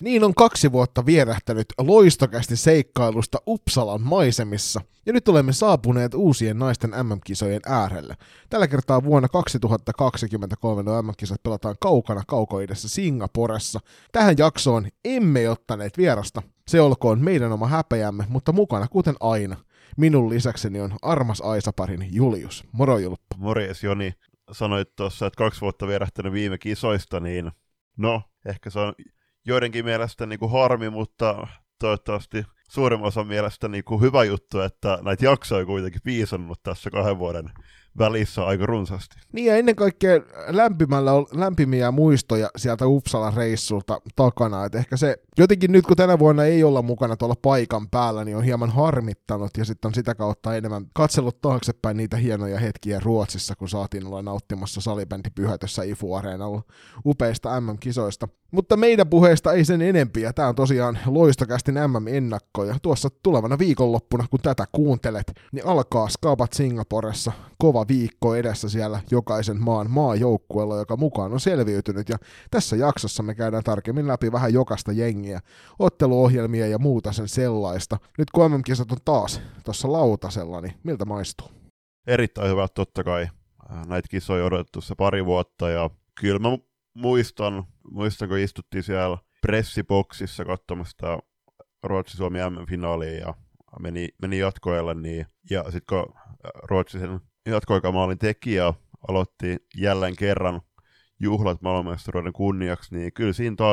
Niin on 2 vuotta vierähtänyt loistokästi seikkailusta Uppsalan maisemissa, ja nyt olemme saapuneet uusien naisten MM-kisojen äärelle. Tällä kertaa vuonna 2023 nuo MM-kisat pelataan kaukana kaukoidessa Singaporessa. Tähän jaksoon emme ottaneet vierasta. Se olkoon meidän oma häpeämme, mutta mukana kuten aina. Minun lisäkseni on armas Aisaparin Julius. Moro Julppa. Morjes Joni. Sanoit tuossa, että 2 vuotta vierähtänyt viime kisoista, niin no, ehkä se on joidenkin mielestä niin kuin harmi, mutta toivottavasti suurimman osan mielestä niin kuin hyvä juttu, että näitä jaksoja kuitenkin piisannut tässä 2 vuoden välissä aika runsaasti. Niin ja ennen kaikkea lämpimiä muistoja sieltä Uppsalan reissulta takana, että ehkä se jotenkin nyt kun tänä vuonna ei olla mukana tuolla paikan päällä, niin on hieman harmittanut ja sitten on sitä kautta enemmän katsellut taaksepäin niitä hienoja hetkiä Ruotsissa, kun saatiin olla nauttimassa salibändipyhätössä IFU-areenalla upeista MM-kisoista. Mutta meidän puheesta ei sen enempiä, tämä on tosiaan loistokästin MM-ennakko ja tuossa tulevana viikonloppuna, kun tätä kuuntelet, niin alkaa Skabat Singaporessa kova viikko edessä siellä jokaisen maan maajoukkueella, joka mukaan on selviytynyt, ja tässä jaksossa me käydään tarkemmin läpi vähän jokaista jengiä, otteluohjelmia ja muuta sen sellaista. Nyt kun MM-kisat on taas tuossa lautasella, niin miltä maistuu? Erittäin hyvä, totta kai. Näitä kisoja on odotettu se 2 vuotta, ja kyllä mä muistan kun istuttiin siellä pressiboksissa katsomassa Ruotsi-Suomi MM-finaalia, ja meni jatkoajalle, niin, ja sitten kun Ruotsi sen jatkoaikamaalin tekijä aloitti jälleen kerran juhlat maailmanmestaruuden kunniaksi, niin kyllä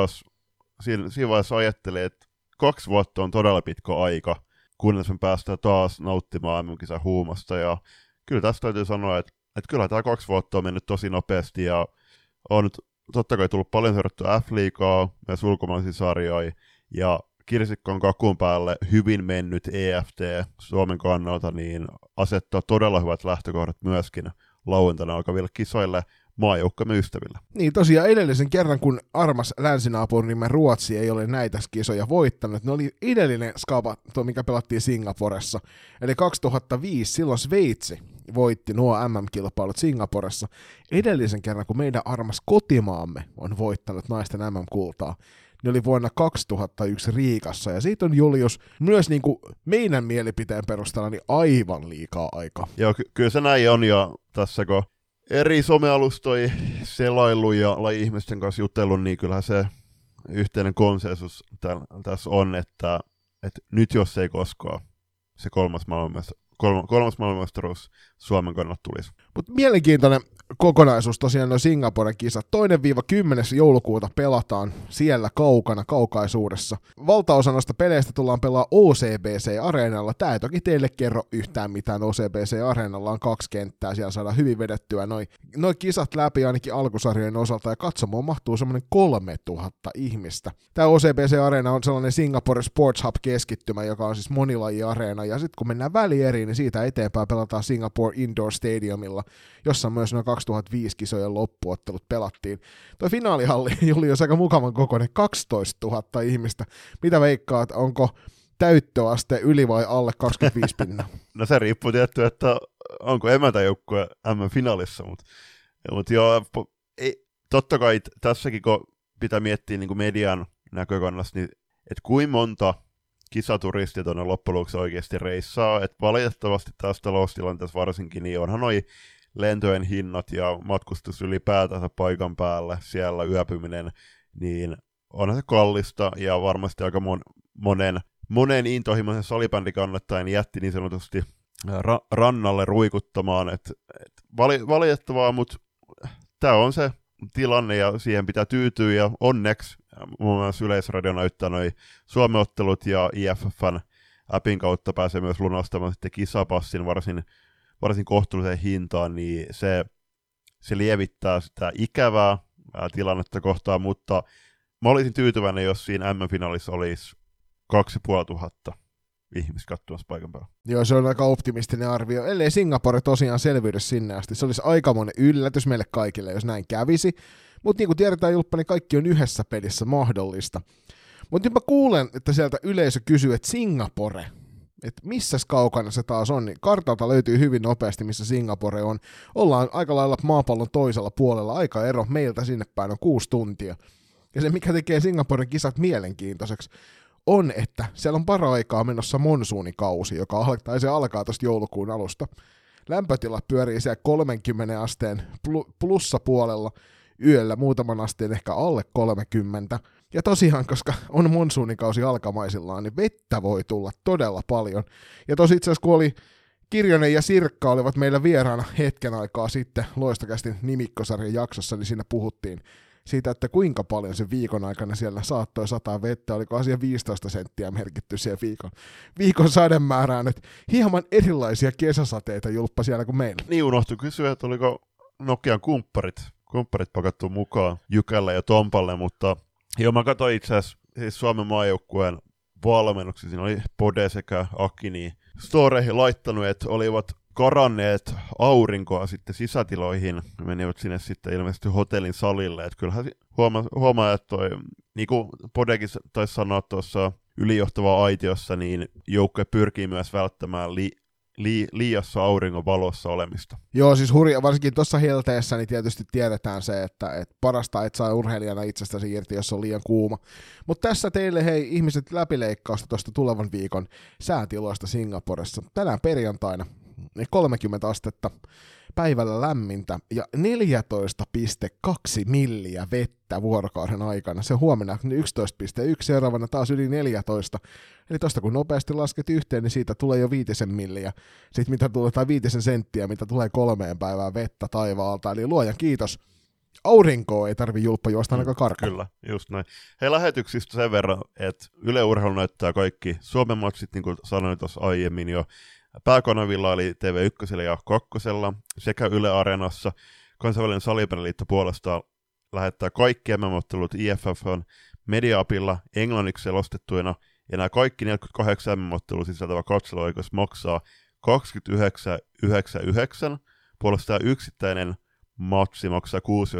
siinä vaiheessa ajattelin, että 2 vuotta on todella pitkä aika, kunnes me päästään taas nauttimaan MM-kisan huumasta, ja kyllä tästä täytyy sanoa, että kyllä tämä 2 vuotta on mennyt tosi nopeasti, ja on nyt totta kai tullut paljon seurattua F-liigaa, myös ulkomaisia sarjoja, ja kirsikon kakun päälle hyvin mennyt EFT Suomen kannalta, niin asettaa todella hyvät lähtökohdat myöskin lauantaina alkaville kisoille maajoukkomme ystäville. Niin tosiaan edellisen kerran, kun armas länsinaapurimme Ruotsi ei ole näitä kisoja voittanut, ne oli edellinen skaba, mikä pelattiin Singaporessa, eli 2005, silloin Sveitsi voitti nuo MM-kilpailut Singaporessa. Edellisen kerran, kun meidän armas kotimaamme on voittanut naisten MM-kultaa, ne oli vuonna 2001 Riikassa, ja siitä on Julius myös niin kuin meidän mielipiteen perusteella niin aivan liikaa aikaa. Joo, kyllä se näin on, ja tässä kun eri somealustoja selailu ja laji-ihmisten kanssa jutellut, niin kyllähän se yhteinen konsensus tässä on, että nyt jos ei koskaan se kolmas maailmanmestaruus Suomen kannalta tulisi. Mutta mielenkiintoinen kokonaisuus tosiaan noin Singaporen kisat. 2-10. joulukuuta pelataan siellä kaukaisuudessa. Valtaosa noista peleistä tullaan pelaa OCBC-areenalla. Tää ei toki teille kerro yhtään mitään. OCBC-areenalla on 2 kenttää. Siellä saadaan hyvin vedettyä noi kisat läpi ainakin alkusarjojen osalta. Ja katsomaan mahtuu semmoinen 3000 ihmistä. Tää OCBC-areena on sellainen Singapore Sports Hub-keskittymä, joka on siis monilaji-areena. Ja sitten kun mennään välieriin, niin siitä eteenpäin pelataan Singapore Indoor Stadiumilla, jossa myös noin 2005 kisojen loppuottelut pelattiin. Tuo finaalihalli oli jo aika mukavan kokoinen, 12 000 ihmistä. Mitä veikkaat, onko täyttöaste yli vai alle 25 pinnaa? No se riippuu tietty, että onko emäntäjoukkue M-finaalissa, mutta joo, totta kai tässäkin kun pitää miettiä niin kuin median näkökannasta, niin että kuinka monta kisaturistia tuonne loppujen lopuksi oikeasti reissaa, että valitettavasti tässä taloustilanteessa varsinkin, niin onhan noi lentojen hinnat ja matkustus ylipäätänsä paikan päälle, siellä yöpyminen, niin onhan se kallista ja varmasti aika monen intohimoisen salibändikannattajan jätti niin sanotusti rannalle ruikuttamaan, että valitettavaa, mutta tämä on se tilanne ja siihen pitää tyytyä ja onneksi muun muassa Yleisradio näyttää noi Suomi-ottelut ja IFFn appin kautta pääsee myös lunastamaan sitten kisapassin varsin kohtuulliseen hintaan, niin se lievittää sitä ikävää tilannetta kohtaan, mutta mä olisin tyytyväinen, jos siinä M-finaalissa olisi 2500 ihmistä katsomassa paikan päällä. Joo, se on aika optimistinen arvio. Ellei Singapore tosiaan selviydy sinne asti, se olisi aikamoinen yllätys meille kaikille, jos näin kävisi. Mutta niin kuin tiedetään, Julppa, niin kaikki on yhdessä pelissä mahdollista. Mutta nyt mä kuulen, että sieltä yleisö kysyy, että Singapore, että missäs kaukana se taas on, niin kartalta löytyy hyvin nopeasti, missä Singapore on. Ollaan aika lailla maapallon toisella puolella, aikaero meiltä sinne päin on 6 tuntia. Ja se, mikä tekee Singaporen kisat mielenkiintoiseksi, on, että siellä on paraikaa menossa monsuunikausi, se alkaa tuosta joulukuun alusta. Lämpötilat pyörii siellä 30 asteen plussapuolella yöllä, muutaman asteen ehkä alle 30. Ja tosiaan, koska on monsuunikausi alkamaisillaan, niin vettä voi tulla todella paljon. Ja tosi itse asiassa, kun oli Kirjonen ja Sirkka olivat meillä vieraana hetken aikaa sitten Loistokästin nimikkosarjan jaksossa, niin siinä puhuttiin siitä, että kuinka paljon se viikon aikana siellä saattoi sataa vettä, oliko asia 15 senttiä merkitty siihen viikon sademäärään, että hieman erilaisia kesäsateita julppa siellä kuin meillä. Niin unohtui kysyä, että oliko Nokian kumpparit pakattu mukaan Jykälle ja Tompalle, mutta joo, mä katsoin itse asiassa siis Suomen maajoukkueen valmennuksia, siinä oli Pode sekä Akini storeihin laittanut, että olivat karanneet aurinkoa sitten sisätiloihin, menivät sinne sitten ilmeisesti hotellin salille, että kyllähän huomaa, että toi, niin kuin Podekin taisi sanoa tuossa ylijohtava aitiossa, niin joukkue pyrkii myös välttämään liiassa auringon valossa olemista. Joo, siis varsinkin tuossa helteessä niin tietysti tiedetään se, että parasta et saa urheilijana itsestäsi irti, jos on liian kuuma. Mutta tässä teille hei ihmiset läpileikkausta tuosta tulevan viikon säätiloista Singaporessa. Tänään perjantaina 30 astetta päivällä lämmintä ja 14,2 milliä vettä vuorokauden aikana. Se huomenna 11,1, seuraavana taas yli 14. Eli tosta kun nopeasti lasket yhteen, niin siitä tulee jo 5 milliä. Sitten mitä tulee, tai 5 senttiä, mitä tulee 3 päivää vettä taivaalta. Eli luojan kiitos. Aurinkoa ei tarvi julppa juosta ainakaan karkaa. Kyllä, just näin. Hei, lähetyksistä sen verran, että Yle Urheilu näyttää kaikki Suomen matsit, niin kuin sanoin tuossa aiemmin jo, pääkanavilla eli TV1 ja 2 sekä Yle Areenassa. Kansainvälinen salibändiliitto puolestaan lähettää kaikki MM-ottelut IFF:n media-apilla englanniksi selostettuina, ja nämä kaikki 48 MM-ottelua sisältävä katseluoikeus maksaa 29,99, puolestaan yksittäinen matsi maksaa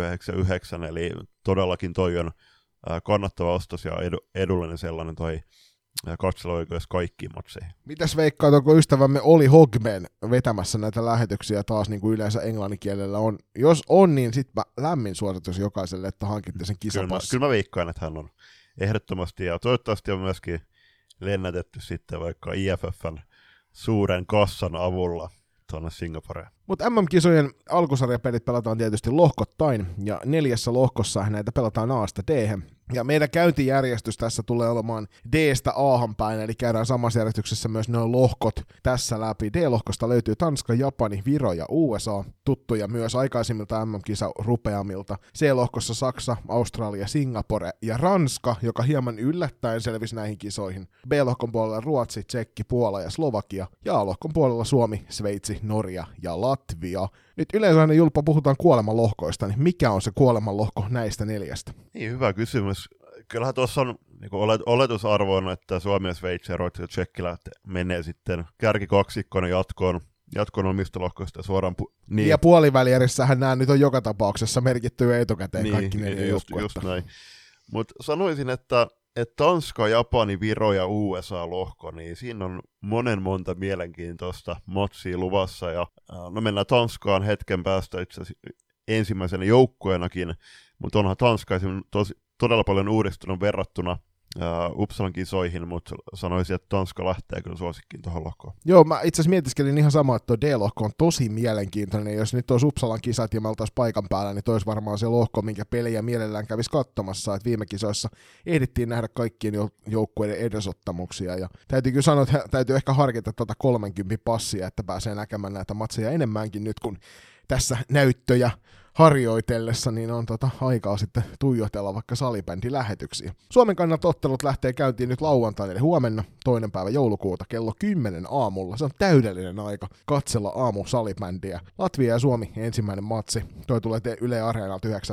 6,99, eli todellakin toi on kannattava ostos ja edullinen sellainen toi katseluoikeus kaikkiin matseihin. Mitäs veikkaat, onko ystävämme Oli Hogman vetämässä näitä lähetyksiä taas niin kuin yleensä englanninkielellä on? Jos on, niin sitten lämmin suositus jokaiselle, että hankitte sen kisapassin. Kyllä mä veikkaan, että hän on ehdottomasti, ja toivottavasti on myöskin lennätetty sitten vaikka IFFn suuren kassan avulla tuonne Singaporeen. Mutta MM-kisojen alkusarjapelit pelataan tietysti lohkottain, ja 4 lohkossa näitä pelataan A:sta D:hen. Ja meidän käyntijärjestys tässä tulee olemaan D:stä A:han päin, eli käydään samassa järjestyksessä myös nuo lohkot tässä läpi. D-lohkosta löytyy Tanska, Japani, Viro ja USA, tuttuja myös aikaisimmilta MM-kisa-rupeamilta. C-lohkossa Saksa, Australia, Singapore ja Ranska, joka hieman yllättäen selvisi näihin kisoihin. B-lohkon puolella Ruotsi, Tsekki, Puola ja Slovakia, ja A-lohkon puolella Suomi, Sveitsi, Norja ja Latvia. Nyt yleensä aina Julppa puhutaan kuolemanlohkoista, niin mikä on se kuolemanlohko näistä 4? Niin, hyvä kysymys. Kyllähän tuossa on niin oletusarvoina, että Suomi ja Sveitsi ja Ruotsi ja Tsekki menee sitten kärkikaksikkona jatkoon omista lohkoista suoraan. Niin. Ja puolivälierissähän nämä nyt on joka tapauksessa merkitty etukäteen niin, kaikki 4 joukkuetta. Just näin. Mutta sanoisin, että Tanska, Japani, Viro ja USA-lohko, niin siinä on monta mielenkiintoista matsia luvassa. Ja, no mennään Tanskaan hetken päästä itse asiassa ensimmäisenä joukkueenakin, mutta onhan Tanska todella paljon uudistunut verrattuna Uppsalan kisoihin, mutta sanoisin, että Tanska lähtee kyllä suosikkiin tuohon lohkoon. Joo, mä itse asiassa mietiskelin ihan samaa, että tuo D-lohko on tosi mielenkiintoinen. Jos nyt olisi Uppsalan kisat ja me oltaisiin paikan päällä, niin toi olisi varmaan se lohko, minkä peliä mielellään kävisi katsomassa. Että viime kisoissa ehdittiin nähdä kaikkien joukkueiden edesottamuksia. Ja täytyy kyllä sanoa, että täytyy ehkä harkita tuota 30 passia, että pääsee näkemään näitä matseja enemmänkin nyt, kun tässä näyttöjä harjoitellessa, niin on aikaa sitten tuijotella vaikka salibändilähetyksiä. Suomen kannalta ottelut lähtee käyntiin nyt lauantaina, eli huomenna 2. päivä joulukuuta kello 10 aamulla. Se on täydellinen aika katsella aamusalibändiä. Latvia ja Suomi ensimmäinen matsi. Toi tulee Yle Areenalta 9.50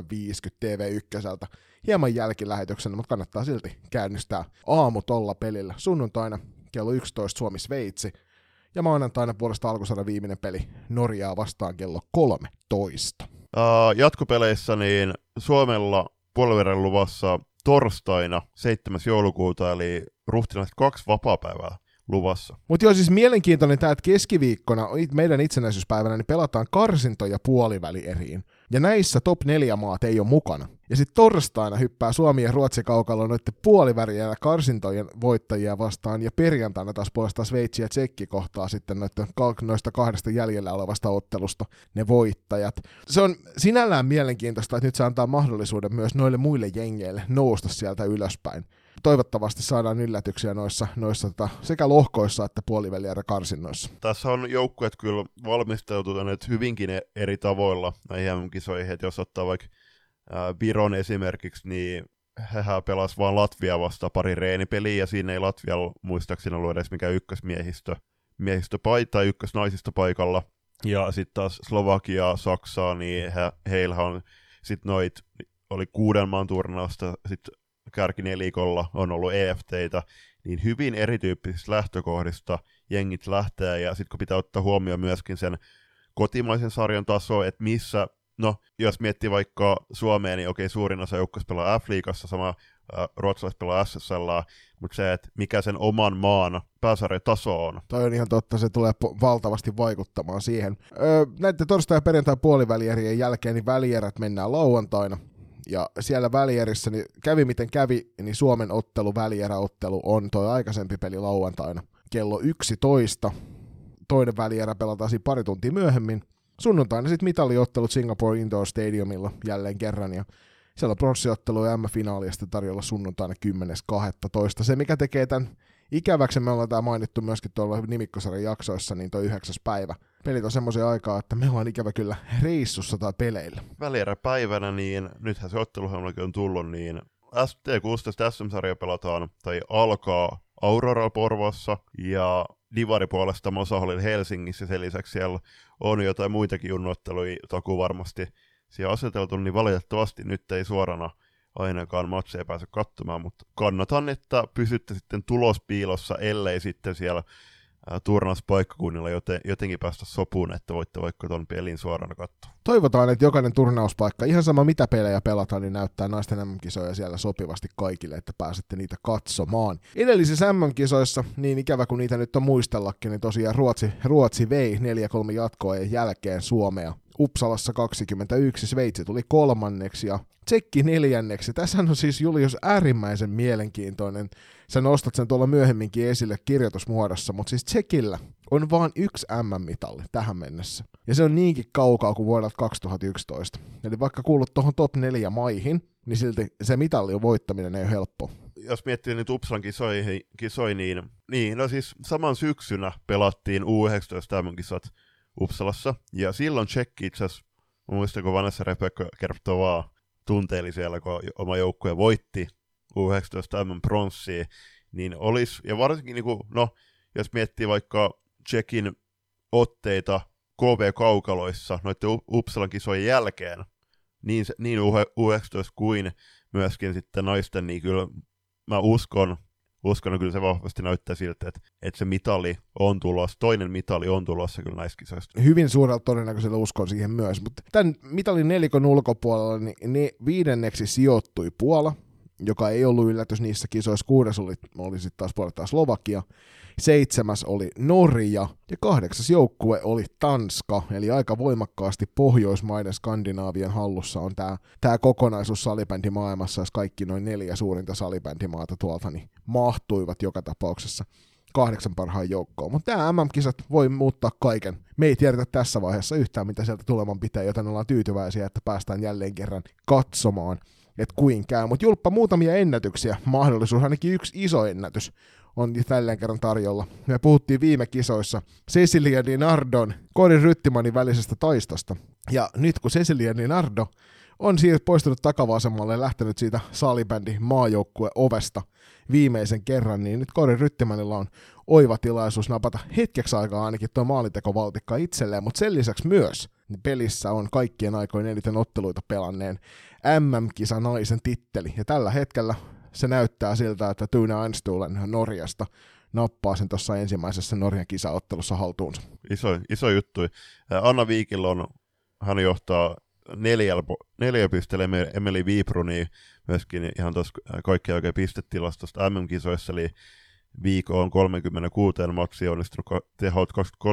TV1. Hieman jälkilähetyksenä, mutta kannattaa silti käynnistää aamu tolla pelillä. Sunnuntaina kello 11 Suomi-Sveitsi. Ja maanantaina puolesta alkusarjan viimeinen peli Norjaa vastaan kello 13. Jatkopeleissä niin Suomella puoliverran luvassa torstaina 7. joulukuuta, eli Ruhtinaiset 2 vapaapäivää luvassa. Mutta joo, siis mielenkiintoinen tämä, että keskiviikkona meidän itsenäisyyspäivänä niin pelataan karsintoja puolivälieriin. Ja näissä top 4 maat ei ole mukana. Ja sitten torstaina hyppää Suomi ja Ruotsi kaukalla noiden puolivälierä karsintojen voittajia vastaan, ja perjantaina taas puolestaan Sveitsi ja Tsekki kohtaa sitten noista 2 jäljellä olevasta ottelusta ne voittajat. Se on sinällään mielenkiintoista, että nyt se antaa mahdollisuuden myös noille muille jengeille nousta sieltä ylöspäin. Toivottavasti saadaan yllätyksiä noissa sekä lohkoissa että puolivälierä karsinnoissa. Tässä on joukkueet kyllä valmistautuneet hyvinkin eri tavoilla näihin kisoihin, että jos ottaa vaikka Viron esimerkiksi, niin hehän pelasi vaan Latvia vastaan pari reenipeliä, ja siinä ei Latvialla muistaakseni ollut edes mikään ykkösmiehistö tai ykkösnaisista paikalla. Ja sitten taas Slovakia, Saksaa, niin heillä on sitten oli 6 maan turnausta, sitten kärkinelikolla on ollut EFT:itä, niin hyvin erityyppisistä lähtökohdista jengit lähtee, ja sitten kun pitää ottaa huomioon myöskin sen kotimaisen sarjan taso, että missä, no jos miettii vaikka Suomeen, niin okei, suurin osa joukkueista pelaa F-liigassa, sama ruotsalaiset pelaa SSL, mutta se, että mikä sen oman maan pääsarjan taso on. Toi on ihan totta, se tulee valtavasti vaikuttamaan siihen. Näiden torstai- ja perjantai puolivälierien jälkeen niin välierät mennään lauantaina. Ja siellä välierissä, niin kävi miten kävi, niin Suomen välieräottelu on toi aikaisempi peli lauantaina kello 11. Toinen välierä pelataan siinä pari tuntia myöhemmin. Sunnuntaina sitten mitaliottelut Singapore Indoor Stadiumilla jälleen kerran, ja siellä on pronssiottelu ja M-finaali ja sitten tarjolla sunnuntaina 10.12. Se, mikä tekee tämän ikäväksi, me ollaan tämä mainittu myöskin tuolla Nimikkosarjan jaksoissa, niin toi 9. päivä. Pelit on semmoisia aikaa, että me ollaan ikävä kyllä reissussa tai peleillä. Välieräpäivänä, niin nythän se otteluhjelmakin on tullut, niin ST16 SM-sarja pelataan, tai alkaa Aurora Porvoossa, ja Divari puolesta Mosahallilla Helsingissä, sen lisäksi siellä on jotain muitakin junnuotteluja takuu varmasti siellä aseteltu, niin valitettavasti nyt ei suorana ainakaan matseja pääse katsomaan, mutta kannatan, että pysytte sitten tulospiilossa, ellei sitten siellä turnauspaikkakunnilla jotenkin päästä sopuun, että voitte vaikka ton pelin suorana katsoa. Toivotaan, että jokainen turnauspaikka, ihan sama mitä pelejä pelataan, niin näyttää naisten MM-kisoja siellä sopivasti kaikille, että pääsette niitä katsomaan. Edellisissä MM-kisoissa, niin ikävä kuin niitä nyt on muistellakin, niin tosiaan Ruotsi vei 4-3 jatkoajan jälkeen Suomea. Uppsalassa 21, Sveitsi tuli 3. ja Tsekki 4. Tässä on siis, Julius, äärimmäisen mielenkiintoinen. Sä nostat sen tuolla myöhemminkin esille kirjoitusmuodossa, mutta siis Tsekillä on vain 1 MM-mitalli tähän mennessä. Ja se on niinkin kaukaa kuin vuodelta 2011. Eli vaikka kuulut tuohon top 4 maihin, niin silti se mitallin voittaminen ei ole helppo. Jos miettii nyt Uppsalan kisoja, niin no siis saman syksynä pelattiin U19 MM-kisat Uppsalassa, ja silloin Tsekki itse asiassa, muistan kun Vanessa Rebekka Kertovaa tunteili siellä, kun oma joukkue voitti U19 MM-pronssia, niin olisi, ja varsinkin niin kuin, no, jos miettii vaikka Tsekin otteita KV-kaukaloissa noiden Uppsalan kisojen jälkeen, niin U19 kuin myöskin sitten naisten, niin kyllä mä uskon, kyllä se vahvasti näyttää siltä, että se mitali on tulossa, toinen mitali on tulossa kyllä näissä kisoista. Hyvin suurella todennäköisellä uskon siihen myös, mutta tämän mitalin nelikon ulkopuolella niin ne 5. sijoittui Puola, joka ei ollut yllätys niissä kisoissa. 6. oli sitten taas puolestaan Slovakia, 7. oli Norja ja 8. joukkue oli Tanska, eli aika voimakkaasti Pohjoismaiden Skandinaavian hallussa on tämä kokonaisuus salibändimaailmassa, jos kaikki noin 4 suurinta salibändimaata tuolta niin mahtuivat joka tapauksessa 8 parhaan joukkoon. Mutta tämä MM-kisat voi muuttaa kaiken. Me ei tiedetä tässä vaiheessa yhtään, mitä sieltä tuleman pitää, joten ollaan tyytyväisiä, että päästään jälleen kerran katsomaan, että kuin käy. Mutta Julppa, muutamia ennätyksiä, mahdollisuus, ainakin 1 iso ennätys on tälleen kerran tarjolla. Me puhuttiin viime kisoissa Cecilia Di Nardon, Cory Ryttimanin välisestä taistosta. Ja nyt kun Cecilia Di Nardo on poistunut takavasemmalle ja lähtenyt siitä salibändi maajoukkue ovesta viimeisen kerran, niin nyt Cory Ryttimanilla on oiva tilaisuus napata hetkeksi aikaa ainakin tuo maalintekovaltikka itselleen, mutta sen lisäksi myös pelissä on kaikkien aikojen eniten otteluita pelanneen MM-kisa naisen titteli. Ja tällä hetkellä se näyttää siltä, että Tuna Einstulen Norjasta nappaa sen tuossa ensimmäisessä Norjan kisaottelussa haltuunsa. Iso juttu. Anna Viikil hän johtaa 4 pisteellä Emeli Viibruni myöskin ihan tuossa kaikkea oikein pistetilastosta MM-kisoissa, eli viikon 36 matsiin onnistunut tehot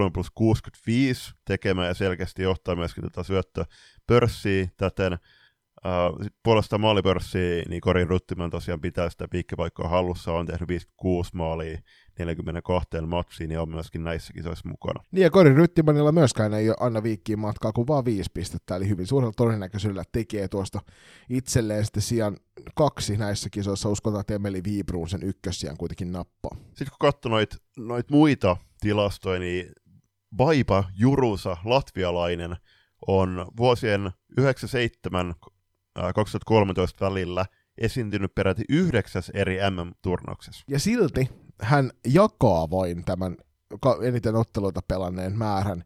23+65 tekemään ja selkeästi johtaa myöskin tätä syöttöpörssiä täten. Puolestaan maalipörssiä, niin Cory Ruttiman tosiaan pitää sitä piikkipaikkaa hallussa, on tehnyt 56 maalia 42 matsiin ja on myöskin näissä kisoissa mukana. Niin ja Cory Ruttimanilla myöskään ei ole Anna Viikkiin matkaa kuin vaan 5 pistettä, eli hyvin suurella todennäköisyydellä tekee tuosta itselleen sitten sijan 2 näissä kisoissa. Uskotaan, että Emeli Wiibruun sen ykkössijan kuitenkin nappaa. Sitten kun katsoo noit muita tilastoja, niin Baiba Jurusa, latvialainen, on vuosien 97-2013 välillä esiintynyt peräti 9 eri MM-turnauksessa. Ja silti hän jakaa vain tämän eniten otteluita pelanneen määrän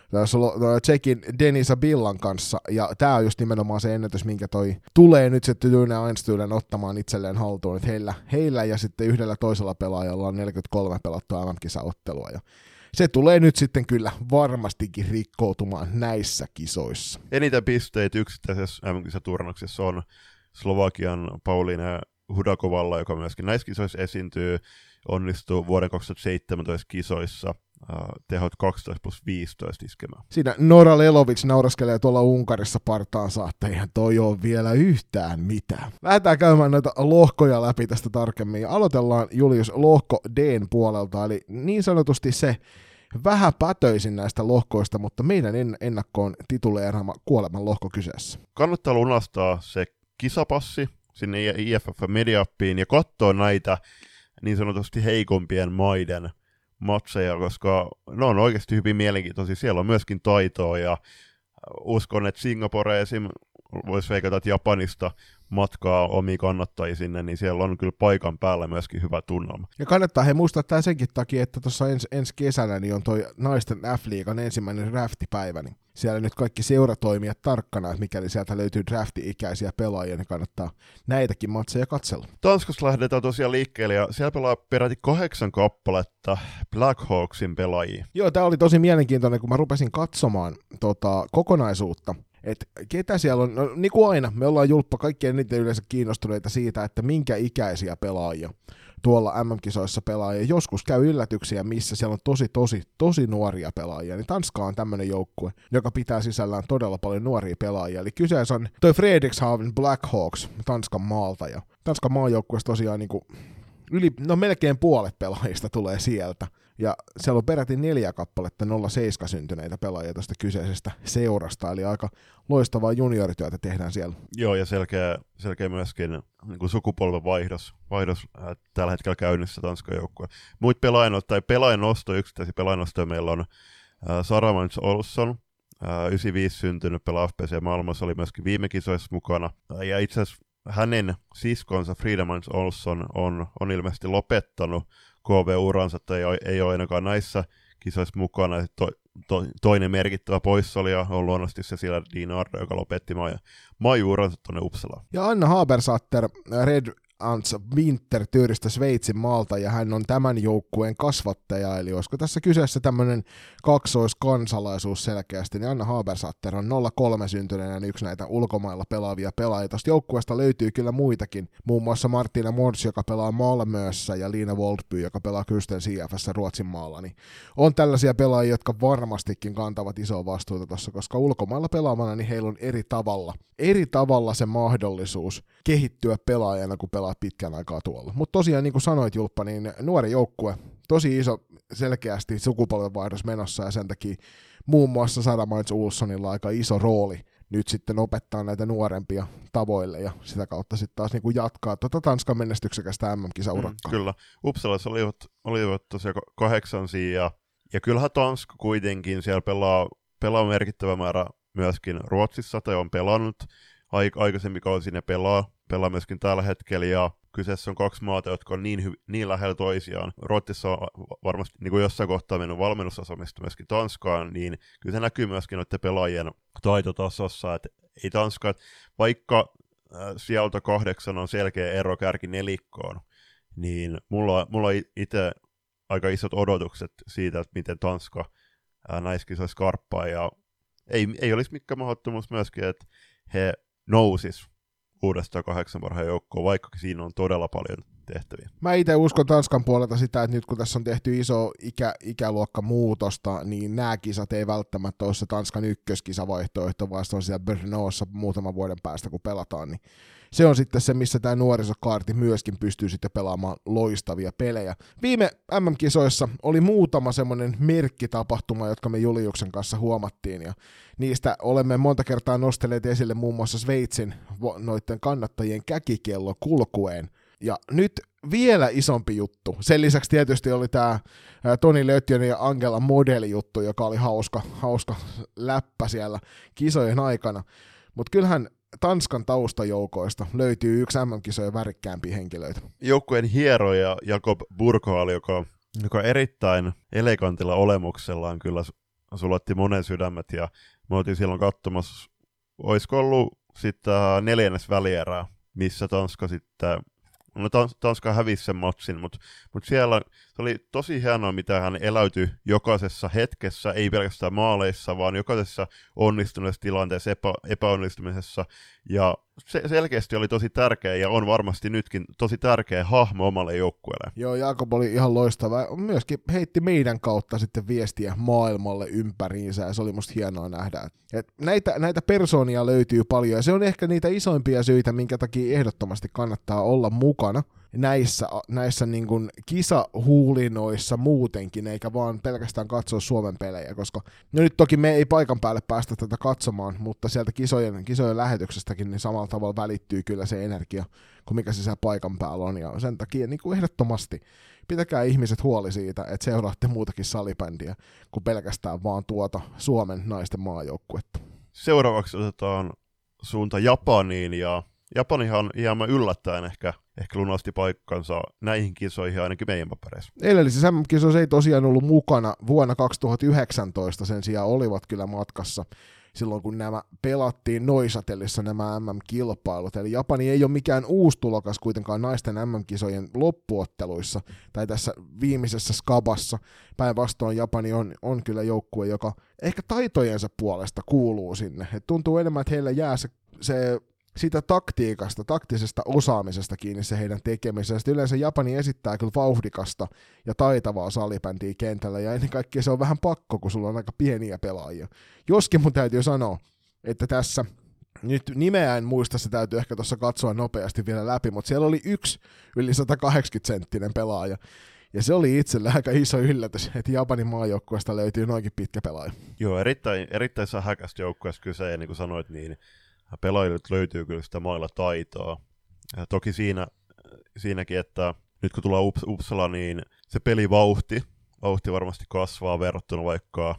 Tsekin Denisa Billan kanssa, ja tämä on just nimenomaan se ennätys, minkä toi tulee nyt sitten Dune Einstühlen ottamaan itselleen haltuun, että heillä ja sitten yhdellä toisella pelaajalla on 43 pelattua MM-kisaottelua, ja se tulee nyt sitten kyllä varmastikin rikkoutumaan näissä kisoissa. Eniten pisteitä yksittäisessä MM-kisaturnauksessa on Slovakian Pauliina Hudakovalla, joka myöskin näissä kisoissa esiintyy, onnistuu vuoden 2017 kisoissa tehot 12+15 iskemään. Siinä Nora Lelovic nauraskelee tuolla Unkarissa partaan saattaa, eihän toi ole vielä yhtään mitään. Lähdetään käymään näitä lohkoja läpi tästä tarkemmin, ja aloitellaan Julius lohko D:n puolelta, eli niin sanotusti se vähäpätöisin näistä lohkoista, mutta meidän ennakkoon tituleeraama kuoleman lohko kyseessä. Kannattaa lunastaa se kisapassi sinne IFF Media-appiin ja katsoa näitä niin sanotusti heikompien maiden matseja, koska ne on oikeasti hyvin mielenkiintoisia. Siellä on myöskin taitoa ja uskon, että Singapore esim. Voisi veikata, että Japanista matkaa omia kannattajia sinne, niin siellä on kyllä paikan päällä myöskin hyvä tunnelma. Ja kannattaa muistaa tämä senkin takia, että tuossa ensi kesänä niin on toi naisten F-liigan ensimmäinen draftipäivä, niin siellä nyt kaikki seuratoimijat tarkkana, että mikäli sieltä löytyy drafti-ikäisiä pelaajia, niin kannattaa näitäkin matseja katsella. Tanskassa lähdetään tosiaan liikkeelle, ja siellä pelaa peräti 8 kappaletta Blackhawksin pelaajia. Joo, tämä oli tosi mielenkiintoinen, kun mä rupesin katsomaan kokonaisuutta. Että ketä siellä on, no niin kuin aina, me ollaan Julppa kaikkien eniten yleensä kiinnostuneita siitä, että minkä ikäisiä pelaajia tuolla MM-kisoissa pelaajia. Joskus käy yllätyksiä, missä siellä on tosi nuoria pelaajia, niin Tanska on tämmöinen joukkue, joka pitää sisällään todella paljon nuoria pelaajia. Eli kyseessä on toi Fredrikshavn Blackhawks Tanskan maalta, ja Tanskan maajoukkueessa tosiaan niin kuin melkein puolet pelaajista tulee sieltä. Ja siellä on peräti 4 kappaletta 07 syntyneitä pelaajia tästä kyseisestä seurasta, eli aika loistavaa juniorityötä tehdään siellä. Joo, ja selkeä myöskin niin kuin sukupolven vaihdos tällä hetkellä käynnissä Tanskan joukkue. Muut yksittäisiä pelaajanostoja meillä on Saramans Olsson, 95 syntynyt pelaa FPC Malmössä, oli myöskin viime kisoissa mukana, ja itse asiassa hänen siskonsa Friedemans Olsson on ilmeisesti lopettanut KV-uransa, että ei ole ainakaan näissä kisoissa mukana. Toinen merkittävä poissaolija on luonnollisesti se siellä Dean Ardo, joka lopetti maajuuransa tuonne Uppsalaan. Ja Anna Habersatter Red Ants Winterthurista Sveitsin maalta, ja hän on tämän joukkueen kasvattaja, eli olisiko tässä kyseessä tämmöinen kaksoiskansalaisuus selkeästi, niin Anna Habersatter on 03 syntyneenä yksi näitä ulkomailla pelaavia pelaajia. Tuosta joukkueesta löytyy kyllä muitakin, muun muassa Martina Mors, joka pelaa Malmössä, ja Liina Woldby, joka pelaa Kysten CF:ssä Ruotsin maalla, niin on tällaisia pelaajia, jotka varmastikin kantavat isoa vastuuta tuossa, koska ulkomailla pelaamana niin heillä on eri tavalla se mahdollisuus kehittyä pelaajana, kun pelaa pitkän aikaa tuolla. Mutta tosiaan, niin kuin sanoit Julppa, niin nuori joukkue, tosi iso selkeästi sukupolvenvaihdos menossa, ja sen takia muun muassa Sara Mainz Olssonilla aika iso rooli nyt sitten opettaa näitä nuorempia tavoille, ja sitä kautta sitten taas niin kuin jatkaa Tanskan menestyksekästä MM-kisaurakkaa. Kyllä. Uppsalassa olivat tosiaan 8 ja kyllähän Tanska kuitenkin siellä pelaa merkittävä määrä myöskin Ruotsissa, tai on pelannut aikaisemmin kausi, ne pelaa myöskin tällä hetkellä, ja kyseessä on 2 maata, jotka on niin lähellä toisiaan. Ruotsissa on varmasti niin kuin jossain kohtaa mennyt valmennusasumista myöskin Tanskaan, niin kyllä se näkyy myöskin noiden pelaajien taitotasossa, että ei Tanska, vaikka sieltä 8 on selkeä ero kärkinelikkoon, niin mulla on itse aika isot odotukset siitä, että miten Tanska näissä kisoissa skarppaa, ja ei olisi mikään mahdottomuus myöskin, että he nousis uudestaan 8 parhaan joukkoon, vaikkakin siinä on todella paljon tehtäviä. Mä itse uskon Tanskan puolelta sitä, että nyt kun tässä on tehty iso ikäluokkamuutosta, niin nämä kisat ei välttämättä ole se Tanskan ykköskisavaihtoehto, vaan se on siellä Brnossa muutaman vuoden päästä, kun pelataan, niin se on sitten se, missä tämä nuorisokaarti myöskin pystyy sitten pelaamaan loistavia pelejä. Viime MM-kisoissa oli muutama semmoinen merkkitapahtuma, jotka me Juliuksen kanssa huomattiin, ja niistä olemme monta kertaa nostelleet esille muun muassa Sveitsin noiden kannattajien käkikello kulkueen. Ja nyt vielä isompi juttu. Sen lisäksi tietysti oli tämä Toni Lötjönen ja Angela Model juttu, joka oli hauska läppä siellä kisojen aikana. Mutta kyllähän Tanskan taustajoukoista löytyy yksi MM-kisojen värikkäämpiä henkilöitä. Joukkueen hieroja Jakob Burkhoal, joka erittäin elegantilla olemuksellaan kyllä sulatti monen sydämet, ja me oltiin silloin katsomassa, olisiko ollut sitten 4. välierää, missä Tanska sitten, no Tanska hävisi sen matsin, mutta siellä se oli tosi hienoa, mitä hän eläytyi jokaisessa hetkessä, ei pelkästään maaleissa, vaan jokaisessa onnistuneessa tilanteessa, epäonnistumisessa, ja se selkeästi oli tosi tärkeä, ja on varmasti nytkin tosi tärkeä hahmo omalle joukkueelle. Joo, Jakob oli ihan loistava, myöskin heitti meidän kautta sitten viestiä maailmalle ympäriinsä, ja se oli musta hienoa nähdä. Et näitä persoonia löytyy paljon, ja se on ehkä niitä isoimpia syitä, minkä takia ehdottomasti kannattaa olla mukana näissä niin kuin kisahuulinoissa muutenkin, eikä vaan pelkästään katsoa Suomen pelejä, koska no nyt toki me ei paikan päälle päästä tätä katsomaan, mutta sieltä kisojen lähetyksestäkin niin samalla tavalla välittyy kyllä se energia, kuin mikä se siellä paikan päällä on, ja sen takia niin kuin ehdottomasti pitäkää ihmiset huoli siitä, että seuraatte muutakin salibändiä, kuin pelkästään vaan tuota Suomen naisten maajoukkuetta. Seuraavaksi otetaan suunta Japaniin, ja Japanihan hieman yllättäen ehkä lunasti paikkansa näihin kisoihin ainakin meidän papereissa. Edellisissä MM-kisoissa ei tosiaan ollut mukana. Vuonna 2019 sen sijaan olivat kyllä matkassa silloin, kun nämä pelattiin Neusatelissa nämä MM-kilpailut. Eli Japani ei ole mikään uusi tulokas kuitenkaan naisten MM-kisojen loppuotteluissa tai tässä viimeisessä skabassa. Päinvastoin Japani on kyllä joukkue, joka ehkä taitojensa puolesta kuuluu sinne. Et tuntuu enemmän, että heillä jää se siitä taktisesta osaamisesta kiinni se heidän tekemisensä. Yleensä Japani esittää kyllä vauhdikasta ja taitavaa salibändiä kentällä, ja ennen kaikkea se on vähän pakko, kun sulla on aika pieniä pelaajia. Joskin mun täytyy sanoa, että tässä, nyt nimeä en muista, se täytyy ehkä tuossa katsoa nopeasti vielä läpi, mutta siellä oli yksi yli 180-senttinen pelaaja, ja se oli itselle aika iso yllätys, että Japanin maajoukkueesta löytyy noinkin pitkä pelaaja. Joo, erittäin häkästä joukkueesta kyse, ja niin kuin sanoit, niin pelaajille löytyy kyllä sitä mailla taitoa. Ja toki siinäkin, että nyt kun tullaan Uppsala, niin se pelivauhti varmasti kasvaa verrattuna vaikka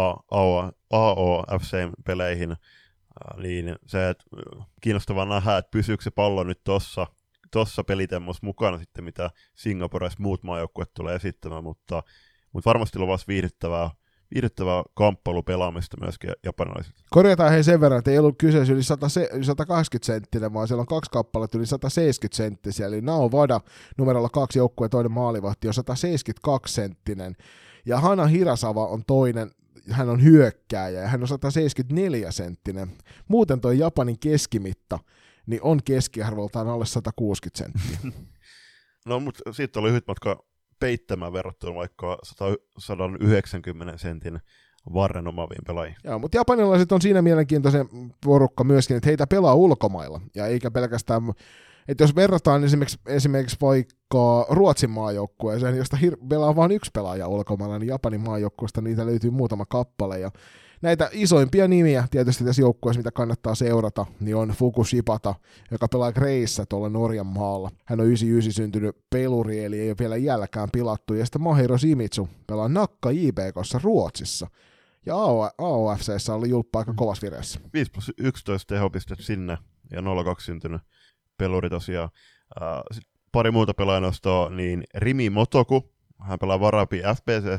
AOFC-peleihin, niin se, että kiinnostavaa nähdä, että pysyykö se pallo nyt tossa pelitemmossa mukana sitten, mitä Singaporessa muut maajoukkueet tulee esittämään, mutta varmasti luvassa viihdyttävää kamppailupelaamista myöskin japanilaiset. Korjataan hei sen verran, että ei ollut kyseessä yli 180-senttinen, vaan siellä on 2 kappaletta yli 170-senttisiä, eli Nao Vada numerolla 2 joukkue ja toinen maalivahti on 172-senttinen, ja Hana Hirasawa on toinen, hän on hyökkääjä, ja hän on 174-senttinen. Muuten toi Japanin keskimitta niin on keskiarvoltaan alle 160 senttiä. No, mutta siitä oli lyhyt matka peittämään verrattuna vaikka 190 sentin varren omaaviin pelaajiin. Joo, mutta japanilaiset on siinä mielenkiintoisen porukka myöskin, että heitä pelaa ulkomailla, ja eikä pelkästään, että jos verrataan esimerkiksi vaikka Ruotsin maajoukkueeseen, josta pelaa vain yksi pelaaja ulkomailla, niin Japanin maajoukkueesta niitä löytyy muutama kappale, ja näitä isoimpia nimiä tietysti tässä joukkueessa, mitä kannattaa seurata, niin on Fukushibata, joka pelaa Greissä tuolla Norjan maalla. Hän on 99 syntynyt peluri, eli ei ole vielä iälläkään pilattu. Ja sitten Mahiro Shimizu pelaa Nakka JBK:ssa Ruotsissa. Ja AOFC:ssä oli julppa aika kovassa vireessä. 5+11 tehopistet sinne ja 0-2 syntynyt peluri tosiaan. Pari muuta pelaajanostoa, niin Rimi Motoku, hän pelaa Varapi FPC:ssä,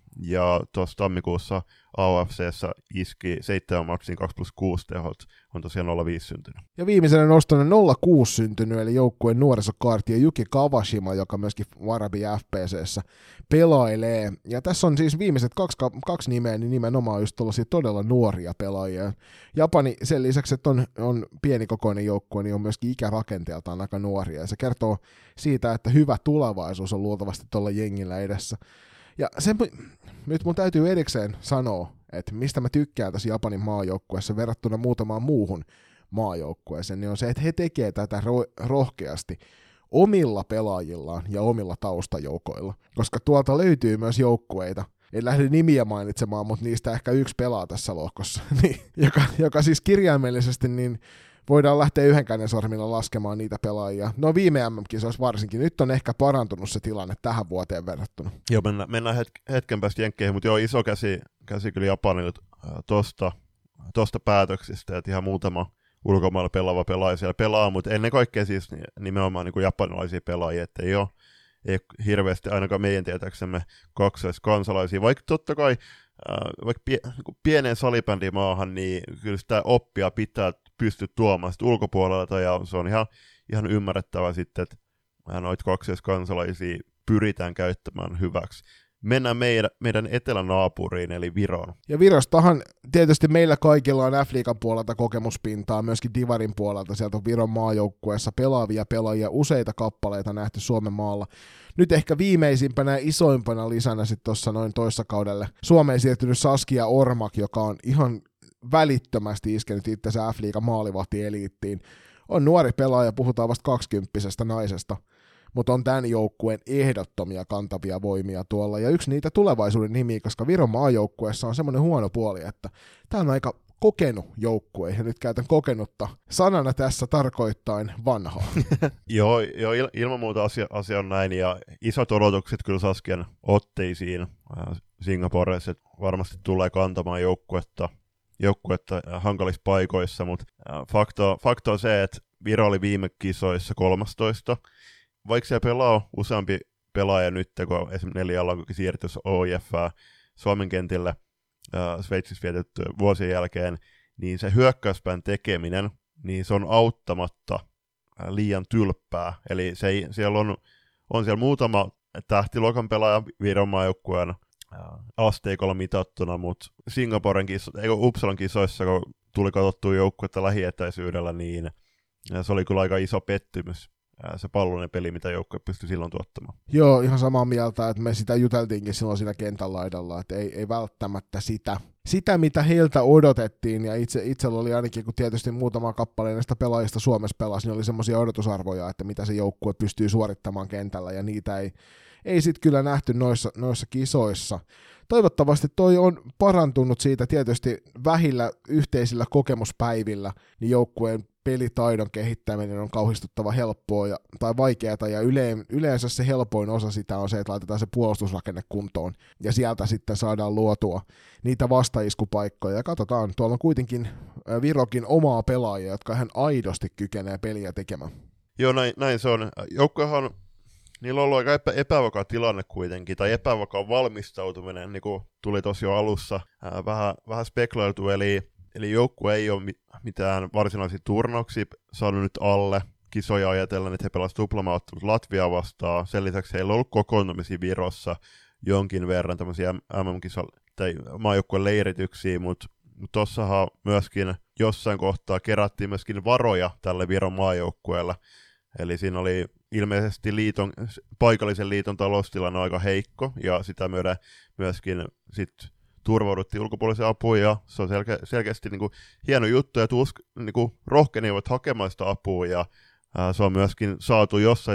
ja tuossa tammikuussa AFC:ssä iski 7 matsin 2+6 tehot, on tosiaan 0,5 syntynyt. Ja viimeisenä nostona 0,6 syntynyt, eli joukkueen nuorisokaarti Yuki Kawashima, joka myöskin Warabi FPC:ssä pelailee. Ja tässä on siis viimeiset kaksi nimeä, niin nimenomaan just tuollaisia todella nuoria pelaajia. Japani sen lisäksi, että on pienikokoinen joukkue, niin on myöskin ikärakenteeltaan aika nuoria, ja se kertoo siitä, että hyvä tulevaisuus on luultavasti tuolla jengillä edessä. Ja nyt mun täytyy erikseen sanoa, että mistä mä tykkään tässä Japanin maajoukkueessa verrattuna muutamaan muuhun maajoukkueeseen, niin on se, että he tekee tätä rohkeasti omilla pelaajillaan ja omilla taustajoukoilla. Koska tuolta löytyy myös joukkueita, en lähde nimiä mainitsemaan, mutta niistä ehkä yksi pelaa tässä lohkossa, joka siis kirjaimellisesti niin voidaan lähteä yhden käden sormilla laskemaan niitä pelaajia. No viime MM-kisoissa varsinkin. Nyt on ehkä parantunut se tilanne tähän vuoteen verrattuna. Joo, mennään hetken päästä jenkkeihin, mutta joo, iso käsi kyllä Japanilta tosta päätöksistä, että ihan muutama ulkomailla pelaava pelaaja siellä pelaa, mutta ennen kaikkea siis nimenomaan niin kuin japanilaisia pelaajia, että ei ole hirveästi ainakaan meidän tietääksemme kaksoiskansalaisia, vaikka totta kai vaikka pieneen salibändimaahan, niin kyllä sitä oppia pitää pystyä tuomaan ulkopuolelta, ja se on ihan ymmärrettävää sitten, että noita kaksoiskansalaisia pyritään käyttämään hyväksi. Mennään meidän etelänaapuriin, eli Viroon. Ja Virostahan tietysti meillä kaikilla on F-liigan puolelta kokemuspintaa, myöskin Divarin puolelta, sieltä on Viron maajoukkueessa pelaavia pelaajia, useita kappaleita nähty Suomen maalla. Nyt ehkä viimeisimpänä ja isoimpana lisänä sitten tuossa noin toissakaudelle Suomeen siirtynyt Saskia Ormak, joka on ihan välittömästi iskenyt itsensä F-liigan maalivahti-eliittiin. On nuori pelaaja, puhutaan vasta 20-vuotiaasta naisesta, mutta on tämän joukkueen ehdottomia kantavia voimia tuolla, ja yksi niitä tulevaisuuden nimiä, koska Viron maajoukkueessa on semmoinen huono puoli, että tämä on aika kokenut joukkue, ja nyt käytän kokenutta sanana tässä tarkoittain vanhaa. Joo, ilman muuta asia on näin, ja isot odotukset kyllä Saskian otteisiin Singaporessa, että varmasti tulee kantamaan joukkuetta hankalissa paikoissa, mutta fakta on se, että Viro oli viime kisoissa 13. Vaikka siellä pelaa useampi pelaaja nyt, kun esimerkiksi 4 alkukin siirtyisi OIF:ää Suomen kentille Sveitsissä vietetty vuosien jälkeen, niin se hyökkäyspään tekeminen, niin se on auttamatta liian tylppää. Eli siellä on siellä muutama tähtiluokan pelaaja Viron maajoukkueen asteikolla mitattuna, mutta Uppsalan kisoissa, kun tuli katsottua joukkuetta lähietäisyydellä, niin se oli kyllä aika iso pettymys, se pallollinen peli, mitä joukkue pystyi silloin tuottamaan. Joo, ihan samaa mieltä, että me sitä juteltiinkin silloin siinä kentän laidalla, että ei välttämättä sitä, mitä heiltä odotettiin, ja itsellä oli ainakin, kun tietysti muutama kappale näistä pelaajista Suomessa pelasi, niin oli semmoisia odotusarvoja, että mitä se joukkue pystyy suorittamaan kentällä, ja niitä ei sitten kyllä nähty noissa kisoissa. Toivottavasti toi on parantunut siitä tietysti vähillä yhteisillä kokemuspäivillä, niin joukkueen pelitaidon kehittäminen on kauhistuttava helppoa tai vaikeaa, ja yleensä se helpoin osa sitä on se, että laitetaan se puolustusrakenne kuntoon, ja sieltä sitten saadaan luotua niitä vastaiskupaikkoja, ja katsotaan, tuolla on kuitenkin Virokin omaa pelaajia, jotka ihan aidosti kykenee peliä tekemään. Joo, näin se on. Joukkuehan niillä on ollut aika epävakaa tilanne kuitenkin, tai epävakaa valmistautuminen, niin kuin tuli tosiaan alussa vähän spekuloitu, eli joukkue ei ole mitään varsinaisia turnauksia saanut nyt alle kisoja ajatellen, että he pelasivat tuplamaattelut Latviaa vastaan. Sen lisäksi heillä on ollut kokoontumisia Virossa jonkin verran tämmöisiä tai maajoukkueen leirityksiä, mutta tossahan myöskin jossain kohtaa kerättiin myöskin varoja tälle Viron maajoukkueelle. Eli siinä oli ilmeisesti paikallisen liiton taloustilanne aika heikko, ja sitä myöden myöskin sitten turvauduttiin ulkopuolisen apuun, ja se on selkeästi niinku hieno juttu, ja niinku rohkenivat hakemaan sitä apua, ja se on myöskin saatu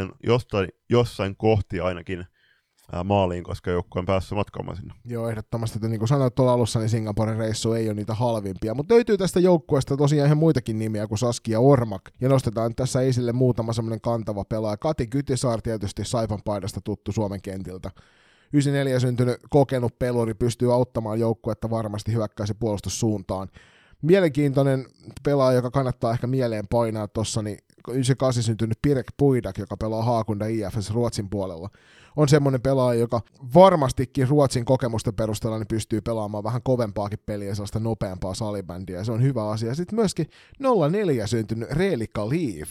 jossain kohti ainakin maaliin, koska joukkue on päässyt matkaamaan sinne. Joo, ehdottomasti, että niin kuin sanoit tuolla alussa, niin Singaporen reissu ei ole niitä halvimpia, mutta löytyy tästä joukkueesta tosiaan ihan muitakin nimiä kuin Saskia Ormak, ja nostetaan tässä esille muutama semmoinen kantava pelaaja. Kati Kytisaar tietysti Saipan paidasta tuttu Suomen kentiltä. 94 syntynyt kokenut peluri pystyy auttamaan joukkuetta varmasti hyökkäys- ja puolustussuuntaan. Mielenkiintoinen pelaaja, joka kannattaa ehkä mieleen painaa tuossa, niin 98 syntynyt Pirek Puidak, joka pelaa Haakunda IFS Ruotsin puolella, on semmoinen pelaaja, joka varmastikin Ruotsin kokemusten perusteella niin pystyy pelaamaan vähän kovempaakin peliä ja sellaista nopeampaa salibändiä, ja se on hyvä asia. Sitten myöskin 04 syntynyt Reeli Kaliv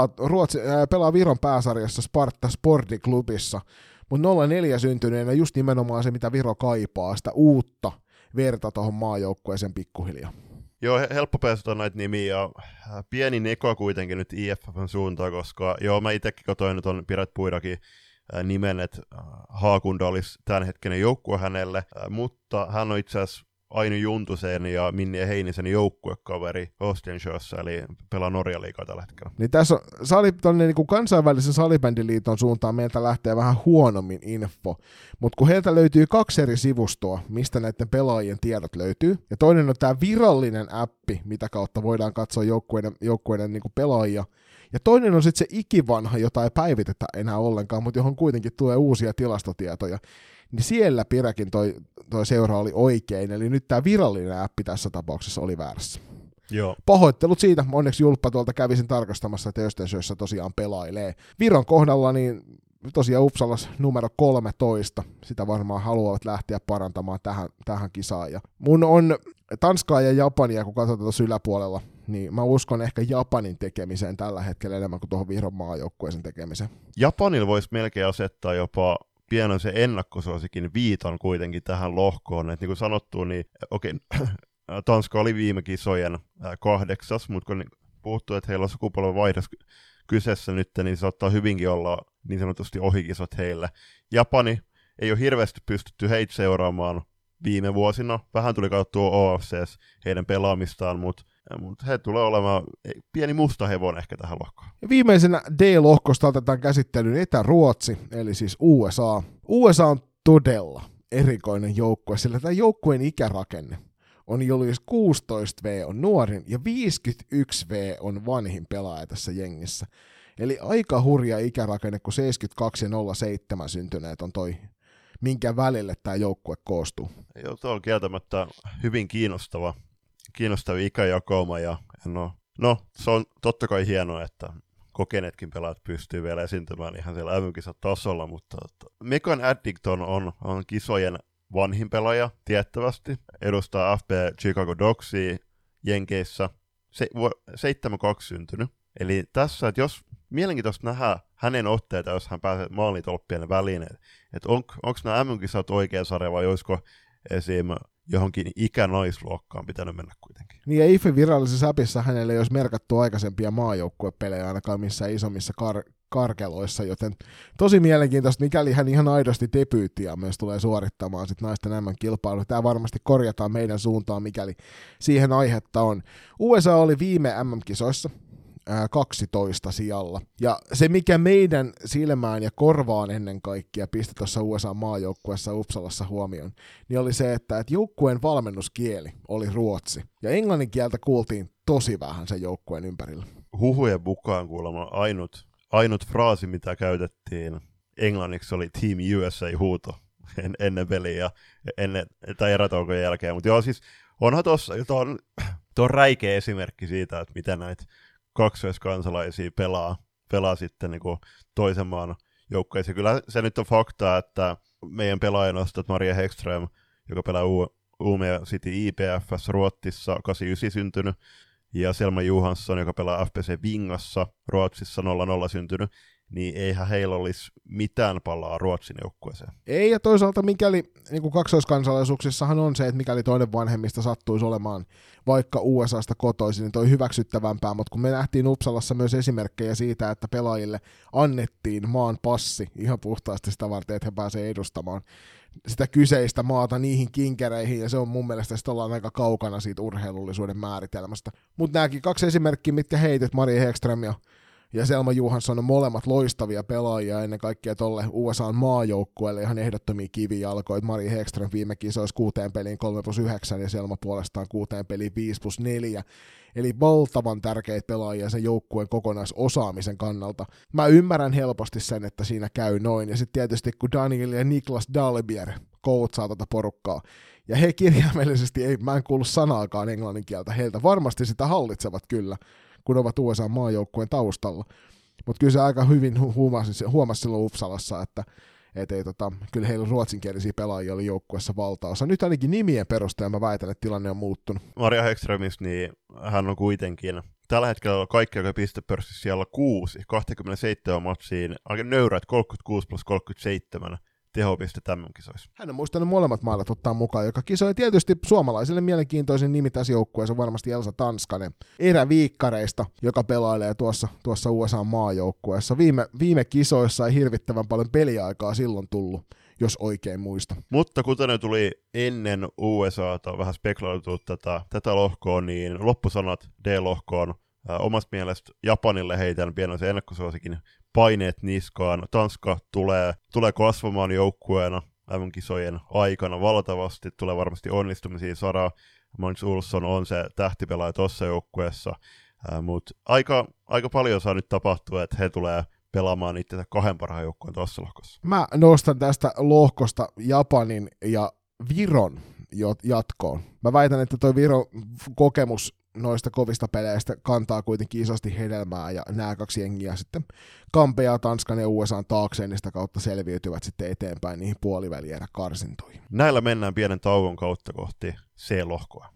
pelaa Viron pääsarjassa Sparta Sportiklubissa, mutta 04 syntyneenä just nimenomaan se, mitä Viro kaipaa, sitä uutta verta tuohon maajoukkueeseen pikkuhiljaa. Joo, helppo päästä näitä nimiä, ja pieni neko kuitenkin nyt IFFn suuntaan, koska mä itsekin katsoin nyt on Pirek Puidakin nimen, että Haakunda olisi tämänhetkinen joukkue hänelle, mutta hän on itse asiassa Aino Juntusen ja Minni Heinisen joukkuekaveri Ostenshössä, eli pelaa Norjan liigaa tällä hetkellä. Niin tässä on niin kansainvälisen salibändiliiton suuntaan meiltä lähtee vähän huonommin info, mutta kun heiltä löytyy 2 eri sivustoa, mistä näiden pelaajien tiedot löytyy, ja toinen on tämä virallinen appi, mitä kautta voidaan katsoa joukkueiden niin pelaajia, ja toinen on sitten se ikivanha, jota ei päivitetä enää ollenkaan, mutta johon kuitenkin tulee uusia tilastotietoja. Niin siellä Pirekin toi seura oli oikein, eli nyt tämä virallinen appi tässä tapauksessa oli väärässä. Joo. Pahoittelut siitä, onneksi Julppa tuolta kävisin tarkastamassa, että Östensjössä tosiaan pelailee. Viron kohdalla niin tosiaan Uppsalas numero 13, sitä varmaan haluavat lähteä parantamaan tähän kisaan. Ja mun on Tanskaa ja Japania, kun katsotaan tuossa yläpuolella, niin mä uskon ehkä Japanin tekemiseen tällä hetkellä enemmän kuin tuohon Viron maajoukkueeseen tekemiseen. Japanilla voisi melkein asettaa jopa pienen se ennakkosuosikin viiton kuitenkin tähän lohkoon. Et niin kuin sanottu, niin okei, Tanska oli viime kisojen 8, mutta kun puhuttu, että heillä on sukupolven vaihdos kyseessä nyt, niin se saattaa hyvinkin olla niin sanotusti ohikisot heille. Japani ei ole hirveästi pystytty heitä seuraamaan viime vuosina. Vähän tuli katsottua OFCs heidän pelaamistaan, mutta he tulee olemaan pieni musta hevon ehkä tähän lohkoon. Ja viimeisenä D-lohkosta otetaan käsittelyyn Etä-Ruotsi, eli siis USA. USA on todella erikoinen joukkue, sillä tämä joukkueen ikärakenne on jolloin 16V on nuorin ja 51V on vanhin pelaaja tässä jengissä. Eli aika hurja ikärakenne, kun 72 ja 07 syntyneet on toi, minkä välille tämä joukkue koostuu. Joo, tuo on kieltämättä hyvin kiinnostava ikäjakauma, ja no, se on totta kai hienoa, että kokeneetkin pelaajat pystyy vielä esiintymään ihan siellä MM-kisatasolla, mutta Megan Addington on kisojen vanhin pelaaja tiettävästi, edustaa FP Chicago Dogsia Jenkeissä, 72 syntynyt. Eli tässä, että jos mielenkiintoista nähdä hänen otteita, jos hän pääsee maalitolppien väliin, että onko nämä MM-kisat oikea sarja vai olisiko esim. Johonkin ikänaisluokkaan pitänyt mennä kuitenkin. Niin ja IFin virallisessa appissa hänelle ei olisi merkattu aikaisempia maajoukkuepelejä ainakaan missään isommissa karkeloissa, joten tosi mielenkiintoista, mikäli hän ihan aidosti debyyttiä myös tulee suorittamaan sit naisten MM-kilpailu. Tämä varmasti korjataan meidän suuntaan, mikäli siihen aihetta on. USA oli viime MM-kisoissa 12 sijalla. Ja se, mikä meidän silmään ja korvaan ennen kaikkea pisti tuossa USA-maajoukkueessa Uppsalassa huomioon, niin oli se, että joukkueen valmennuskieli oli ruotsi. Ja englannin kieltä kuultiin tosi vähän sen joukkueen ympärillä. Huhujen mukaan kuulemma ainut fraasi, mitä käytettiin englanniksi, oli Team USA-huuto ennen peliä tai erätaukojen jälkeen. Mutta joo, siis onhan tuossa, tuo on räikeä esimerkki siitä, että miten näitä kaksoiskansalaisia pelaa sitten niin kuin toisen maan joukkueisiin. Kyllä se nyt on fakta, että meidän pelaajanostot Maria Häggström, joka pelaa Umeå City IPF:ssä Ruotsissa 89 syntynyt, ja Selma Johansson, joka pelaa FPC Vingassa Ruotsissa 00 syntynyt, niin eihän heillä olisi mitään palaa Ruotsin joukkueeseen. Ei, ja toisaalta mikäli, niin kuin kaksoiskansalaisuuksissahan on se, että mikäli toinen vanhemmista sattuisi olemaan vaikka USAsta kotoisin, niin toi hyväksyttävämpää, mutta kun me nähtiin Uppsalassa myös esimerkkejä siitä, että pelaajille annettiin maan passi ihan puhtaasti sitä varten, että he pääsevät edustamaan sitä kyseistä maata niihin kinkereihin, ja se on mun mielestä, että ollaan aika kaukana siitä urheilullisuuden määritelmästä. Mutta nämäkin 2 esimerkkiä, mitkä heitit, Maria Häggström ja Selma Johansson on molemmat loistavia pelaajia ennen kaikkea tolle USAn maajoukkueelle ihan ehdottomia kivijalkoja. Maria Häggström viime kisoissa 6 peliin 3+9 ja Selma puolestaan 6 peliin 5+4. Eli valtavan tärkeitä pelaajia sen joukkueen kokonaisosaamisen kannalta. Mä ymmärrän helposti sen, että siinä käy noin. Ja sitten tietysti kun Daniel ja Niklas Dalbier coachaa tätä porukkaa. Ja he kirjaimellisesti, mä en kuullut sanaakaan englannin kieltä, heiltä varmasti sitä hallitsevat kyllä. kun ovat USA-maajoukkueen taustalla. Mutta kyllä se aika hyvin huomasi silloin Uppsalassa, että kyllä heillä ruotsinkielisiä pelaajia oli joukkueessa valtaosa. Nyt ainakin nimien perusteella mä väitän, että tilanne on muuttunut. Maria Häggströmis, niin hän on kuitenkin tällä hetkellä kaikki aika pistepörssissä siellä 6, 27 matsiin, aika nöyrät 36+37 tehopistettä MM-kisoissa. Hän on muistanut molemmat maailmat ottaa mukaan, joka kisoi tietysti suomalaisille mielenkiintoisen nimi tässä joukkueessa varmasti Elsa Tanskanen eräviikkareista, joka pelailee tuossa USA-maajoukkueessa. Viime kisoissa ei hirvittävän paljon peliaikaa silloin tullut, jos oikein muista. Mutta kuten ne tuli ennen USAta vähän spekuloitu tätä lohkoa, niin loppusanat D-lohkoon omasta mielestä Japanille heitän pienen ennakkosuosikin paineet niskaan. Tanska tulee kasvamaan joukkueena MM-kisojen aikana valtavasti, tulee varmasti onnistumisia saada. Magnus Olsson on se tähtipelaaja tuossa joukkueessa, mutta aika paljon saa nyt tapahtua, että he tulee pelaamaan itse 2 parhaan joukkueen tuossa lohkossa. Mä nostan tästä lohkosta Japanin ja Viron jatkoon. Mä väitän, että toi Viron kokemus noista kovista peleistä kantaa kuitenkin isosti hedelmää, ja nämä 2 jengiä sitten kampeaa Tanskan ja USAn taakseen, niin sitä kautta selviytyvät sitten eteenpäin niihin puolivälierä karsintoihin. Näillä mennään pienen tauon kautta kohti C-lohkoa.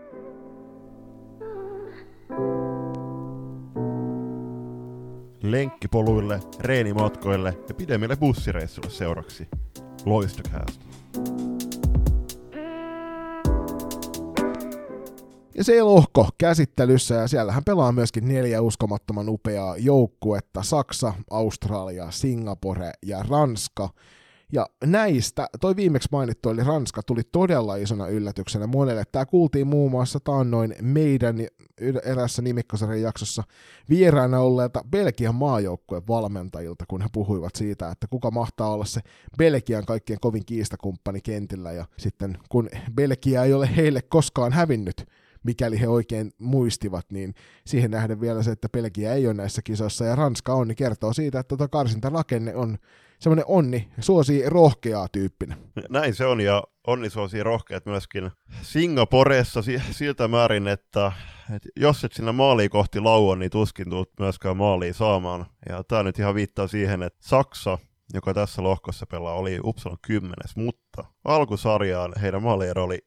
Lenkkipoluille, reenimatkoille ja pidemmille bussireissuille seuraksi Loistokäästä. Ja se lohko käsittelyssä, ja siellähän pelaa myöskin 4 uskomattoman upeaa joukkuetta, Saksa, Australia, Singapore ja Ranska. Ja näistä, toi viimeksi mainittu eli Ranska, tuli todella isona yllätyksenä monelle. Tämä kuultiin muun muassa taannoin meidän erässä Nimikkosarjan jaksossa vieraana olleelta Belgian maajoukkueen valmentajilta, kun he puhuivat siitä, että kuka mahtaa olla se Belgian kaikkien kovin kiistakumppani kentillä. Ja sitten kun Belgia ei ole heille koskaan hävinnyt, mikäli he oikein muistivat, niin siihen nähden vielä se, että Belgia ei ole näissä kisoissa ja Ranska on, niin kertoo siitä, että tuo karsintarakenne on semmoinen onni, suosii rohkeaa tyyppinä. Näin se on, ja onni suosii rohkeat myöskin Singaporessa siltä määrin, että jos et sinä maaliin kohti laua, niin tuskin tulet myöskään maaliin saamaan. Ja tämä nyt ihan viittaa siihen, että Saksa, joka tässä lohkossa pelaa, oli Uppsalan 10, mutta alkusarjaan heidän maaliero oli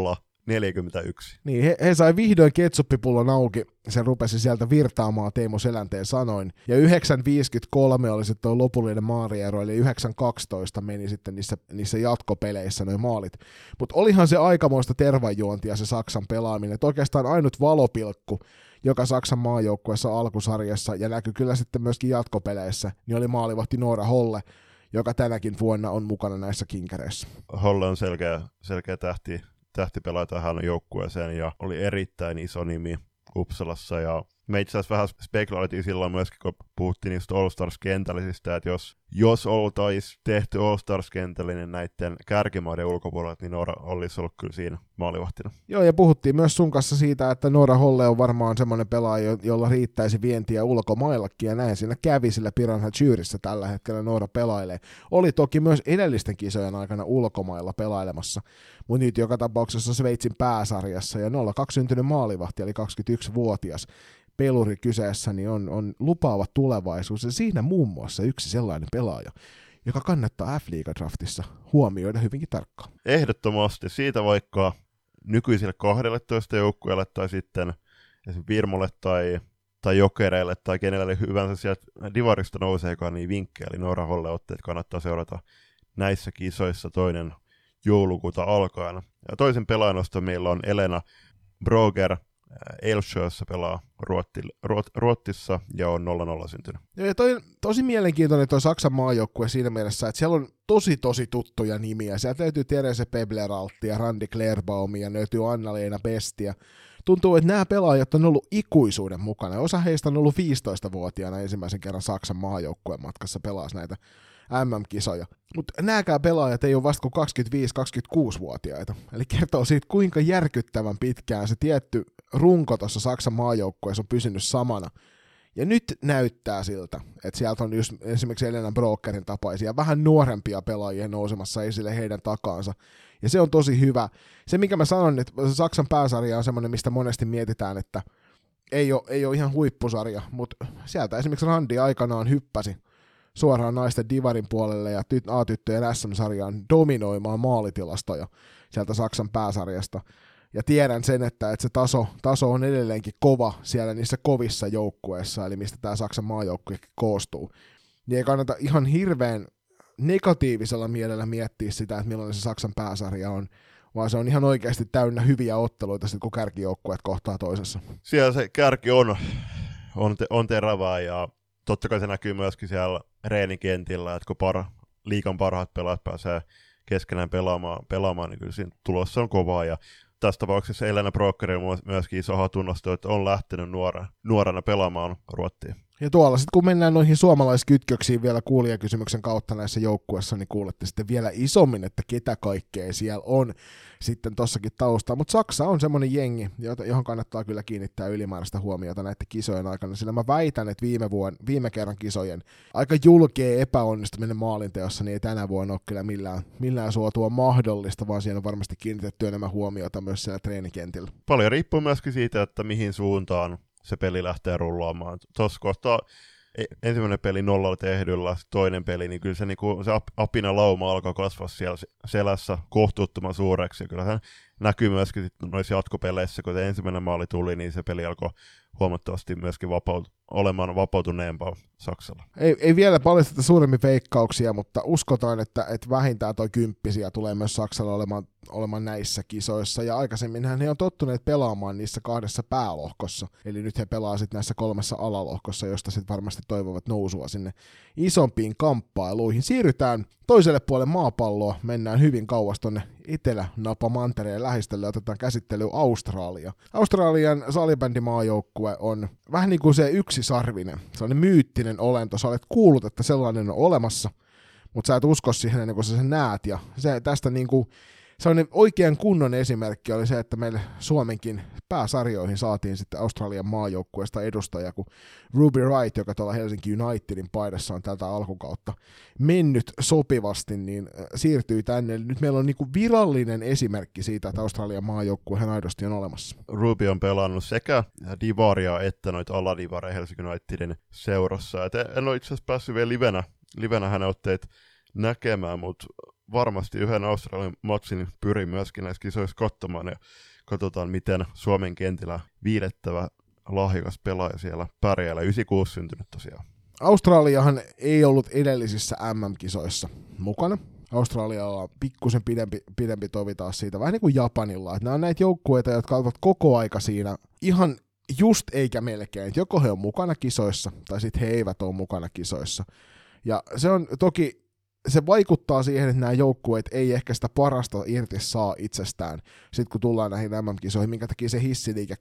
0-41. Niin, he sai vihdoin ketsuppipullon auki, se rupesi sieltä virtaamaan Teemu Selänteen sanoin, ja 9.53 oli sitten tuo lopullinen maaliero, eli 9.12 meni sitten niissä jatkopeleissä nuo maalit. Mutta olihan se aikamoista tervajuontia se Saksan pelaaminen, että oikeastaan ainut valopilkku, joka Saksan maajoukkueessa alkusarjassa, ja näkyi kyllä sitten myöskin jatkopeleissä, niin oli maalivahti Noora Holle, joka tänäkin vuonna on mukana näissä kinkereissä. Holle on selkeä tähtipelaaja tähän joukkueeseen ja oli erittäin iso nimi Uppsalassa, ja me itse asiassa vähän spekuloitiin silloin myöskin, kun puhuttiin niistä All-Stars-kentällisistä, että jos oltaisiin tehty All-Stars-kentällinen näiden kärkimaiden ulkopuolella, niin Noora olisi ollut kyllä siinä maalivahtina. Joo, ja puhuttiin myös sun kanssa siitä, että Noora Holle on varmaan semmoinen pelaaja, jolla riittäisi vientiä ulkomaillakin, ja näin siinä kävi sillä Piranha Zyrissä tällä hetkellä Noora pelailee. Oli toki myös edellisten kisojen aikana ulkomailla pelailemassa, mutta nyt joka tapauksessa Sveitsin pääsarjassa, ja 02 syntynyt maalivahti, eli 21-vuotias peluri kyseessä, niin on lupaava tulevaisuus, ja siinä muun muassa yksi sellainen pelaaja, joka kannattaa F-liiga-draftissa huomioida hyvinkin tarkkaan. Ehdottomasti siitä, vaikka nykyisille 12 joukkueelle tai sitten esimerkiksi Virmolle tai Jokereille tai kenelle hyvänsä sieltä divarista nouseekaan, niin vinkkejä, eli Noora Holle otteet kannattaa seurata näissä kisoissa 2. joulukuuta alkaen. Ja toisen pelaajanosta meillä on Elena Broger, Elsjössä pelaa Ruotsissa ja on 0-0 syntynyt. Ja tosi mielenkiintoinen tuo Saksan maajoukkue siinä mielessä, että siellä on tosi tuttuja nimiä. Sieltä löytyy Therese Pebleraltti ja Randi Klerbaum ja löytyy Anna-Leena Bestia. Tuntuu, että nämä pelaajat on ollut ikuisuuden mukana. Osa heistä on ollut 15-vuotiaana ensimmäisen kerran Saksan maajoukkueen matkassa pelasi näitä MM-kisoja. Mutta nääkään pelaajat ei ole vasta kuin 25-26-vuotiaita. Eli kertoo siitä, kuinka järkyttävän pitkään se tietty runko tuossa Saksan maajoukkueessa on pysynyt samana. Ja nyt näyttää siltä, että sieltä on just esimerkiksi Elena Brokerin tapaisia, vähän nuorempia pelaajia nousemassa esille heidän takaansa. Ja se on tosi hyvä. Se, minkä mä sanon, että Saksan pääsarja on semmoinen, mistä monesti mietitään, että ei ole ihan huippusarja, mutta sieltä esimerkiksi Randi aikanaan hyppäsi suoraan naisten divarin puolelle ja A-tyttöjen SM-sarjaan dominoimaan maalitilastoja sieltä Saksan pääsarjasta. Ja tiedän sen, että se taso on edelleenkin kova siellä niissä kovissa joukkueissa, eli mistä tämä Saksan maajoukkue koostuu. Niin ei kannata ihan hirveän negatiivisella mielellä miettiä sitä, että millainen se Saksan pääsarja on, vaan se on ihan oikeasti täynnä hyviä otteluita, sit kun kärkijoukkueet kohtaa toisessa. Siellä se kärki on terävää, ja totta kai se näkyy myöskin siellä reenikentillä, että kun liigan parhaat pelaajat pääsee keskenään pelaamaan, niin kyllä siinä tulossa on kovaa, ja tässä tapauksessa Elena Brockeri on myöskin iso hatunnosto, että on lähtenyt nuorena pelaamaan Ruottiin. Ja tuolla sitten kun mennään noihin suomalaiskytköksiin vielä kuulijakysymyksen kautta näissä joukkueissa, niin kuulette sitten vielä isommin, että ketä kaikkea siellä on sitten tossakin taustalla. Mutta Saksa on semmoinen jengi, johon kannattaa kyllä kiinnittää ylimääräistä huomiota näiden kisojen aikana, sillä mä väitän, että viime kerran kisojen aika julkea epäonnistuminen maalinteossa, niin ei tänä vuonna ole kyllä millään suotua mahdollista, vaan siinä on varmasti kiinnitetty enemmän huomiota myös siellä treenikentillä. Paljon riippuu myöskin siitä, että mihin suuntaan se peli lähtee rullaamaan. Tuossa kohtaa ensimmäinen peli 0 tehdyllä, toinen peli, niin kyllä se apina lauma alkaa kasvaa siellä selässä kohtuuttoman suureksi. Ja kyllä se näkyy myöskin noissa jatkopeleissä, kun se ensimmäinen maali tuli, niin se peli alkoi huomattavasti myöskin olemaan vapautuneempaa Saksalla. Ei vielä paljasteta suuremmin veikkauksia, mutta uskotaan, että vähintään toi 10 tulee myös Saksalla olemaan näissä kisoissa, ja aikaisemminhan he on tottuneet pelaamaan niissä 2 päälohkossa, eli nyt he pelaa sitten näissä 3 alalohkossa, josta sitten varmasti toivovat nousua sinne isompiin kamppailuihin. Siirrytään toiselle puolelle maapalloa, mennään hyvin kauas tonne Etelä-Napa-mantereen lähistölle, otetaan käsittelyyn Australia. Australian salibändimaajoukkue on vähän niin kuin se yksisarvinen, sellainen myyttinen olento, sä olet kuullut, että sellainen on olemassa, mutta sä et usko siihen ennen kuin sä sen näet, ja se tästä niinku sellainen oikean kunnon esimerkki oli se, että meille Suomenkin pääsarjoihin saatiin sitten Australian maajoukkueesta edustaja, kun Ruby Wright, joka tuolla Helsinki Unitedin paidassa on tältä alkukautta mennyt sopivasti, niin siirtyi tänne. Eli nyt meillä on niinku virallinen esimerkki siitä, että Australian maajoukkue ihan aidosti on olemassa. Ruby on pelannut sekä divaria että noita aladivareja Helsinki Unitedin seurassa. Et en ole itse asiassa päässyt vielä livenä hänen otteet näkemään, mutta varmasti yhden Australian matsin pyrin myöskin näissä kisoissa katsomaan, ja katsotaan, miten Suomen kentillä viilettävä lahjakas pelaaja siellä pärjää, 96 syntynyt tosiaan. Australiahan ei ollut edellisissä MM-kisoissa mukana. Australialla on pikkusen pidempi tovi taas siitä, vähän niin kuin Japanilla. Että nämä on näitä joukkueita, jotka ovat koko aika siinä ihan just eikä melkein. Että joko he on mukana kisoissa, tai sitten he eivät ole mukana kisoissa. Ja se on toki, se vaikuttaa siihen, että nämä joukkueet ei ehkä sitä parasta irti saa itsestään, sitten kun tullaan näihin MM-kisoihin, minkä takia se hissiliike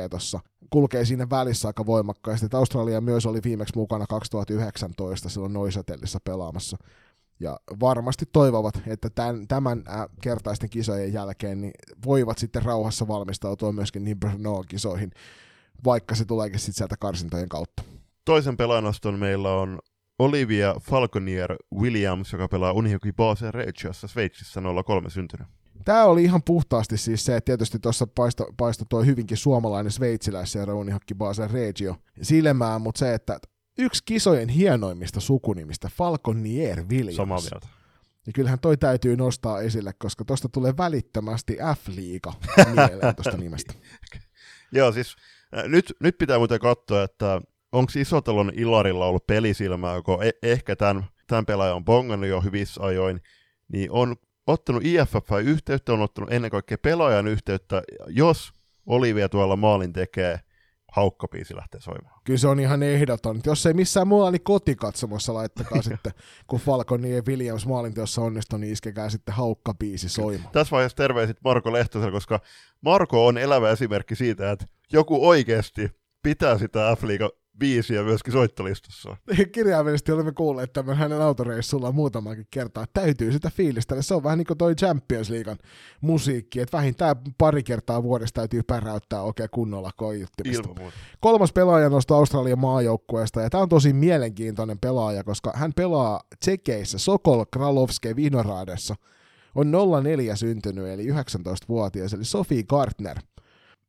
kulkee siinä välissä aika voimakkaasti. Että Australia myös oli viimeksi mukana 2019 silloin Neuchâtelissa pelaamassa, ja varmasti toivovat, että tämän kertaisten kisojen jälkeen niin voivat sitten rauhassa valmistautua myöskin niin Brno-kisoihin, vaikka se tuleekin sitten sieltä karsintojen kautta. Toisen pelaanoston meillä on Olivia Falconier Williams, joka pelaa Unihockey Basel Regiossa Sveitsissä 03 syntynyt. Tämä oli ihan puhtaasti siis se, että tietysti tuossa paistoi tuo hyvinkin suomalainen sveitsiläisseura Unihockey Basel Regio silmään, mutta se, että yksi kisojen hienoimmista sukunimistä, Falconier Williams. Samaa mieltä. Ja kyllähän toi täytyy nostaa esille, koska tuosta tulee välittömästi F-liiga mieleen tuosta nimestä. Joo, siis nyt pitää muuten katsoa, että onko Isotalon Ilarilla ollut pelisilmää, kun ehkä tämän pelaajan on bongannut jo hyvissä ajoin, niin on ottanut IFF-yhteyttä, on ottanut ennen kaikkea pelaajan yhteyttä, jos Olivia tuolla maalin tekee, haukkabiisi lähtee soimaan. Kyllä se on ihan ehdoton. Jos ei missään muualla, niin kotikatsomossa laittakaa sitten, kun Falconier Williams maalinteossa onnistui, niin iskekää sitten haukkabiisi soimaan. Tässä vaiheessa terveiset Marko Lehtoselle, koska Marko on elävä esimerkki siitä, että joku oikeasti pitää sitä F-liiga biisiä myöskin soittolistassa. Kirjaimellisesti olemme kuulleet tämän hänen autoreissulla muutamaankin kertaa. Täytyy sitä fiilistellä. Se on vähän niin kuin toi Champions Leaguean musiikki, että vähintään pari kertaa vuodessa täytyy päräyttää oikein kunnolla koijuttimista. Kolmas pelaaja noista Australian maajoukkueesta, ja tämä on tosi mielenkiintoinen pelaaja, koska hän pelaa Tsekeissä Sokol Kralovske Vinohradessa. On 04 syntynyt, eli 19-vuotias, eli Sophie Gartner.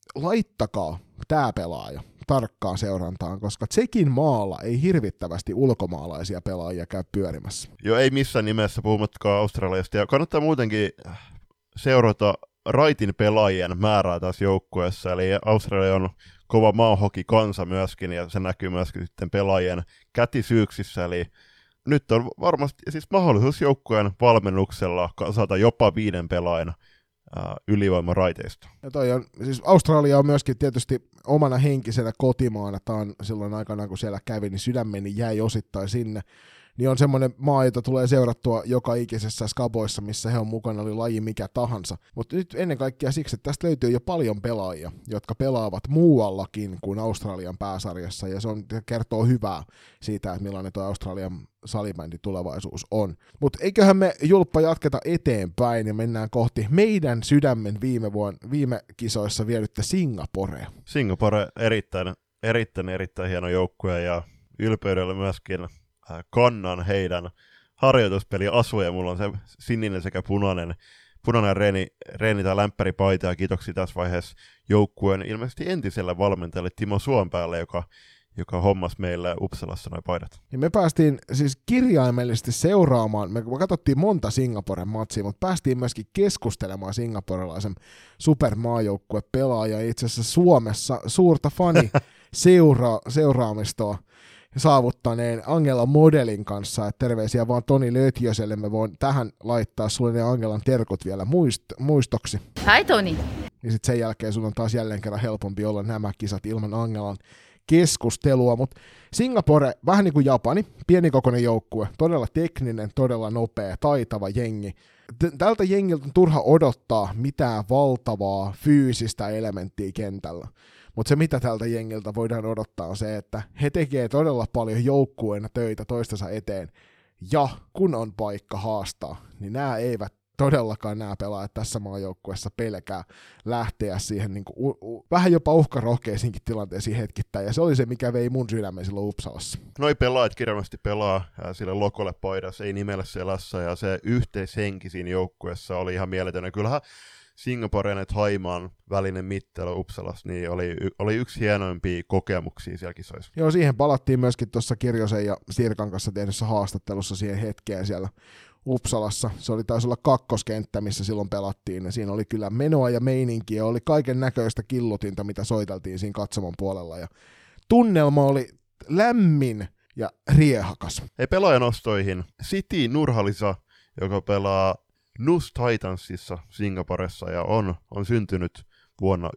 laittakaa tämä pelaaja tarkkaan seurantaan, koska Tsekin maalla ei hirvittävästi ulkomaalaisia pelaajia käy pyörimässä. Joo, ei missään nimessä, puhumattakaan Australiasta. Ja kannattaa muutenkin seurata raitin pelaajien määrää tässä joukkueessa, eli Australia on kova maahokikansa myöskin, ja se näkyy myöskin sitten pelaajien kätisyyksissä, eli nyt on varmasti siis mahdollisuus joukkueen valmennuksella kasata jopa 5 pelaajan ylivoimaraiteista. Ja toi on, siis Australia on myöskin tietysti omana henkisenä kotimaana, tämä on silloin aikana kun siellä kävi, niin sydämeni jäi osittain sinne, niin on semmoinen maa, jota tulee seurattua joka ikisessä skaboissa, missä he on mukana, oli laji mikä tahansa. Mutta nyt ennen kaikkea siksi, että tästä löytyy jo paljon pelaajia, jotka pelaavat muuallakin kuin Australian pääsarjassa, ja se kertoo hyvää siitä, että millainen tuo Australian salibändin tulevaisuus on. Mutta eiköhän me, Julppa, jatketa eteenpäin ja mennään kohti meidän sydämen viime kisoissa viedyttä Singaporea. Singapore erittäin hieno joukkue, ja ylpeydellä myöskin kannan heidän harjoituspeliasuja. Mulla on se sininen sekä punainen reeni tai lämpäripaita, ja kiitoksia tässä vaiheessa joukkueen ilmeisesti entiselle valmentajalle Timo Suompäälle, joka hommasi meille Uppsalassa noin paidat. Ja me päästiin siis kirjaimellisesti seuraamaan, me katsottiin monta Singaporen matsia, mutta päästiin myöskin keskustelemaan singaporelaisen supermaajoukkuepelaaja, itse asiassa Suomessa suurta seuraamistoa saavuttaneen Angela Modelin kanssa, että terveisiä vaan Toni Lötjöselle, me voin tähän laittaa sulle ne Angelan terkut vielä muistoksi. Hi Toni! Ja sitten sen jälkeen sun on taas jälleen kerran helpompi olla nämä kisat ilman Angelan keskustelua, mutta Singapore, vähän niin kuin Japani, pienikokoinen joukkue, todella tekninen, todella nopea, taitava jengi. Tältä jengiltä on turha odottaa mitään valtavaa fyysistä elementtiä kentällä. Mutta se, mitä tältä jengiltä voidaan odottaa, on se, että he tekee todella paljon joukkueena töitä toistensa eteen. Ja kun on paikka haastaa, niin nämä eivät todellakaan nämä pelaajat tässä maajoukkueessa pelkää lähteä siihen niin kuin, vähän jopa uhkarohkeisiinkin tilanteisiin hetkittäin. Ja se oli se, mikä vei mun sydämen silloin Uppsalassa. Noi pelaajat kirjallisesti pelaa sille lokolle paidassa, ei nimellä selässä, ja se yhteishenki siinä joukkueessa oli ihan mieletön. Kyllähän Singaporen ja Thaimaan välinen mittelu Uppsalassa niin oli yksi hienoimpia kokemuksia siellä kisoissa. Joo, siihen palattiin myöskin tuossa Kirjosen ja Sirkan kanssa tehdyssä haastattelussa siihen hetkeen siellä Uppsalassa. Se oli taisi olla kakkoskenttä, missä silloin pelattiin, ja siinä oli kyllä menoa ja meininkiä, oli kaiken näköistä killutinta, mitä soiteltiin siinä katsomon puolella, ja tunnelma oli lämmin ja riehakas. Ei pelaajanostoihin. Siti Nurhalisa, joka pelaa Nus Titansissa Singaporessa ja on syntynyt vuonna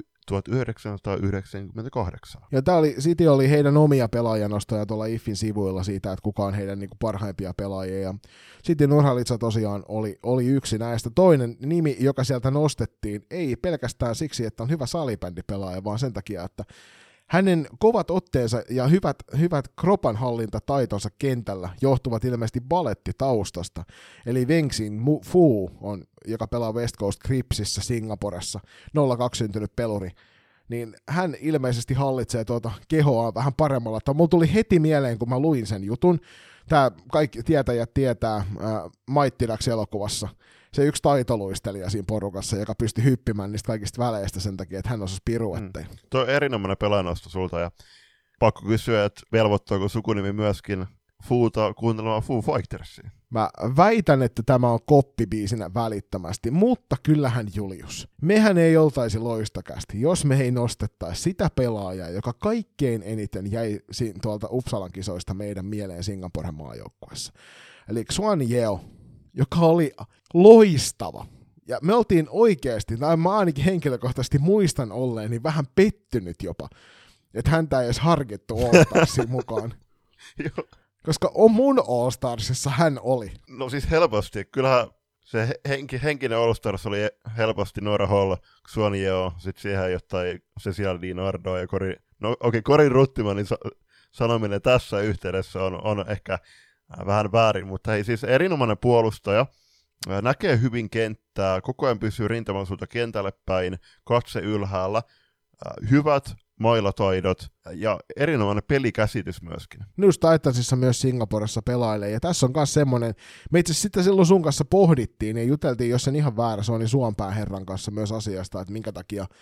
1998. Ja City oli heidän omia pelaajanostoja tuolla IFFin sivuilla siitä, että kuka on heidän niin kuin parhaimpia pelaajia. Ja Siti Nurhalitsa tosiaan oli yksi näistä. Toinen nimi, joka sieltä nostettiin, ei pelkästään siksi, että on hyvä salibändipelaaja, vaan sen takia, että hänen kovat otteensa ja hyvät kropanhallintataitonsa kentällä johtuvat ilmeisesti balettitaustasta. Eli Wengxin Fu, joka pelaa West Coast Cripsissä Singaporessa, 02 syntynyt peluri, niin hän ilmeisesti hallitsee tuota kehoa vähän paremmalla. Mulla tuli heti mieleen, kun mä luin sen jutun. Tämä kaikki tietäjät tietää Mighty Ducks-elokuvassa. Se yksi taitoluistelija siinä porukassa, joka pystyi hyppimään niistä kaikista väleistä sen takia, että hän osasi piruetteja. Tuo on erinomainen pelaajanosto sulta, ja pakko kysyä, että velvoittaako sukunimi myöskin Fuuta kuuntelemaan Foo Fightersia? Mä väitän, että tämä on koppibiisinä välittömästi, mutta kyllähän Julius. Mehän ei oltaisi loistakästi, jos me ei nostettaisi sitä pelaajaa, joka kaikkein eniten jäi tuolta Uppsalan kisoista meidän mieleen Singaporen maajoukkueessa. Eli Xuan Yeo, joka oli loistava. Ja me oltiin oikeasti, tai mä ainakin henkilökohtaisesti muistan olleen, niin vähän pettynyt jopa, että häntä ei edes harkittu All-Starsiin mukaan. Koska mun All-Starsissa hän oli. No siis helposti. Kyllähän se henkinen All-Stars oli helposti Noora Hall, Xuan Yeo, sitten siihen jotain Cecial Di Nardo ja Corin Ruttimanin sanominen tässä yhteydessä on ehkä vähän väärin, mutta hei, siis erinomainen puolustaja, näkee hyvin kenttää, koko ajan pysyy rintaman suunta kentälle päin, katse ylhäällä, hyvät mailataidot ja erinomainen pelikäsitys myöskin. News Titansissa myös Singaporessa pelailee, ja tässä on myös semmoinen, me itse asiassa sitten silloin sun kanssa pohdittiin, ja juteltiin, jos sen ihan väärä, se on niin Suompään herran kanssa myös asiasta, että minkä takia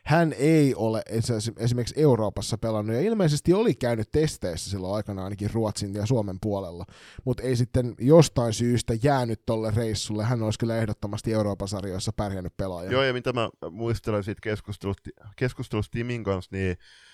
hän ei ole esimerkiksi Euroopassa pelannut, ja ilmeisesti oli käynyt testeissä silloin aikana ainakin Ruotsin ja Suomen puolella, mutta ei sitten jostain syystä jäänyt tolle reissulle. Hän olisi kyllä ehdottomasti Euroopan sarjoissa pärjännyt pelaaja. Joo, ja mitä mä muistelen siitä keskustelusta Timin kanssa, niin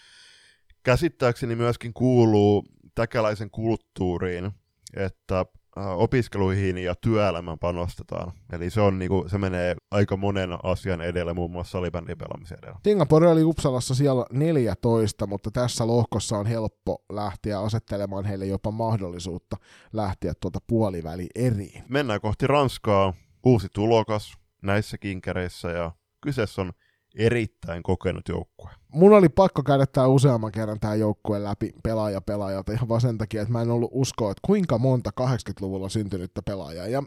käsittääkseni myöskin kuuluu täkäläisen kulttuuriin, että opiskeluihin ja työelämään panostetaan. Eli se menee aika monen asian edelle, muun muassa salibändin pelaamisen edellä. Singapore oli Uppsalassa siellä 14, mutta tässä lohkossa on helppo lähteä asettelemaan heille jopa mahdollisuutta lähteä tuolta puoliväli eriin. Mennään kohti Ranskaa, uusi tulokas näissä kinkereissä, ja kyseessä on erittäin kokenut joukkue. Mun oli pakko käydä tää useamman kerran tää joukkue läpi pelaajalta ihan vaan sen takia, että mä en ollut uskoa, että kuinka monta 80-luvulla syntynyttä pelaajaa. Ja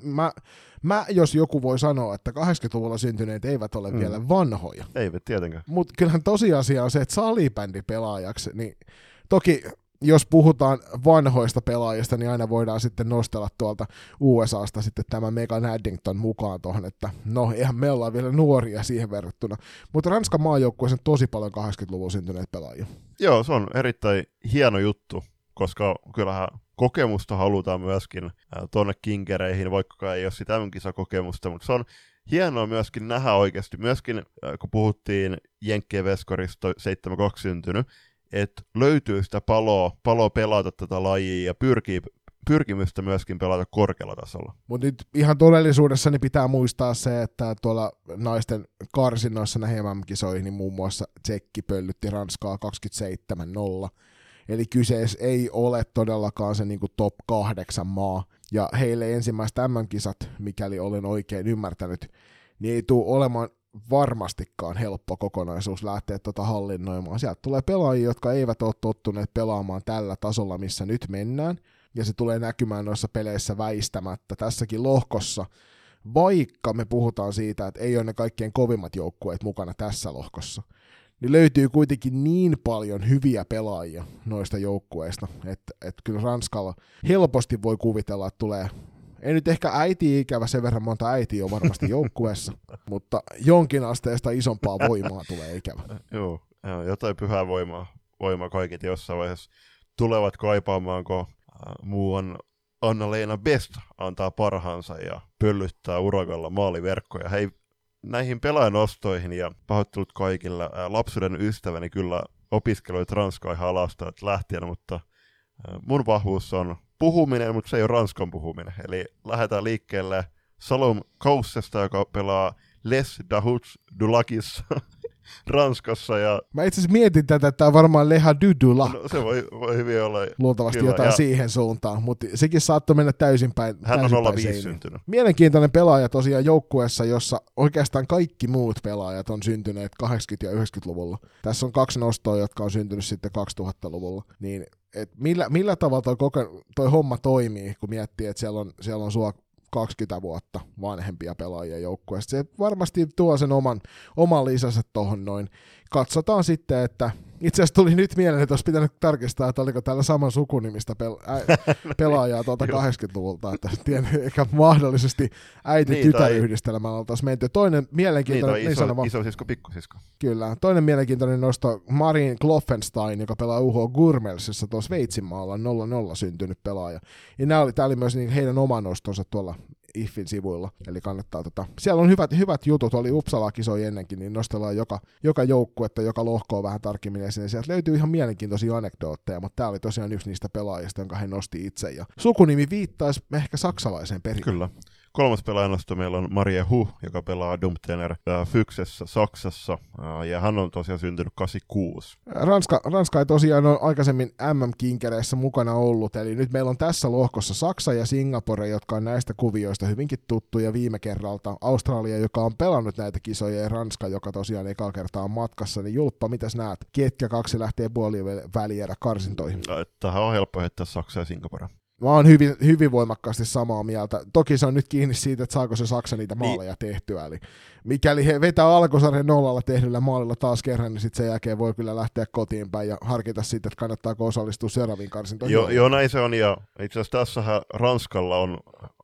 mä jos joku voi sanoa, että 80-luvulla syntyneet eivät ole vielä vanhoja. Eivät tietenkään. Mutta kyllähän tosiasia on se, että salibändipelaajaksi, niin toki jos puhutaan vanhoista pelaajista, niin aina voidaan sitten nostella tuolta USAsta sitten tämä Megan Addington mukaan tuohon, että no eihän me ollaan vielä nuoria siihen verrattuna. Mutta Ranskan maajoukkueessa on tosi paljon 80-luvulla syntyneitä pelaajia. Joo, se on erittäin hieno juttu, koska kyllähän kokemusta halutaan myöskin tuonne kinkereihin, vaikka ei ole sitä kisakokemusta, mutta se on hienoa myöskin nähdä oikeasti, myöskin kun puhuttiin Jenkkien veskarista 72 syntynyt, että löytyy sitä paloa pelata tätä lajia ja pyrkimystä myöskin pelata korkealla tasolla. Mutta nyt ihan todellisuudessa niin pitää muistaa se, että tuolla naisten karsinnoissa näihin MM-kisoihin niin muun muassa Tsekki pöllytti Ranskaa 27-0. Eli kyseessä ei ole todellakaan se niin kuin top 8 maa. Ja heille ensimmäiset MM-kisat, mikäli olen oikein ymmärtänyt, niin ei tule olemaan varmastikaan helppo kokonaisuus lähteä hallinnoimaan. Sieltä tulee pelaajia, jotka eivät ole tottuneet pelaamaan tällä tasolla, missä nyt mennään, ja se tulee näkymään noissa peleissä väistämättä tässäkin lohkossa, vaikka me puhutaan siitä, että ei ole ne kaikkein kovimmat joukkueet mukana tässä lohkossa, niin löytyy kuitenkin niin paljon hyviä pelaajia noista joukkueista, että kyllä Ranskalla helposti voi kuvitella, että tulee. Ei nyt ehkä äiti-ikävä, sen verran monta äitiä on varmasti joukkueessa, mutta jonkin asteesta isompaa voimaa tulee ikävä. Joo, jotain pyhää voimaa kaikit jossain vaiheessa tulevat kaipaamaan, kun muuan Anna-Leena Best antaa parhaansa ja pöllyttää urakalla maaliverkkoja. Hei, näihin pelaajanostoihin ja pahoittelut kaikilla. Lapsuuden ystäväni kyllä opiskeluit Ranskaa ihan alasta lähtien, mutta mun vahvuus on puhuminen, mutta se ei ole Ranskan puhuminen. Eli lähdetään liikkeelle Salom Kaussesta, joka pelaa Les Dahuts du Lacissa Ranskassa. Ja mä itse asiassa mietin tätä, että tämä on varmaan Leha du Lac. No, se voi hyvin olla. Luultavasti kyllä, jotain siihen suuntaan, mutta sekin saattoi mennä täysinpäin. Hän on 05 syntynyt. Mielenkiintoinen pelaaja tosiaan joukkueessa, jossa oikeastaan kaikki muut pelaajat on syntyneet 80- ja 90-luvulla. Tässä on 2 nostoa, jotka on syntynyt sitten 2000-luvulla. Niin, millä tavalla toi homma toimii, kun miettii, että siellä on sua 20 vuotta vanhempia pelaajia joukkueesta. Se varmasti tuo sen oman lisänsä tuohon noin. Katsotaan sitten, että itse asiassa tuli nyt mieleen, että olisi pitänyt tarkistaa, että oliko täällä saman sukunimistä pelaajaa tuolta 80-luvulta, että ehkä mahdollisesti äiti-tytäryhdistelmällä oltaisiin menty. Toinen mielenkiintoinen... Isosisko, pikkusisko. Kyllä. Toinen mielenkiintoinen nosto, Marin Kloffenstein, joka pelaa UH Gurmelsissa tuossa Sveitsin maalla, 0-0 syntynyt pelaaja. Ja tämä oli myös heidän oma nostonsa tuolla IFFin sivuilla, eli kannattaa siellä on hyvät jutut, oli Uppsala-kisoja ennenkin, niin nostellaan joka joukkuetta, joka lohkoa vähän tarkemmin esiin, sieltä löytyy ihan mielenkiintoisia anekdootteja, mutta tämä oli tosiaan yksi niistä pelaajista, jonka he nosti itse, ja sukunimi viittaisi ehkä saksalaiseen perimään. Kyllä. 3. pelaajanosto meillä on Marie Hu, joka pelaa Dumptener Füchsessä Saksassa, ja hän on tosiaan syntynyt 86. Ranska ei tosiaan ole aikaisemmin MM-kinkereissä mukana ollut, eli nyt meillä on tässä lohkossa Saksa ja Singapore, jotka on näistä kuvioista hyvinkin tuttuja viime kerralta. Australia, joka on pelannut näitä kisoja, ja Ranska, joka tosiaan ekaa kertaa on matkassa, niin Julppa, mitäs näet? Ketkä 2 lähtee puolivälierä karsintoihin? Tähän on helppo heittää Saksa ja Singapore. Mä oon hyvin voimakkaasti samaa mieltä. Toki se on nyt kiinni siitä, että saako se Saksa niitä maaleja tehtyä. Eli mikäli he vetää alkusarjan 0 tehdyllä maalilla taas kerran, niin sitten sen jälkeen voi kyllä lähteä kotiin päin ja harkita siitä, että kannattaako osallistua seuraaviin karsintoihin. Joo, näin se on. Ja itse asiassa tässähän Ranskalla on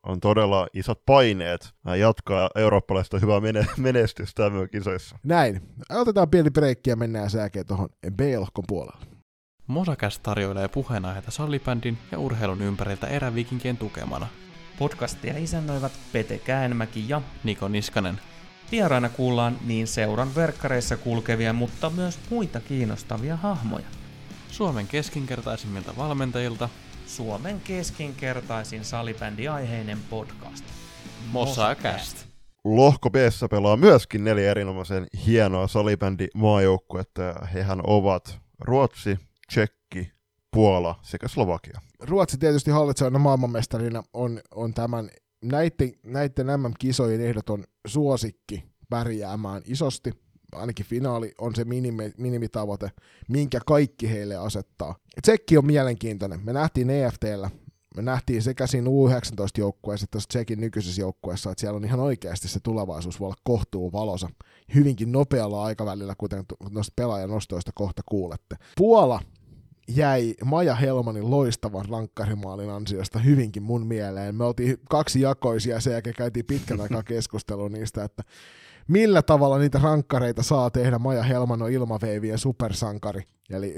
on todella isot paineet jatkaa eurooppalaista hyvää menestystä kisoissa. Näin. Otetaan pieni breikki ja mennään sääkeen tuohon B-lohkon puolelle. Mosakäst tarjoilee puheenaiheita sallibändin ja urheilun ympäriltä eräviikinkien tukemana. Podcastia isännöivät Pete Käänmäki ja Niko Niskanen. vieraina kuullaan niin seuran verkkareissa kulkevia, mutta myös muita kiinnostavia hahmoja. Suomen keskinkertaisimmilta valmentajilta Suomen keskinkertaisin salibändiaiheinen podcast. Mosakäst. Lohko B:ssä pelaa myöskin 4 erinomaisen hienoa salibändi-maajoukkuetta, ja hehän ovat Ruotsi, Tšekki, Puola sekä Slovakia. Ruotsi tietysti hallitsevana maailmanmestarina on tämän näiden MM-kisojen ehdoton suosikki pärjäämään isosti. Ainakin finaali on se minimitavoite, minkä kaikki heille asettaa. Tsekki on mielenkiintoinen. Me nähtiin EFT:llä, me nähtiin sekä siinä U19-joukkueessa että Tsekin nykyisessä joukkueessa, että siellä on ihan oikeasti se tulevaisuus voi olla kohtuu valosa hyvinkin nopealla aikavälillä, kuten noista pelaajanostoista kohta kuulette. Puola jäi Maja Helmanin loistavan rankkarimaalin ansiosta hyvinkin mun mieleen. Me oltiin kaksijakoisia ja sen jälkeen käytiin pitkän aikaa keskustelua niistä, että millä tavalla niitä rankkareita saa tehdä. Maja Helman on ilmaveivien supersankari. Eli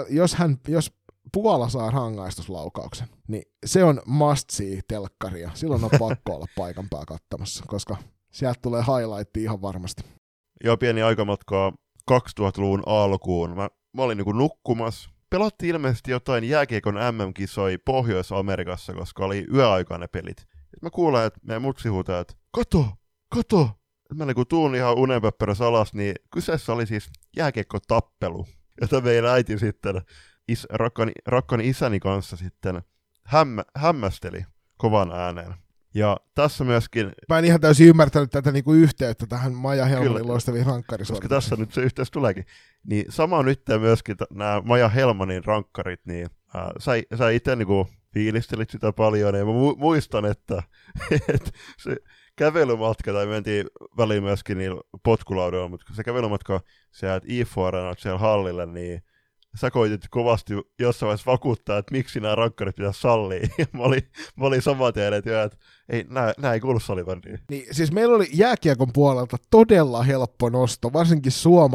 jos Puola saa rangaistuslaukauksen, niin se on must see telkkaria. Silloin on pakko olla paikan päällä katsomassa, koska sieltä tulee highlightti ihan varmasti. Joo, pieni aikamatkaa 2000-luvun alkuun. Mä olin niinku nukkumassa. Pelattiin ilmeisesti jotain jääkiekon MM-kisoi Pohjois-Amerikassa, koska oli yöaikaan ne pelit. Mä kuulen, että meidän mutsi huutaa, että kato! Mä niinku tuun ihan unenpöppärös alas, niin kyseessä oli siis jääkiekko-tappelu, jota meidän äiti sitten rakkani isäni kanssa sitten hämmästeli kovan ääneen. Ja tässä myöskin... Mä en ihan täysin ymmärtänyt tätä niinku yhteyttä tähän Maja Helmanin loistaviin rankkarisuorituksiin. Koska tässä nyt se yhteys tuleekin. Niin sama nyt myöskin nämä Maja Helmanin rankkarit, niin sä itse niinku fiilistelit sitä paljon, ja mä muistan, että se kävelymatka, tai mentiin väliin myöskin niillä potkulaudoilla, mutta se kävelymatka sieltä IFO-areenalta siellä hallille, niin sä koitit kovasti jossain vaiheessa vakuuttaa, että miksi nämä rankkarit pitäisi sallia. mä olin saman tien, että ei, nämä ei kuulu salibändiin. Niin, siis meillä oli jääkiekon puolelta todella helppo nosto, varsinkin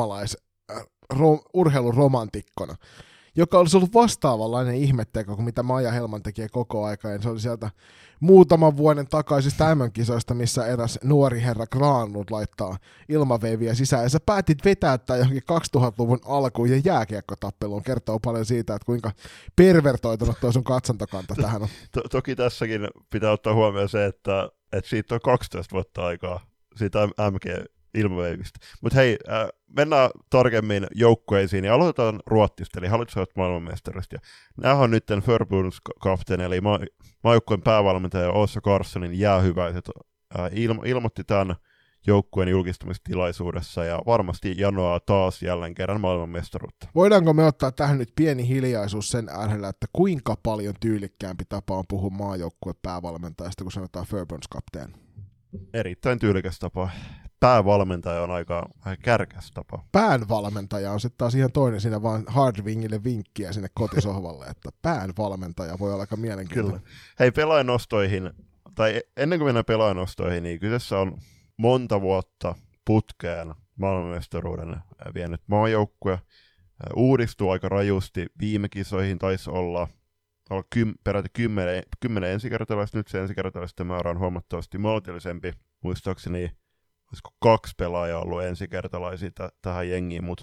urheiluromantikkona, joka olisi ollut vastaavanlainen ihmetteko kuin mitä Maja Helman tekee koko aika. Ja se oli sieltä muutaman vuoden takaisista MM-kisoista, missä eräs nuori herra Granlund laittaa ilmaveiviä sisään. Ja sä päätit vetäyttää johonkin 2000-luvun alkuun ja jääkiekkotappeluun. Kertoo paljon siitä, että kuinka pervertoitunut tuo sun katsantokanta tähän on. Toki tässäkin pitää ottaa huomioon se, että siitä on 12 vuotta aikaa siitä MG-ilmaveivistä. Mutta hei, mennään tarkemmin joukkueisiin ja aloitetaan Ruotsista, eli hallitsevat maailmanmestarista. Nämähän on nyt förbundskapteeni, eli maajoukkueen päävalmentaja Åsa Karlssonin jäähyväiset ilmoitti tämän joukkueen julkistamistilaisuudessa ja varmasti janoaa taas jälleen kerran maailmanmestaruutta. Voidaanko me ottaa tähän nyt pieni hiljaisuus sen äärellä, että kuinka paljon tyylikkäämpi tapa on puhua maajoukkueen päävalmentajasta, kun sanotaan förbundskapteeni? Erittäin tyylikäs tapa. Päävalmentaja on aika kärkäs tapa. Päänvalmentaja on sitten taas ihan toinen, siinä vaan Hardwingille vinkkiä sinne kotisohvalle, että päänvalmentaja voi olla aika mielenkiintoinen. Kyllä. Hei, pelaajanostoihin, tai ennen kuin mennään pelaajanostoihin, niin kyseessä on monta vuotta putkeen maailmanmestaruuden vienyt maajoukkue. Uudistuu aika rajusti. Viime kisoihin taisi olla peräti 10 ensikertalaista. Nyt se ensikertalaisten määrä on huomattavasti maltillisempi. Muistaakseni olisiko 2 pelaajaa ollut ensikertalaisia tähän jengiin, mutta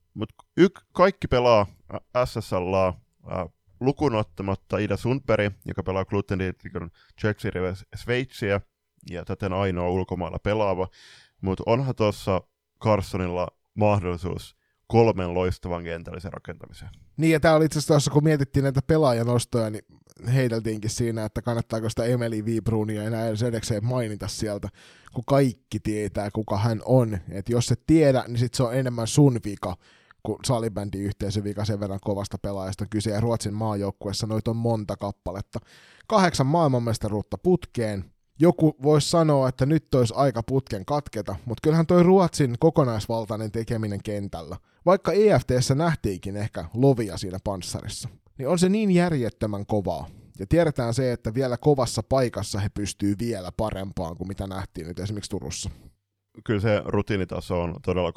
kaikki pelaa SSL:aa lukuun ottamatta Ida Sundberg, joka pelaa Glutendietikon Tjeksirive Sveitsiä, ja täten ainoa ulkomailla pelaava, mutta onhan tuossa Karlssonilla mahdollisuus 3 loistavan kentällisen rakentamiseen. Niin, ja tämä oli itse asiassa, kun mietittiin näitä pelaajanostoja, niin heiteltiinkin siinä, että kannattaako sitä Emeli Wibruunia enää edes edekseen mainita sieltä, kun kaikki tietää, kuka hän on. Et jos et tiedä, niin sit se on enemmän sun vika kuin salibändiyhteisön vika, sen verran kovasta pelaajasta kyse. Ja Ruotsin maajoukkueessa noita on monta kappaletta. 8 maailmanmestaruutta putkeen. Joku voisi sanoa, että nyt olisi aika putken katketa, mutta kyllähän toi Ruotsin kokonaisvaltainen tekeminen kentällä, vaikka EFT:ssä nähtiinkin ehkä lovia siinä panssarissa, niin on se niin järjettömän kovaa. Ja tiedetään se, että vielä kovassa paikassa he pystyy vielä parempaan kuin mitä nähtiin nyt esimerkiksi Turussa. Kyllä se rutiinitaso on todella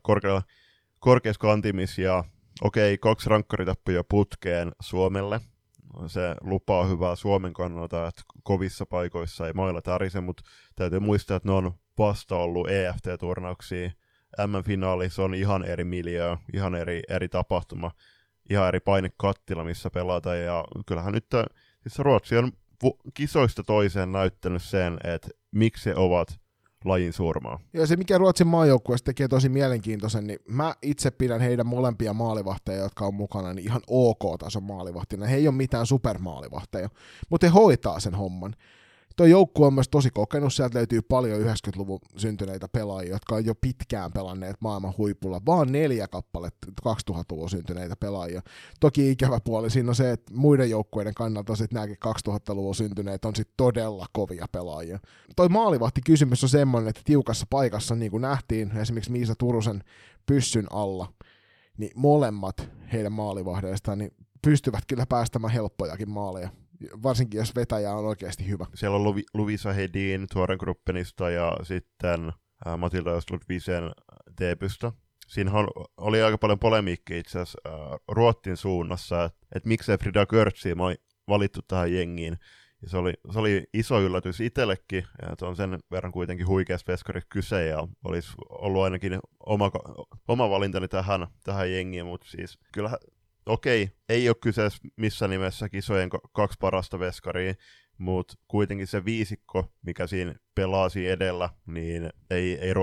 korkeassa kantimissa, ja okei, 2 rankkaritappia putkeen Suomelle. Se lupaa hyvää Suomen kannalta, että kovissa paikoissa ei mailla tärise, mutta täytyy muistaa, että ne on vasta ollut EFT-turnauksia. M-finaali, se on ihan eri miljöö, ihan eri tapahtuma, ihan eri painekattila, missä pelata, ja kyllähän nyt siis Ruotsi on kisoista toiseen näyttänyt sen, että miksi he ovat lajin surmaa. Ja se, mikä Ruotsin maajoukkueessa tekee tosi mielenkiintoisen, niin mä itse pidän heidän molempia maalivahteja, jotka on mukana, niin ihan OK-tason maalivahtina. He ei ole mitään supermaalivahteja, mutta he hoitaa sen homman. Tuo joukkue on myös tosi kokenut, sieltä löytyy paljon 90-luvun syntyneitä pelaajia, jotka on jo pitkään pelanneet maailman huipulla, vaan 4 kappaletta 2000-luvun syntyneitä pelaajia. Toki ikävä puoli siinä on se, että muiden joukkueiden kannalta sitten nämäkin 2000-luvun syntyneet on sitten todella kovia pelaajia. Toi maalivahtikysymys on semmoinen, että tiukassa paikassa, niin kuin nähtiin esimerkiksi Miisa Turusen pyssyn alla, niin molemmat heidän maalivahdeistaan niin pystyvät kyllä päästämään helppojakin maaleja. Varsinkin jos vetäjä on oikeasti hyvä. Siellä on Lovisa Hedin Thorengrupenista ja sitten Matilda Ludvigsen Debystä. Siinähän oli aika paljon polemiikkia itse asiassa Ruotsin suunnassa, että miksei Frida Görtzi valittu tähän jengiin. Ja se oli iso yllätys itsellekin, että on sen verran kuitenkin huikeasta veskarista kyse, ja olisi ollut ainakin oma valintani tähän jengiin, mutta siis kyllähän okei, ei ole kyseessä missään nimessä kisojen 2 parasta veskaria, mutta kuitenkin se viisikko, mikä siinä pelasi edellä, niin ei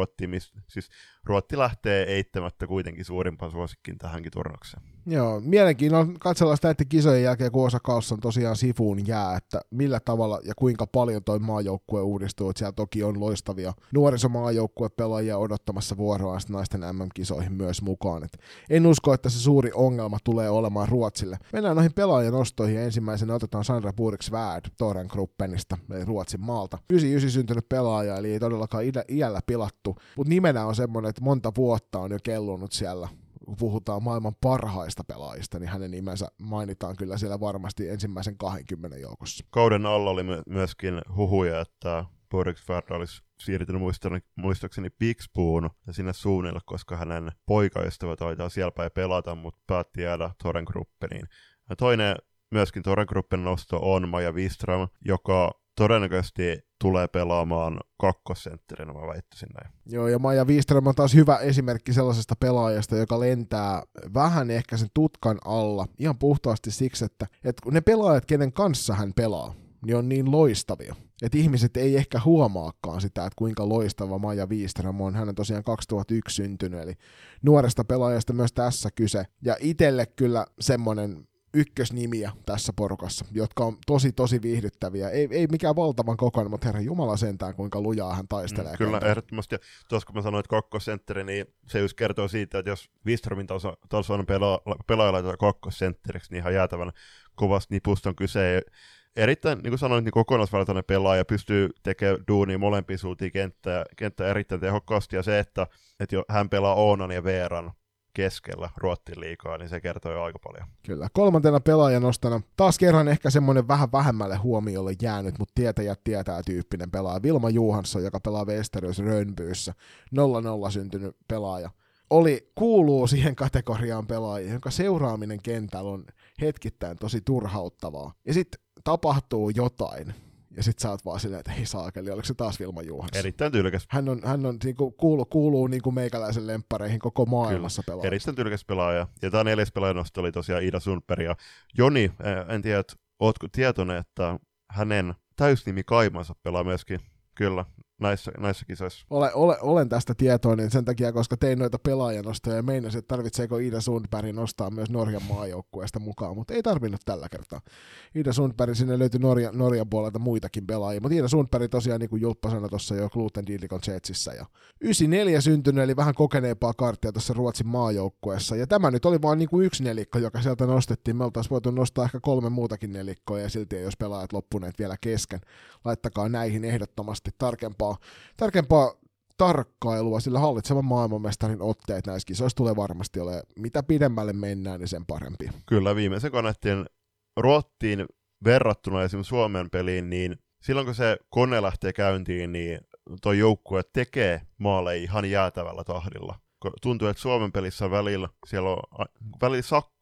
Ruotti lähtee eittämättä kuitenkin suurimpaan suosikkiin tähänkin turnaukseen. Joo, mielenkiinnolla katsella sitä, että kisojen jälkeen, kun Åsa Karlsson tosiaan sivuun jää, että millä tavalla ja kuinka paljon toi maajoukkue uudistuu, että siellä toki on loistavia nuorisomaajoukkuepelaajia odottamassa vuoroa naisten MM-kisoihin myös mukaan. Et en usko, että se suuri ongelma tulee olemaan Ruotsille. Mennään noihin pelaajan ostoihin ja ensimmäisenä otetaan Sandra Burek-Svärd Thorengrupenista, eli Ruotsin maalta. 99 syntynyt pelaaja, eli ei todellakaan iällä pilattu, mutta nimenä on semmoinen, että monta vuotta on jo kellunut siellä. Kun puhutaan maailman parhaista pelaajista, niin hänen nimensä mainitaan kyllä siellä varmasti ensimmäisen 20 joukossa. Kauden alla oli myöskin huhuja, että Burek-Svärd olisi siirtynyt muistaakseni Big Spoon sinne suunnille, koska hänen poikaystävä taitaa siellä päin pelata, mutta päätti jäädä Thorengruppeniin. Ja toinen myöskin Thorengruppen nosto on Maja Wiström, joka todennäköisesti tulee pelaamaan kakkosentterinä, mä väittäisin näin. Joo, ja Maja Wiström on taas hyvä esimerkki sellaisesta pelaajasta, joka lentää vähän ehkä sen tutkan alla, ihan puhtaasti siksi, että ne pelaajat, kenen kanssa hän pelaa, niin on niin loistavia. Että ihmiset ei ehkä huomaakaan sitä, että kuinka loistava Maja Wiström on. Hän on tosiaan 2001 syntynyt, eli nuoresta pelaajasta myös tässä kyse. Ja itselle kyllä semmoinen ykkösnimiä tässä porukassa, jotka on tosi viihdyttäviä. Ei mikään valtavan kokoinen, mutta herran jumala sentään, kuinka lujaa hän taistelee. Kyllä, ehdottomasti. Ja tuossa kun mä sanoin, että kakkosentteri, niin se just kertoo siitä, että jos Wiströmin tason pelaaja laitetaan kakkosentteriksi, niin ihan jäätävän kovasti nipusta on kyse. Erittäin, niin kuin sanoin, niin kokonaisvaltainen pelaaja pystyy tekemään duunia molempiin suuntiin kenttää erittäin tehokkaasti, ja se, että hän pelaa Oonan ja Veeran keskellä Ruotsin liigaa, niin se kertoo jo aika paljon. Kyllä. 3. pelaajan nostana taas kerran ehkä semmoinen vähän vähemmälle huomiolle jäänyt, mutta tietäjät tietää tyyppinen pelaaja. Vilma Johansson, joka pelaa Västerås Rönnbyyssä, 0-0 syntynyt pelaaja. Kuuluu siihen kategoriaan pelaajia, jonka seuraaminen kentällä on hetkittäin tosi turhauttavaa. Ja sitten tapahtuu jotain. Ja sit sä oot vaan silleen, että ei saakeli, oliko se taas Vilma Johansson? Erittäin tyylikäs. Hän on niinku, kuuluu niinku meikäläisen lemppareihin koko maailmassa pelaaja. Erittäin tyylikäs pelaaja. Ja tämä 4. pelaajanosto oli tosiaan Ida Sundberg. Ja Joni, en tiedä, ootko tietoinen, että hänen täysnimi Kaimansa pelaa myöskin, kyllä, näissä kisoissa. Olen tästä tietoinen sen takia, koska tein noita pelaajanostoja ja meinasin, että tarvitseeko Ida Sundberg nostaa myös Norjan maajoukkueesta mukaan, mutta ei tarvinnut tällä kertaa. Ida Sundberg, sinne löytyi Norjan puolelta muitakin pelaajia, mutta Ida Sundberg tosiaan, niin kuin Julppa sanoi tuossa jo Gluten Dilikon Jetsissä, ja 94 syntynyt, eli vähän kokeneempaa karttia tuossa Ruotsin maajoukkueessa, ja tämä nyt oli vaan niin kuin yksi nelikko, joka sieltä nostettiin. Me oltaisiin voitu nostaa ehkä 3 muutakin nelikkoa, ja silti jos pelaajat loppuneet vielä kesken. Laittakaa näihin ehdottomasti tarkempaa tarkkailua, sillä hallitsevan maailmanmestarin otteet näissä kisoissa tulee varmasti olemaan. Mitä pidemmälle mennään, niin sen parempi. Kyllä, viimeisen kannettiin Ruottiin verrattuna esimerkiksi Suomen peliin, niin silloin kun se kone lähtee käyntiin, niin toi joukkue tekee maaleja ihan jäätävällä tahdilla. Tuntuu, että Suomen pelissä välillä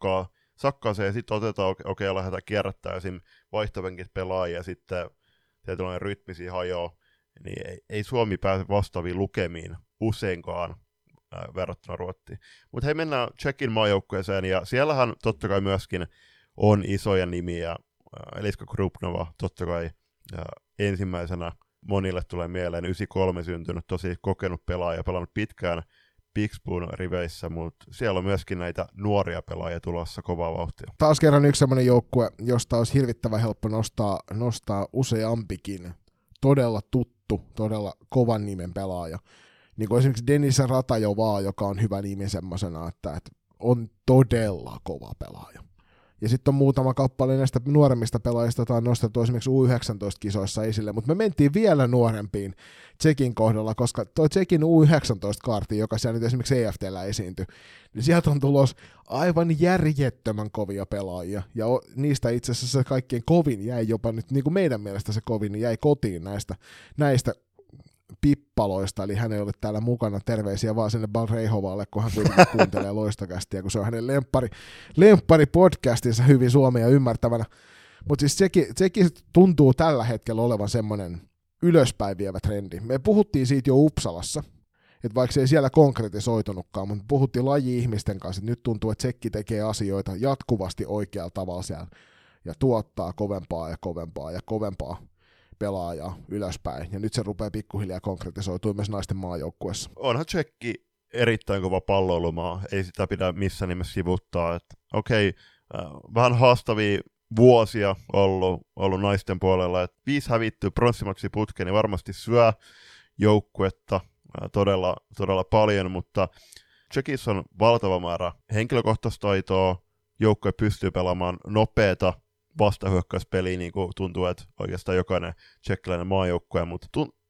sakkaa se ja sitten otetaan, okei, lähdetään kierrättää esim. Vaihtopenkit pelaajia ja sitten tietynlainen rytmisiä hajoaa, niin ei Suomi pääse vastaaviin lukemiin useinkaan verrattuna Ruottiin. Mutta hei, mennään Tšekin maajoukkueeseen, ja siellähän totta kai myöskin on isoja nimiä. Eliska Krupnova totta kai ensimmäisenä monille tulee mieleen, 93 syntynyt, tosi kokenut pelaaja, pelannut pitkään Pixbun riveissä, mutta siellä on myöskin näitä nuoria pelaajia tulossa kovaa vauhtia. Taas kerran yksi sellainen joukkue, josta olisi hirvittävän helppo nostaa useampikin todella tuttu, todella kovan nimen pelaaja. Niin kuin esimerkiksi Denis Ratajovaa, joka on hyvä nimi semmoisena, että on todella kova pelaaja. Ja sitten on muutama kappale näistä nuoremmista pelaajista, jota on nostettu esimerkiksi U19-kisoissa esille, mutta me mentiin vielä nuorempiin Tšekin kohdalla, koska toi Tšekin U19-kaarti, joka siellä nyt esimerkiksi EFT:llä esiintyi, niin sieltä on tulos aivan järjettömän kovia pelaajia, ja niistä itse asiassa se kaikkein kovin jäi jopa nyt, niin kuin meidän mielestä se kovin, niin jäi kotiin näistä pippaloista, eli hän ei ole täällä mukana, terveisiä vaan sinne Balreihovalle, kun hän kuitenkin kuuntelee Loistokästiä, kun se on hänen lemppari podcastinsa hyvin suomea ymmärtävänä. Mutta siis sekin tuntuu tällä hetkellä olevan semmoinen ylöspäin vievä trendi. Me puhuttiin siitä jo Uppsalassa, että vaikka se ei siellä konkretisoitunutkaan, mutta puhuttiin laji-ihmisten kanssa, että nyt tuntuu, että Tsekki tekee asioita jatkuvasti oikealla tavalla siellä ja tuottaa kovempaa ja kovempaa ja kovempaa pelaajaa ylöspäin, ja nyt se rupeaa pikkuhiljaa konkretisoitua myös naisten maajoukkueessa. Onhan Tšekki erittäin kova palloilumaa, ei sitä pidä missään nimessä sivuttaa. Okei, vähän haastavia vuosia ollut naisten puolella, että 5 hävittyä pronssimatsi putkeen, niin varmasti syö joukkuetta todella, todella paljon, mutta Tšekissä on valtava määrä henkilökohtaista taitoa, joukkue pystyy pelaamaan nopeata vastahyökkäyspeliä, niin kuin tuntuu, että oikeastaan jokainen tšekkiläinen maajoukkue, mutta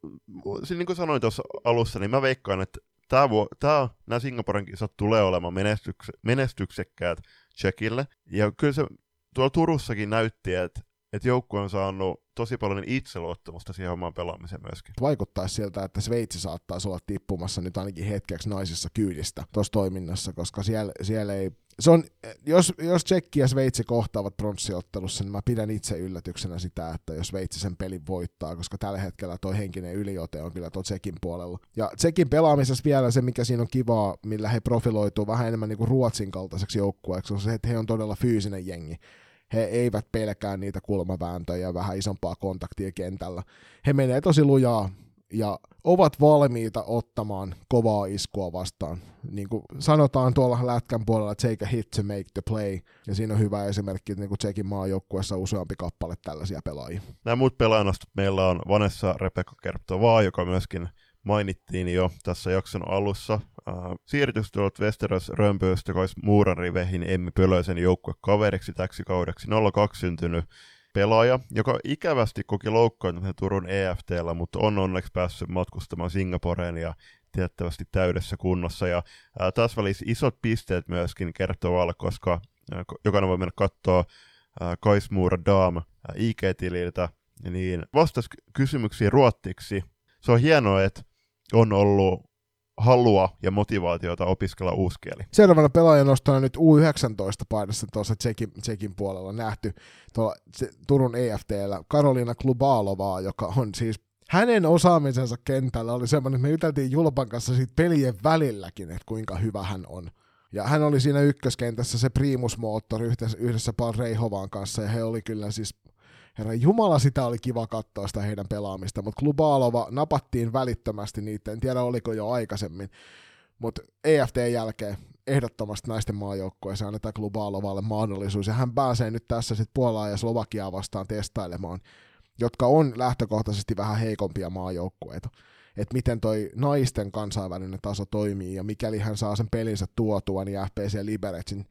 niin kuin sanoin tuossa alussa, niin mä veikkaan, että nämä Singaporen kisat tulee olemaan menestyksekkäät Tšekille, ja kyllä se tuolla Turussakin näytti, että joukkue on saanut tosi paljon itseluottamusta siihen omaan pelaamiseen myöskin. Vaikuttaisi siltä, että Sveitsi saattaisi olla tippumassa nyt ainakin hetkeksi naisissa kyydistä tuossa toiminnassa, koska siellä ei... Se on, jos Tšekki ja Sveitsi kohtaavat pronssiottelussa, niin mä pidän itse yllätyksenä sitä, että jos Sveitsi sen pelin voittaa, koska tällä hetkellä toi henkinen yliote on kyllä tuo Tšekin puolella. Ja Tšekin pelaamisessa vielä se, mikä siinä on kivaa, millä he profiloituu vähän enemmän niin kuin Ruotsin kaltaiseksi joukkueeksi, on se, että he on todella fyysinen jengi. He eivät pelkää niitä kulmavääntöjä ja vähän isompaa kontaktia kentällä. He menee tosi lujaa ja ovat valmiita ottamaan kovaa iskua vastaan. Niin kuin sanotaan tuolla lätkän puolella, take a hit to make the play. Ja siinä on hyvä esimerkki, että niin kuin Tšekin maajoukkueessa useampi kappale tällaisia pelaajia. Nämä muut pelaajasta meillä on Vanessa Rebekka Kerptovaa, joka myöskin mainittiin jo tässä jakson alussa. Siirtys tuolta Västerås Rönnböstä Muuran riveihin Emmi Pölösen joukkuekaveriksi täksi kaudeksi 02 syntynyt pelaaja, joka ikävästi koki loukkaantumisen Turun EFT:llä, mutta on onneksi päässyt matkustamaan Singaporeen ja tiettävästi täydessä kunnossa. Ja tässä välissä isot pisteet myöskin Kerptovalle, koska jokainen voi mennä katsoa Kais Muura Dam IG-tililtä, niin vastasi kysymyksiin ruottiksi. Se on hienoa, että on ollut halua ja motivaatiota opiskella uusi kieli. Seuraavana pelaajan nostona nyt U19-paidassa tuossa Tšekin puolella nähty tuolla Turun EFT:llä Karolina Klubalovaa, joka on siis hänen osaamisensa kentällä oli semmoinen, että me juteltiin Julpan kanssa siitä pelien välilläkin, että kuinka hyvä hän on. Ja hän oli siinä ykköskentässä se primusmoottori yhdessä Paul Reihovan kanssa, ja he oli kyllä siis, herran jumala, sitä oli kiva katsoa sitä heidän pelaamista, mutta Klubalova napattiin välittömästi niitä, en tiedä oliko jo aikaisemmin, mutta EFT:n jälkeen ehdottomasti naisten maajoukkueessa annetaan Klubalovalle mahdollisuus, ja hän pääsee nyt tässä sitten Puolaa ja Slovakiaa vastaan testailemaan, jotka on lähtökohtaisesti vähän heikompia maajoukkueita, että miten toi naisten kansainvälinen taso toimii, ja mikäli hän saa sen pelinsä tuotua, niin FPC Liberecin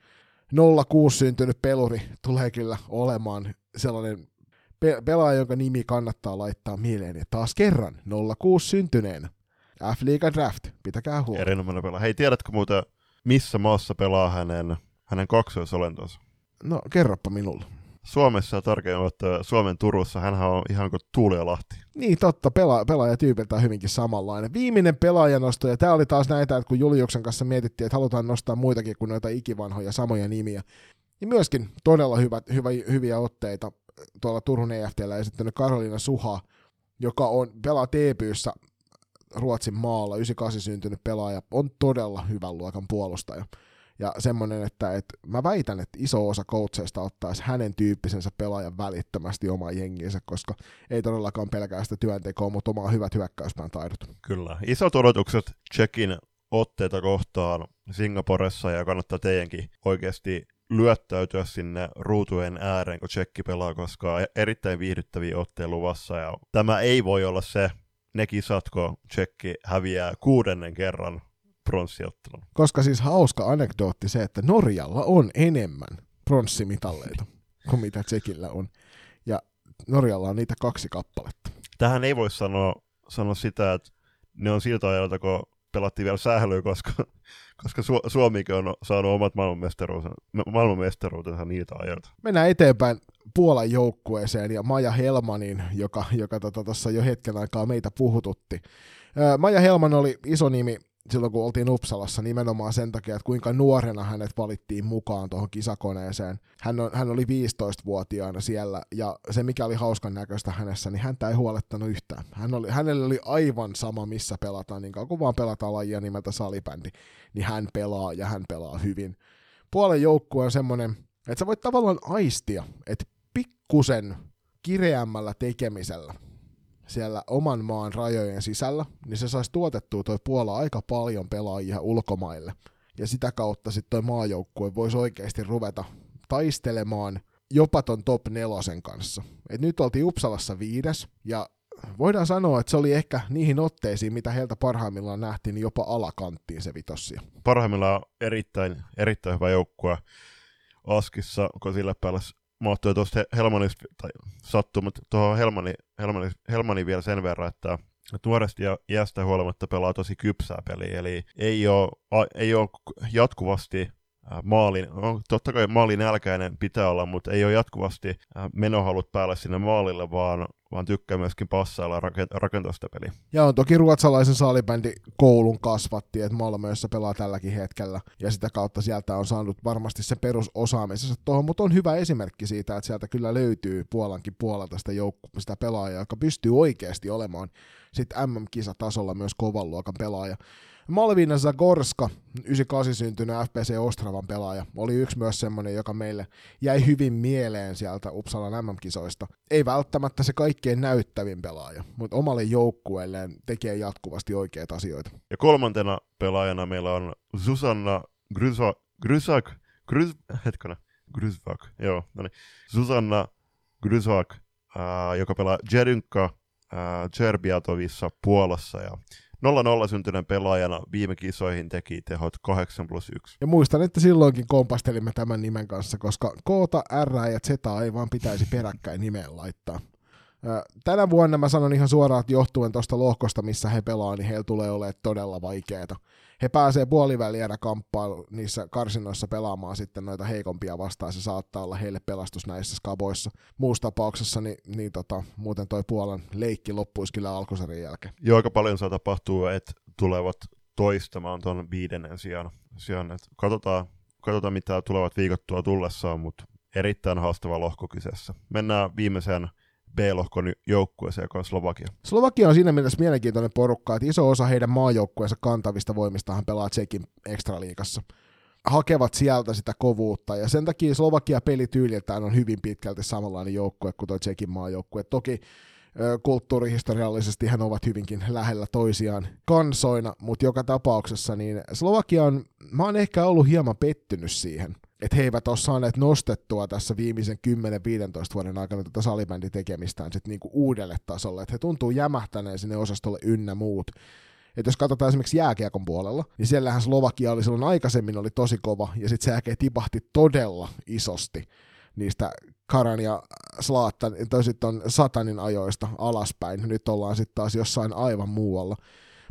06 syntynyt peluri tulee kyllä olemaan sellainen pelaaja, jonka nimi kannattaa laittaa mieleen, ja taas kerran 06 syntyneen F-Liiga Draft, pitäkää huolta. Erinomainen pelaaja. Hei, tiedätkö muuten, missä maassa pelaa hänen kaksoisolentonsa? No, kerropa minulle. Suomessa ja tarkemmin Suomen Turussa. Hänhän on ihan kuin Tuuli ja Lahti. Niin totta, pelaajatyypiltä on hyvinkin samanlainen. Viimeinen pelaajanosto, ja tämä oli taas näitä, että kun Juliuksen kanssa mietittiin, että halutaan nostaa muitakin kuin noita ikivanhoja samoja nimiä, niin myöskin todella hyviä otteita tuolla Turun EFT:llä esittänyt Karoliina Suha, joka pelaa debyyssä Ruotsin maalla, 98 syntynyt pelaaja, on todella hyvän luokan puolustaja. Ja semmoinen, että mä väitän, että iso osa coacheista ottaisi hänen tyyppisensä pelaajan välittömästi omaan jengiinsä, koska ei todellakaan pelkää sitä työntekoa, mutta omaa hyvät hyökkäyspään taidot. Kyllä. Isot odotukset Tšekin otteita kohtaan Singaporessa, ja kannattaa teidänkin oikeasti lyöttäytyä sinne ruutujen ääreen, kun Tšekki pelaa, koska on erittäin viihdyttäviä otteita luvassa, ja tämä ei voi olla ne kisat, kun Tšekki häviää 6. kerran pronssiottelun. Koska siis hauska anekdootti se, että Norjalla on enemmän pronssimitalleita kuin mitä Tšekillä on. Ja Norjalla on niitä 2 kappaletta. Tähän ei voi sanoa sitä, että ne on siltä ajalta, kun pelattiin vielä sählyä, koska Suomikin on saanut omat maailmanmestaruutensa niiltä ajoilta. Mennään eteenpäin Puolan joukkueeseen ja Maja Helmanin, joka tuossa jo hetken aikaa meitä puhututti. Maja Helman oli iso nimi silloin, kun oltiin Uppsalassa nimenomaan sen takia, että kuinka nuorena hänet valittiin mukaan tuohon kisakoneeseen. Hän oli 15-vuotiaana siellä, ja se mikä oli hauskan näköistä hänessä, niin häntä ei huolettanut yhtään. Hänelle oli aivan sama, missä pelataan, niin kauan kun vaan pelataan lajia nimeltä salibändi, niin hän pelaa, ja hän pelaa hyvin. Puolen joukkue on semmoinen, että sä voit tavallaan aistia, että pikkusen kireämmällä tekemisellä siellä oman maan rajojen sisällä, niin se saisi tuotettua toi Puola aika paljon pelaajia ulkomaille. Ja sitä kautta sitten toi maajoukkue voisi oikeasti ruveta taistelemaan jopa ton top 4 kanssa. Et nyt oltiin Uppsalassa 5, ja voidaan sanoa, että se oli ehkä niihin otteisiin, mitä heiltä parhaimmillaan nähtiin, niin jopa alakanttiin se vitossia. Parhaimmillaan erittäin hyvä joukkue Askissa, kun sillä päällä mahtui tuosta Helmanista, tai sattuu, mutta tuohon Helmani vielä sen verran, että nuoresta iästä huolimatta pelaa tosi kypsää peliä, eli ei ole jatkuvasti totta kai maalin nälkäinen pitää olla, mutta ei ole jatkuvasti menohalut päällä sinne maalille, vaan tykkää myöskin passailla ja rakentaa sitä peliä. Ja on toki ruotsalaisen salibändi koulun kasvatti, että Malmössä pelaa tälläkin hetkellä, ja sitä kautta sieltä on saanut varmasti se perusosaamisensa tuohon, mutta on hyvä esimerkki siitä, että sieltä kyllä löytyy Puolankin puolelta sitä pelaajaa, joka pystyy oikeasti olemaan sitten MM-kisatasolla myös kovan luokan pelaaja. Malvina Zagorska, 98 syntynyt FPC Ostravan pelaaja, oli yksi myös semmoinen, joka meille jäi hyvin mieleen sieltä Uppsalan MM-kisoista. Ei välttämättä se kaikkein näyttävin pelaaja, mutta omalle joukkueelleen tekee jatkuvasti oikeita asioita. Ja 3. pelaajana meillä on Zuzanna Grzyzak, Zuzanna Grzyzak, joka pelaa Jerynka Dżerbiatovissa Puolassa, ja 0-0 syntyneen pelaajana viime kisoihin teki tehot 8+1. Ja muistan, että silloinkin kompastelimme tämän nimen kanssa, koska K:ta, R ja Z ei vaan pitäisi peräkkäin nimeen laittaa. Tänä vuonna mä sanon ihan suoraan, että johtuen tuosta lohkosta, missä he pelaa, niin heillä tulee olemaan todella vaikeeta. He pääsee puolivälierä kamppailu niissä karsinoissa pelaamaan sitten noita heikompia vastaan, se saattaa olla heille pelastus näissä skaboissa. Muussa tapauksessa muuten toi Puolan leikki loppuisi kyllä alkusarjan jälkeen. Joo, aika paljon saa tapahtua, että tulevat toistamaan tuon 5. sijaan. Katsotaan, mitä tulevat viikot tuo tullessaan, mutta erittäin haastava lohko kyseessä. Mennään viimeiseen B-lohkon joukkueeseen, joka on Slovakia. Slovakia on siinä mielessä mielenkiintoinen porukka, että iso osa heidän maajoukkueensa kantavista voimistahan pelaa Tšekin ekstraliigassa. Hakevat sieltä sitä kovuutta, ja sen takia Slovakia pelityyliltään on hyvin pitkälti samanlainen joukkue kuin tuo Tšekin maajoukkue. Toki kulttuurihistoriallisesti hän ovat hyvinkin lähellä toisiaan kansoina, mutta joka tapauksessa niin mä oon ehkä ollut hieman pettynyt siihen, että he eivät ole saaneet nostettua tässä viimeisen 10-15 vuoden aikana tätä salibändin tekemistään sitten niinku uudelle tasolle, että he tuntuu jämähtäneen sinne osastolle ynnä muut. Että jos katsotaan esimerkiksi jääkiekon puolella, niin siellähän Slovakia oli silloin aikaisemmin oli tosi kova, ja sitten se jääkiekko tipahti todella isosti niistä Karan ja Satanin ajoista alaspäin. Nyt ollaan sitten taas jossain aivan muualla.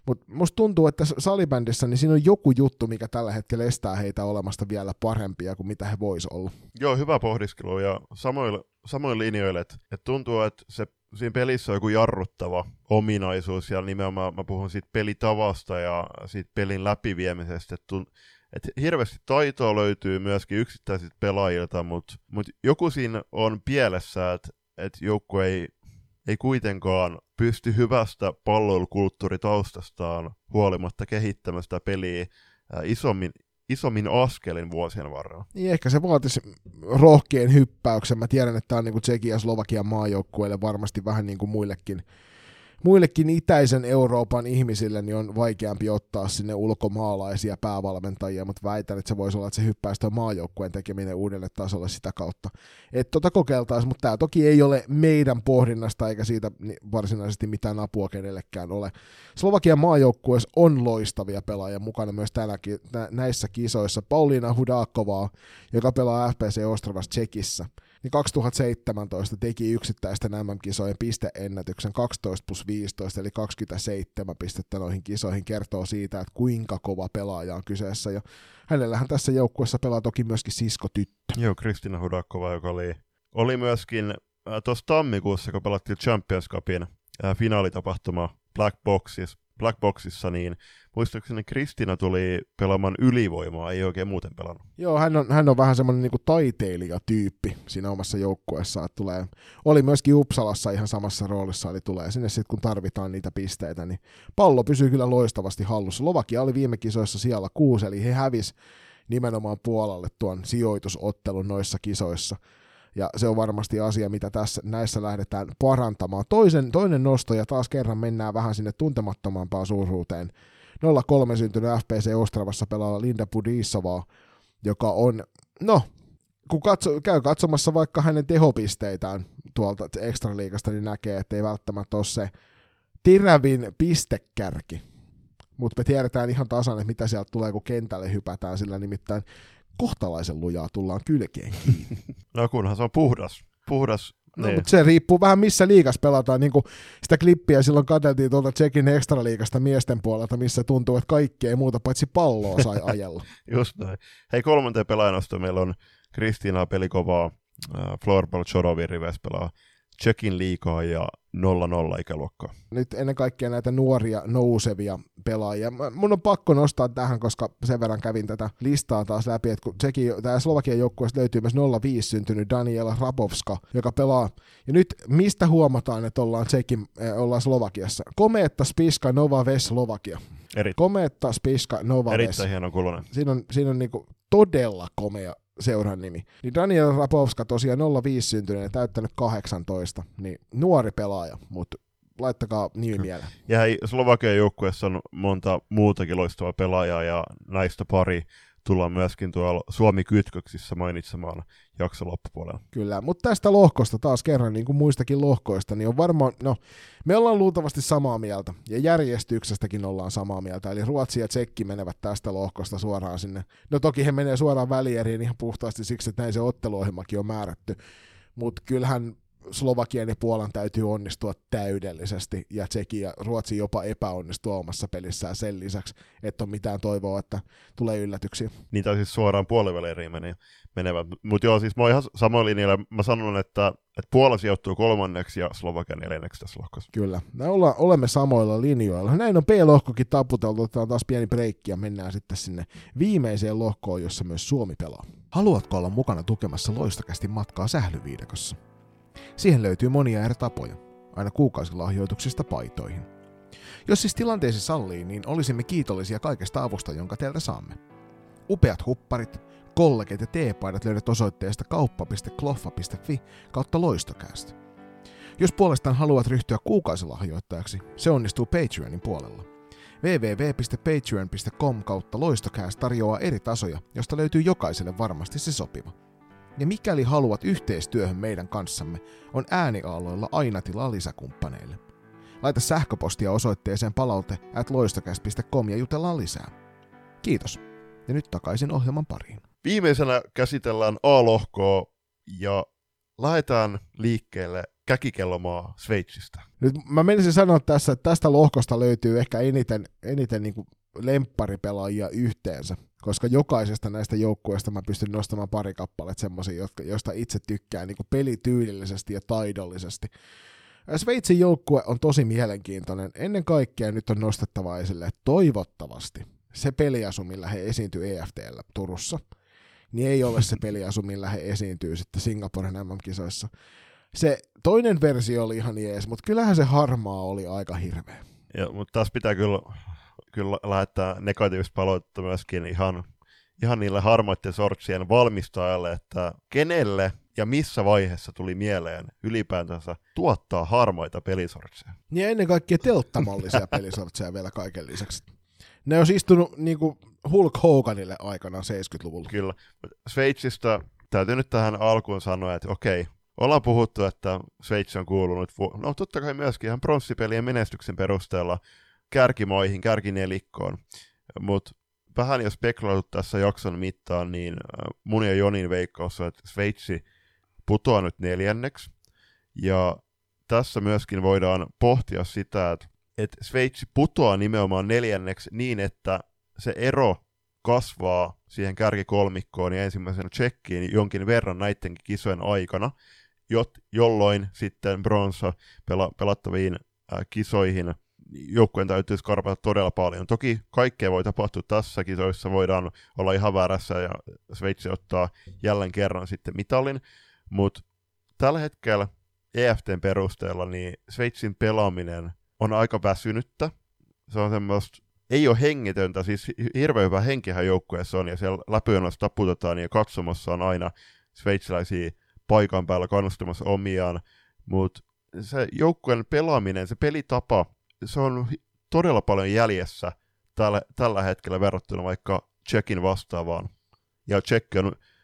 Mutta musta tuntuu, että salibändissä niin siinä on joku juttu, mikä tällä hetkellä estää heitä olemasta vielä parempia kuin mitä he vois olla. Joo, hyvä pohdiskelu ja samoin linjoille, että tuntuu, että siinä pelissä on joku jarruttava ominaisuus ja nimenomaan mä puhun siitä pelitavasta ja siitä pelin läpiviemisestä, että hirveästi taitoa löytyy myöskin yksittäisiltä pelaajilta, mutta joku siinä on pielessä, että joukku ei kuitenkaan pysty hyvästä palloilukulttuuritaustastaan huolimatta kehittämään sitä peliä isommin askelin vuosien varrella. Niin ehkä se vaatisi rohkean hyppäyksen. Mä tiedän, että tämä on niin kuin Tšekin ja Slovakian maajoukkueille varmasti vähän niin kuin muillekin itäisen Euroopan ihmisille niin on vaikeampi ottaa sinne ulkomaalaisia päävalmentajia, mutta väitän, että se voisi olla, että se hyppäisi tuon maajoukkueen tekeminen uudelle tasolle sitä kautta. Että kokeiltaisiin, mutta tämä toki ei ole meidän pohdinnasta eikä siitä varsinaisesti mitään apua kenellekään ole. Slovakian maajoukkueessa on loistavia pelaajia mukana myös näissä kisoissa. Pauliina Hudáková, joka pelaa FPC Ostravassa Tšekissä, niin 2017 teki yksittäisten MM-kisojen pisteennätyksen 12+15, eli 27 pistettä noihin kisoihin, kertoo siitä, että kuinka kova pelaaja on kyseessä, ja hänellähän tässä joukkueessa pelaa toki myöskin siskotyttö. Joo, Kristiina Hudáková, joka oli myöskin tuossa tammikuussa, kun pelattiin Champions Cupin finaalitapahtuma Black Boxissa, niin muistaakseni Kristiina tuli pelaamaan ylivoimaa, ei oikein muuten pelannut. Joo, hän on vähän semmoinen niinku taiteilijatyyppi siinä omassa joukkueessaan. Oli myöskin Uppsalassa ihan samassa roolissa, eli tulee sinne sitten kun tarvitaan niitä pisteitä, niin pallo pysyy kyllä loistavasti hallussa. Slovakia oli viime kisoissa siellä 6, eli he hävisi nimenomaan Puolalle tuon sijoitusottelun noissa kisoissa. Ja se on varmasti asia, mitä näissä lähdetään parantamaan. Toinen nosto, ja taas kerran mennään vähän sinne tuntemattomampaan suuruuteen. 03 syntynyt FPC Ostravassa pelaava Linda Budisová, joka on, kun käy katsomassa vaikka hänen tehopisteitään tuolta Extraliigasta, niin näkee, että ei välttämättä ole se terävin pistekärki. Mutta me tiedetään ihan tasan, että mitä sieltä tulee, kun kentälle hypätään, sillä nimittäin kohtalaisen lujaa tullaan kylkeen kiinni. No kunhan se on puhdas. No, mutta se riippuu vähän missä liigas pelataan, niin kuin sitä klippiä silloin katseltiin tuolta Tšekin Extraliigasta miesten puolelta, missä tuntuu, että kaikki ei muuta paitsi palloa sai ajella. Just näin. Hei, 3. pelaajanosto meillä on Kristiina Pelikovaa, Florbal Chorovin rives pelaa Tšekin liigaa ja 0-0 ikäluokkaa. Nyt ennen kaikkea näitä nuoria nousevia pelaajia. Mun on pakko nostaa tähän, koska sen verran kävin tätä listaa taas läpi, että kun tämä Slovakian joukkueesta löytyy myös 05 syntynyt Daniela Hrabovska, joka pelaa. Ja nyt mistä huomataan, että ollaan Slovakiassa? Kometa Spišská Nová Ves Slovakia. Kometa Spišská Nová Ves. Erittäin hieno kulonen. Siinä on niinku todella komea seuran nimi. Niin Daniel Hrabovska tosiaan 05 syntyneen, täyttänyt 18, niin nuori pelaaja, mutta laittakaa nimi mieleen. Ja hei, Slovakian joukkueessa on monta muutakin loistavaa pelaajaa, ja näistä pari tullaan myöskin tuolla Suomi-kytköksissä mainitsemaan jakson loppupuolella. Kyllä, mutta tästä lohkosta taas kerran, niin kuin muistakin lohkoista, niin on varmaan, me ollaan luultavasti samaa mieltä, ja järjestyksestäkin ollaan samaa mieltä, eli Ruotsi ja Tsekki menevät tästä lohkosta suoraan sinne. No toki he menee suoraan välieriin ihan puhtaasti siksi, että näin se otteluohjelmakin on määrätty, mutta kyllähän Slovakian ja Puolan täytyy onnistua täydellisesti, ja Tšekin ja Ruotsi jopa epäonnistua omassa pelissään sen lisäksi, että on mitään toivoa, että tulee yllätyksiä. Niin tai siis suoraan puolivälieriin menevät. Mutta joo, siis mä oon ihan samoin linjalla. Mä sanon, että Puola sijoittuu 3. ja Slovakian 4. tässä lohkossa. Kyllä, me olemme samoilla linjoilla. Näin on B-lohkokin taputeltu, otetaan taas pieni breikki ja mennään sitten sinne viimeiseen lohkoon, jossa myös Suomi pelaa. Haluatko olla mukana tukemassa Loistokästin matkaa sählyviidakossa? Siihen löytyy monia eri tapoja, aina kuukausilahjoituksista paitoihin. Jos siis tilanteesi sallii, niin olisimme kiitollisia kaikesta avusta, jonka teiltä saamme. Upeat hupparit, kollegit ja teepaidat löydät osoitteesta kauppa.kloffa.fi/loistocast. Jos puolestaan haluat ryhtyä kuukausilahjoittajaksi, se onnistuu Patreonin puolella. www.patreon.com/loistocast tarjoaa eri tasoja, josta löytyy jokaiselle varmasti se sopiva. Ja mikäli haluat yhteistyöhön meidän kanssamme, on ääniaaloilla aina tilaa lisäkumppaneille. Laita sähköpostia osoitteeseen palaute@loistocast.com ja jutellaan lisää. Kiitos. Ja nyt takaisin ohjelman pariin. Viimeisenä käsitellään A-lohkoa, ja lähdetään liikkeelle käkikellomaa Sveitsistä. Nyt mä menisin sanoa tässä, että tästä lohkosta löytyy ehkä eniten niin kuin lempparipelaajia yhteensä, koska jokaisesta näistä joukkueista mä pystyn nostamaan pari kappaletta semmoisia, joista itse tykkään niin kuin pelityylillisesti ja taidollisesti. Sveitsin joukkue on tosi mielenkiintoinen. Ennen kaikkea nyt on nostettava esille, että toivottavasti se peliasu, millä he esiintyy EFT:llä Turussa, niin ei ole se peliasu, millä he esiintyy sitten Singaporen MM-kisoissa. Se toinen versio oli ihan jees, mutta kyllähän se harmaa oli aika hirveä. Ja, mutta tässä pitää kyllä lähettää negatiivista palautetta myöskin ihan niille harmaiden sortsien valmistajalle, että kenelle ja missä vaiheessa tuli mieleen ylipäätänsä tuottaa harmaita pelisortseja. Ja ennen kaikkea telttamallisia pelisortseja vielä kaiken lisäksi. Ne olisi istunut niin kuin Hulk Hoganille aikanaan 70-luvulla. Kyllä. Sveitsistä täytyy nyt tähän alkuun sanoa, että okei, ollaan puhuttu, että Sveitsi on kuulunut, no totta kai myöskin ihan pronssipelien menestyksen perusteella kärkimaihin, kärkinelikkoon, mutta vähän jos spekuloitu tässä jakson mittaan, niin mun ja Jonin veikkaus on, että Sveitsi putoaa nyt 4. Ja tässä myöskin voidaan pohtia sitä, että Sveitsi putoaa nimenomaan 4. niin, että se ero kasvaa siihen kärkikolmikkoon ja ensimmäisenä tsekkiin jonkin verran näidenkin kisojen aikana, jolloin sitten bronsa pelattaviin kisoihin joukkueen täytyy skarpata todella paljon. Toki kaikkea voi tapahtua tässä kisoissa, voidaan olla ihan väärässä ja Sveitsi ottaa jälleen kerran sitten mitalin, mutta tällä hetkellä EFT:n perusteella niin Sveitsin pelaaminen on aika väsynyttä. Se on semmoista, ei ole hengitöntä, siis hirveän hyvä henkihän joukkueessa on ja siellä läpyönnössä taputetaan ja katsomassa on aina sveitsiläisiä paikan päällä kannustamassa omiaan, mutta se joukkueen pelaaminen, se pelitapa, se on todella paljon jäljessä tällä hetkellä verrattuna vaikka Tšekin vastaavaan. Ja Tšekki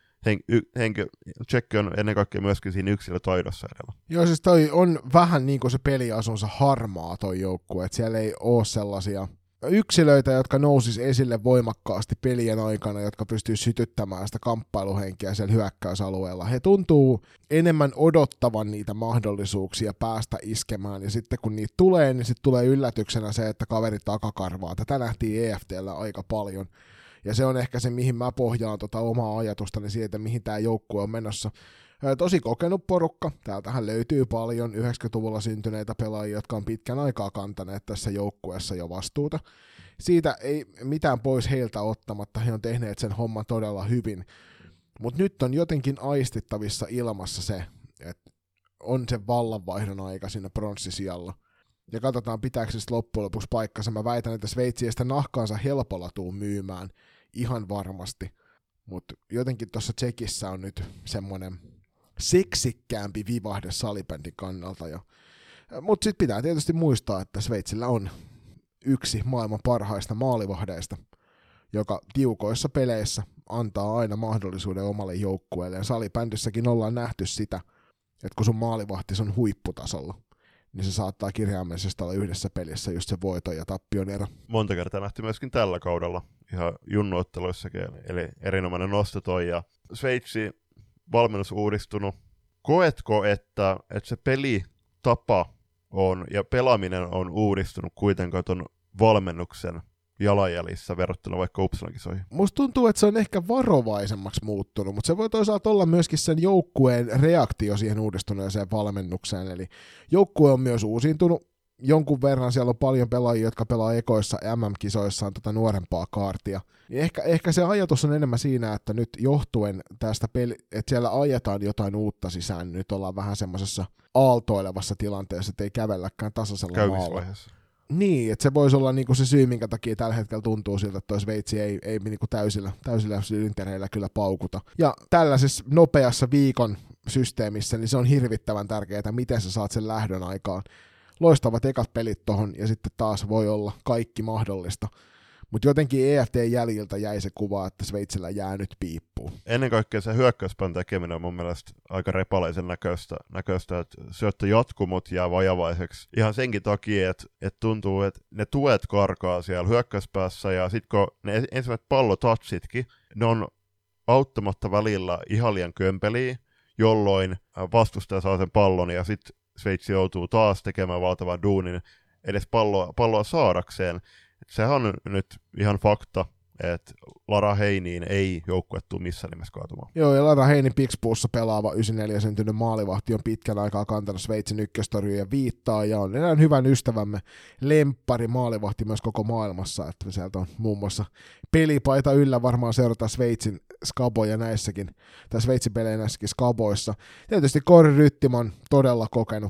on ennen kaikkea myöskin siinä yksilötaidossa edellä. Joo, siis toi on vähän niin kuin se peliasunsa harmaa toi joukkue, että siellä ei ole sellaisia yksilöitä, jotka nousis esille voimakkaasti pelien aikana, jotka pystyy sytyttämään sitä kamppailuhenkeä siellä hyökkäysalueella. He tuntuu enemmän odottavan niitä mahdollisuuksia päästä iskemään, ja sitten kun niitä tulee, niin sitten tulee yllätyksenä se, että kaveri takakarvaa. Tätä nähtiin EFT:llä aika paljon, ja se on ehkä se, mihin mä pohjaan omaa ajatustani siitä, mihin tämä joukkue on menossa. Tosi kokenut porukka. Täältähän löytyy paljon 90-luvulla syntyneitä pelaajia, jotka on pitkän aikaa kantaneet tässä joukkueessa jo vastuuta. Siitä ei mitään pois heiltä ottamatta, he on tehneet sen homman todella hyvin. Mutta nyt on jotenkin aistittavissa ilmassa se, että on se vallanvaihdon aika siinä pronssisijalla. Ja katsotaan, pitääkö se loppujen lopuksi paikkansa. Mä väitän, että Sveitsi ei sitä nahkaansa helpolla tuu myymään ihan varmasti. Mutta jotenkin tuossa Tšekissä on nyt semmoinen seksikkäämpi vivahde salibändin kannalta. Mutta sitten pitää tietysti muistaa, että Sveitsillä on yksi maailman parhaista maalivahdeista, joka tiukoissa peleissä antaa aina mahdollisuuden omalle joukkueelleen. Salibändissäkin ollaan nähty sitä, että kun sun maalivahtis on huipputasolla, niin se saattaa kirjaimellisesti olla yhdessä pelissä just se voiton ja tappion ero. Monta kertaa nähty myöskin tällä kaudella, ihan junnuotteluissakin, eli erinomainen nosto toi. Ja Sveitsi valmennus uudistunut. Koetko, että se pelitapa on ja pelaaminen on uudistunut kuitenkaan ton valmennuksen jalanjäljissä verrattuna vaikka Uppsalan kisoihin? Musta tuntuu, että se on ehkä varovaisemmaksi muuttunut, mutta se voi toisaalta olla myöskin sen joukkueen reaktio siihen uudistuneeseen valmennukseen. Eli joukkue on myös uusiintunut. Jonkun verran siellä on paljon pelaajia, jotka pelaa ekoissa MM-kisoissaan tätä nuorempaa kaartia. Ehkä se ajatus on enemmän siinä, että nyt johtuen tästä että siellä ajetaan jotain uutta sisään, niin nyt ollaan vähän semmoisessa aaltoilevassa tilanteessa, että ei kävelläkään tasaisella maalla. Niin, että se voisi olla niinku se syy, minkä takia tällä hetkellä tuntuu siltä, että toi Sveitsi ei niinku täysillä sylintereillä kyllä paukuta. Ja tällaisessa nopeassa viikon systeemissä, niin se on hirvittävän tärkeää, miten sä saat sen lähdön aikaan. Loistavat ekat pelit tohon, ja sitten taas voi olla kaikki mahdollista. Mutta jotenkin EFT-jäljiltä jäi se kuva, että Sveitsillä jää nyt piippuun. Ennen kaikkea se hyökkäyspään tekeminen on mun mielestä aika repaleisen näköistä, että syöttöjatkumot jää vajavaiseksi. Ihan senkin takia, että tuntuu, että ne tuet karkaa siellä hyökkäyspäässä, ja sitten kun ne ensimmäiset pallotatsitkin, ne on auttamatta välillä ihan liian kömpeliä, jolloin vastustaja saa sen pallon, ja sitten Sveitsi joutuu taas tekemään valtavan duunin edes palloa saadakseen. Et sehän on nyt ihan fakta, että Lara Heiniin ei joukkue tule missään nimessä kaatumaan. Joo, ja Lara Heinin Pixbuussa pelaava 94 syntynyt maalivahti on pitkän aikaa kantanut Sveitsin ykköstorjuja viittaa, ja on enää hyvän ystävämme lemppari maalivahti myös koko maailmassa, että sieltä on muun muassa pelipaita yllä varmaan seurata Sveitsin skaboja näissäkin, tai Sveitsin pelejä näissäkin skaboissa. Tietysti Kåre Ryttiman todella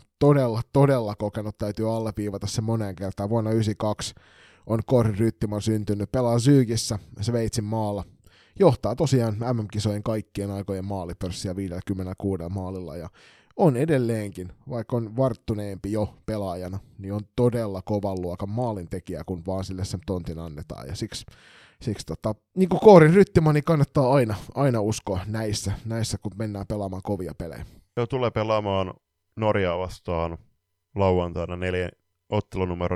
kokenut, täytyy alleviivata se moneen kertaan. Vuonna 1992 on Kåre Ryttiman syntynyt, pelaa Zygissä Sveitsin maalla. Johtaa tosiaan MM-kisojen kaikkien aikojen maalipörssiä 56 maalilla ja on edelleenkin, vaikka on varttuneempi jo pelaajana, niin on todella kovan luokan maalintekijä, kun vaan sille sen tontin annetaan. Ja siksi niin kuin Kåre Ryttiman, niin kannattaa aina uskoa näissä, kun mennään pelaamaan kovia pelejä. Joo, tulee pelaamaan Norjaa vastaan lauantaina ottelu numero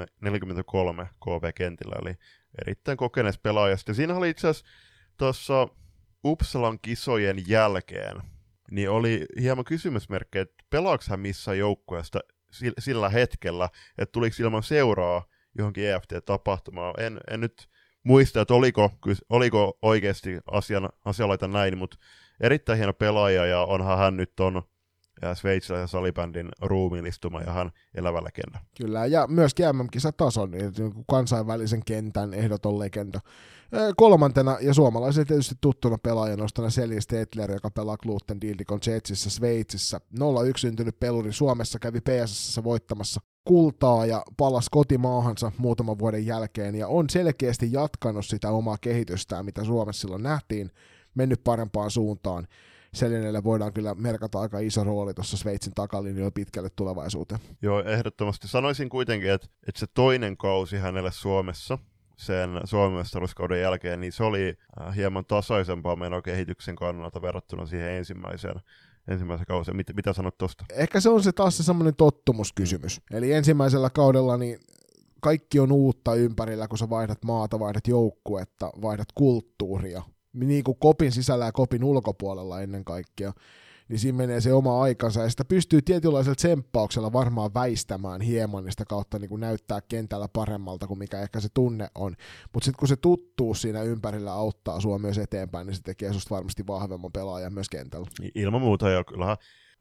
43 KV-kentillä, eli erittäin kokenees pelaaja. Ja siinä oli itse asiassa tuossa Uppsalan kisojen jälkeen, niin oli hieman kysymysmerkki, että pelaako hän missään joukkueesta sillä hetkellä, että tuliko ilman seuraa johonkin EFT-tapahtumaan. En nyt muista, että oliko oikeasti asialaita näin, mutta erittäin hieno pelaaja, ja onhan hän nyt on sveitsiläisen salibändin ruumiillistuma ja hän elävä legenda. Kyllä, ja myöskin MM-kisatason, kansainvälisen kentän ehdoton legenda. Kolmantena ja suomalaisen tietysti tuttuna pelaajana nostana Selin Stetler, joka pelaa Gluten Dildikon Jetsissä Sveitsissä. 01 syntynyt peluri Suomessa, kävi PSS:ssä voittamassa kultaa ja palasi kotimaahansa muutaman vuoden jälkeen ja on selkeästi jatkanut sitä omaa kehitystään, mitä Suomessa silloin nähtiin, mennyt parempaan suuntaan. Selinelle voidaan kyllä merkata aika iso rooli tuossa Sveitsin takalinjoilla pitkälle tulevaisuuteen. Joo, ehdottomasti. Sanoisin kuitenkin, että se toinen kausi hänelle Suomessa, sen Suomen mestaruuskauden jälkeen, niin se oli hieman tasaisempaa menokehityksen kannalta verrattuna siihen ensimmäiseen kauteen. Mitä sanot tuosta? Ehkä se on taas se semmoinen tottumuskysymys. Eli ensimmäisellä kaudella niin kaikki on uutta ympärillä, kun sä vaihdat maata, vaihdat joukkuetta, vaihdat kulttuuria. Niin kuin kopin sisällä ja kopin ulkopuolella ennen kaikkea, niin siinä menee se oma aikansa, ja sitä pystyy tietynlaisella tsemppauksella varmaan väistämään hieman, niin sitä kautta niin kuin näyttää kentällä paremmalta kuin mikä ehkä se tunne on. Mutta sitten kun se tuttuus siinä ympärillä auttaa sua myös eteenpäin, niin se tekee susta varmasti vahvemman pelaajan myös kentällä. Ilman muuta, ja kyllähän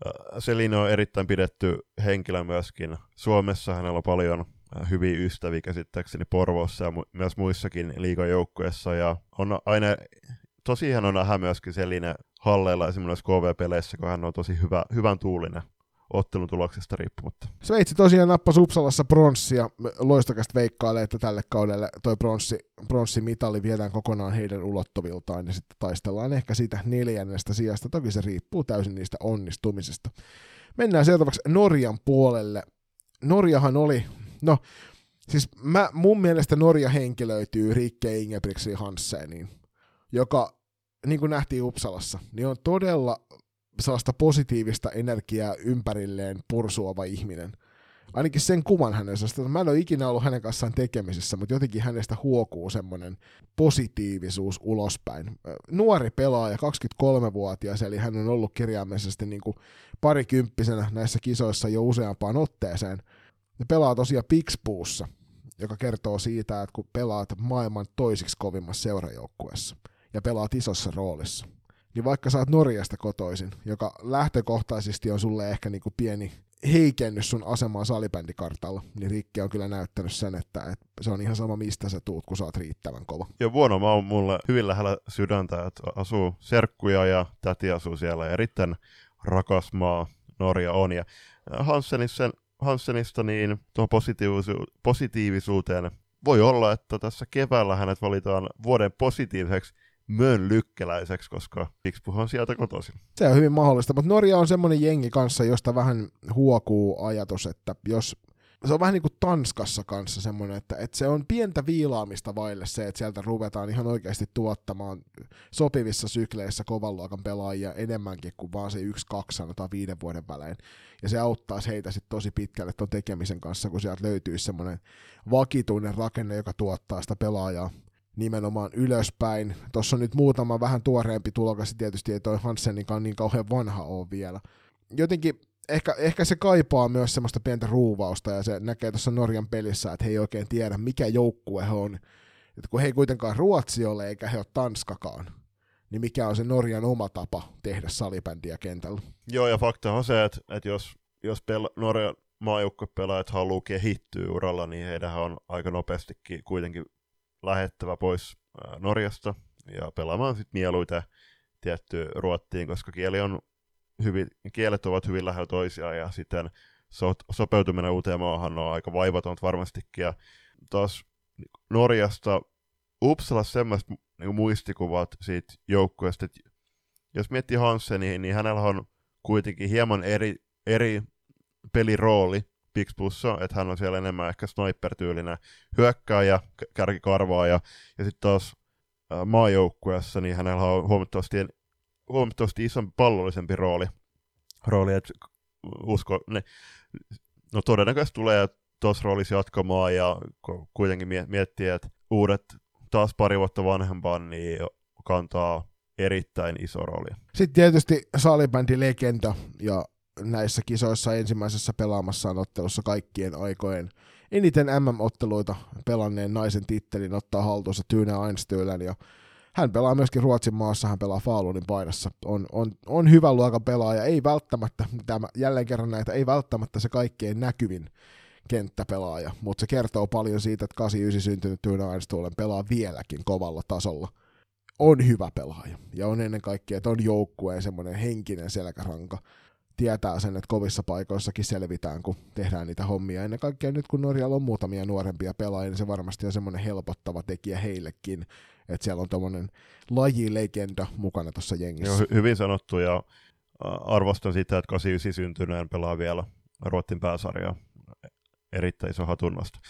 Selin on erittäin pidetty henkilö myöskin. Suomessa hänellä on paljon hyviä ystäviä käsittääkseni Porvoossa ja myös muissakin liigajoukkueissa, ja on aina tosi hieno nähdä myöskin Selin halleilla esimerkiksi KV-peleissä, kun hän on tosi hyvän tuulinen ottelun tuloksesta riippumatta. Sveitsi tosiaan nappasi Uppsalassa pronssia. Loistokasta veikkailee, että tälle kaudelle toi pronssimitali viedään kokonaan heidän ulottuviltaan, ja sitten taistellaan ehkä siitä 4. sijasta. Toki se riippuu täysin niistä onnistumisesta. Mennään seuraavaksi Norjan puolelle. Norjahan oli, mun mielestä Norja henkilöityy Rikke Ingebrigtsin Hansseniin, joka, niin kuin nähtiin Uppsalassa, niin on todella sellaista positiivista energiaa ympärilleen pursuava ihminen. Ainakin sen kuvan hänestä. Mä en ole ikinä ollut hänen kanssaan tekemisissä, mutta jotenkin hänestä huokuu semmoinen positiivisuus ulospäin. Nuori pelaaja, 23-vuotias, eli hän on ollut kirjaimellisesti niin kuin parikymppisenä näissä kisoissa jo useampaan otteeseen. Ne pelaa tosiaan Pixbuussa, joka kertoo siitä, että kun pelaat maailman toisiksi kovimmassa seurajoukkueessa ja pelaat isossa roolissa, niin vaikka sä oot Norjasta kotoisin, joka lähtökohtaisesti on sulle ehkä niinku pieni heikennys sun asemaan salibändikartalla, niin Rikke on kyllä näyttänyt sen, että se on ihan sama mistä sä tuut, kun sä oot riittävän kova. Ja Vuonomaa on mulle hyvin lähellä sydäntä, että asuu serkkuja ja täti asuu siellä, ja erittäin rakas maa Norja on. Ja Hanssenista niin tuohon positiivisuuteen voi olla, että tässä keväällä hänet valitaan vuoden positiiviseksi Mönlykkeläiseksi, koska Pixbu on sieltä kotoisin. Se on hyvin mahdollista, mutta Norja on semmoinen jengi kanssa, josta vähän huokuu ajatus, että jos se on vähän niin kuin Tanskassa kanssa semmoinen, että se on pientä viilaamista vaille se, että sieltä ruvetaan ihan oikeasti tuottamaan sopivissa sykleissä kovan luokan pelaajia enemmänkin kuin vaan se 1-2 sanotaan 5 vuoden välein. Ja se auttaa heitä sitten tosi pitkälle ton tekemisen kanssa, kun sieltä löytyisi semmoinen vakituinen rakenne, joka tuottaa sitä pelaajaa nimenomaan ylöspäin. Tuossa on nyt muutama vähän tuoreempi tulokas, tietysti ei toi Hanssenikaan niin kauhean vanha ole vielä. Jotenkin ehkä se kaipaa myös semmoista pientä ruuvausta, ja se näkee tuossa Norjan pelissä, että he ei oikein tiedä, mikä joukkue he on. Että kun he ei kuitenkaan Ruotsi ole, eikä he ole Tanskakaan, niin mikä on se Norjan oma tapa tehdä salibändiä kentällä. Joo, ja fakta on se, että jos Norjan maajoukkuepelaajat haluaa kehittyä uralla, niin heidän on aika nopeastikin kuitenkin lähettävä pois Norjasta ja pelaamaan sitten mieluiten tiettyä Ruottiin, koska kielet ovat hyvin lähellä toisiaan, ja sitten sopeutuminen uuteen maahan on aika vaivatonta varmastikin. Ja taas Norjasta Uppsalassa semmoista niin muistikuvat siitä joukkueesta, että jos miettii Hanssenia, niin hänellä on kuitenkin hieman eri pelirooli Pixbussa, että hän on siellä enemmän ehkä sniper-tyylinen hyökkääjä, kärkikarvaaja, ja sitten taas maajoukkueessa, niin hänellä on huomattavasti isompi pallollisempi rooli, että todennäköisesti tulee tuossa roolissa jatkamaan, ja kuitenkin miettii, että uudet taas pari vuotta vanhempaan, niin kantaa erittäin iso rooli. Sitten tietysti salibändilegenda, ja näissä kisoissa ensimmäisessä pelaamassaan ottelussa kaikkien aikojen eniten MM-otteluita pelanneen naisen tittelin ottaa haltuunsa Tune Einstölän, ja hän pelaa myöskin Ruotsin maassa, hän pelaa Falunin paidassa. On hyvän luokan pelaaja, ei välttämättä, jälleen kerran näitä, ei välttämättä se kaikkein näkyvin kenttäpelaaja, mutta se kertoo paljon siitä, että 89 syntynyt Tune Einstölän pelaa vieläkin kovalla tasolla. On hyvä pelaaja, ja on ennen kaikkea, että on joukkueen semmoinen henkinen selkäranka. Tietää sen, että kovissa paikoissakin selvitään, kun tehdään niitä hommia. Ennen kaikkea nyt, kun Norjalla on muutamia nuorempia pelaajia, niin se varmasti on semmoinen helpottava tekijä heillekin, että siellä on tommoinen lajilegenda mukana tuossa jengissä. Joo, hyvin sanottu, ja arvostan sitä, että 89 syntyneen pelaa vielä Ruotsin pääsarjaa. Erittäin iso hatunnosto.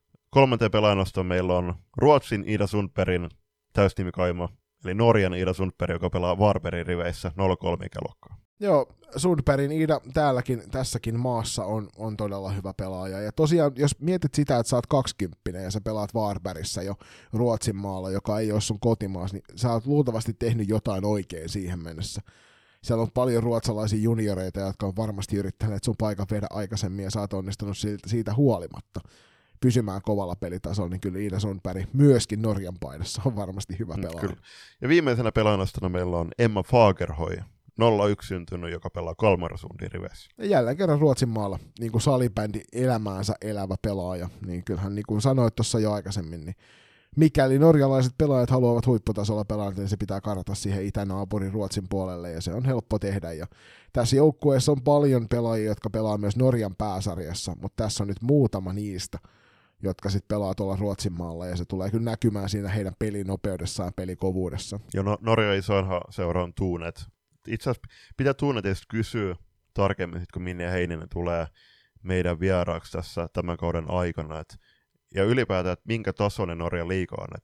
3. pelaajanosto meillä on Ruotsin Ida Sundbergin täysnimikaima, eli Norjan Ida Sundberg, joka pelaa Varbergin riveissä 03 ikäluokkaa. Joo, Sundbergin Ida tässäkin maassa on todella hyvä pelaaja. Ja tosiaan, jos mietit sitä, että sä oot 20 ja sä pelaat Varbergissä jo Ruotsin maalla, joka ei ole sun kotimaassa, niin sä oot luultavasti tehnyt jotain oikein siihen mennessä. Siellä on paljon ruotsalaisia junioreita, jotka on varmasti yrittäneet sun paikan viedä aikaisemmin, ja sä oot onnistunut siitä huolimatta pysymään kovalla pelitasolla, niin kyllä Ida Sundberg myöskin Norjan paidassa on varmasti hyvä pelaaja. Kyllä. Ja viimeisenä pelaajana meillä on Emma Fagerhoj, 01 syntynyt, joka pelaa Kalmarsundin riveissä. Ja jälleen kerran Ruotsin maalla, niin kuin salibändi elämäänsä elävä pelaaja, niin kyllähän niin kuin sanoit tuossa jo aikaisemmin, niin mikäli norjalaiset pelaajat haluavat huipputasolla pelata, niin se pitää karata siihen itänaapurin Ruotsin puolelle, ja se on helppo tehdä. Ja tässä joukkueessa on paljon pelaajia, jotka pelaa myös Norjan pääsarjassa, mutta tässä on nyt muutama niistä, jotka sitten pelaa tuolla Ruotsin maalla, ja se tulee kyllä näkymään siinä heidän pelinopeudessaan ja pelikovuudessa. Ja Norjan isoinhan seura on Tunet. Itse asiassa pitää Tunetista kysyä tarkemmin, kun Minni ja Heininen tulee meidän vieraaksi tässä tämän kauden aikana, ja ylipäätään, että minkä tasoinen Norjan liiga on.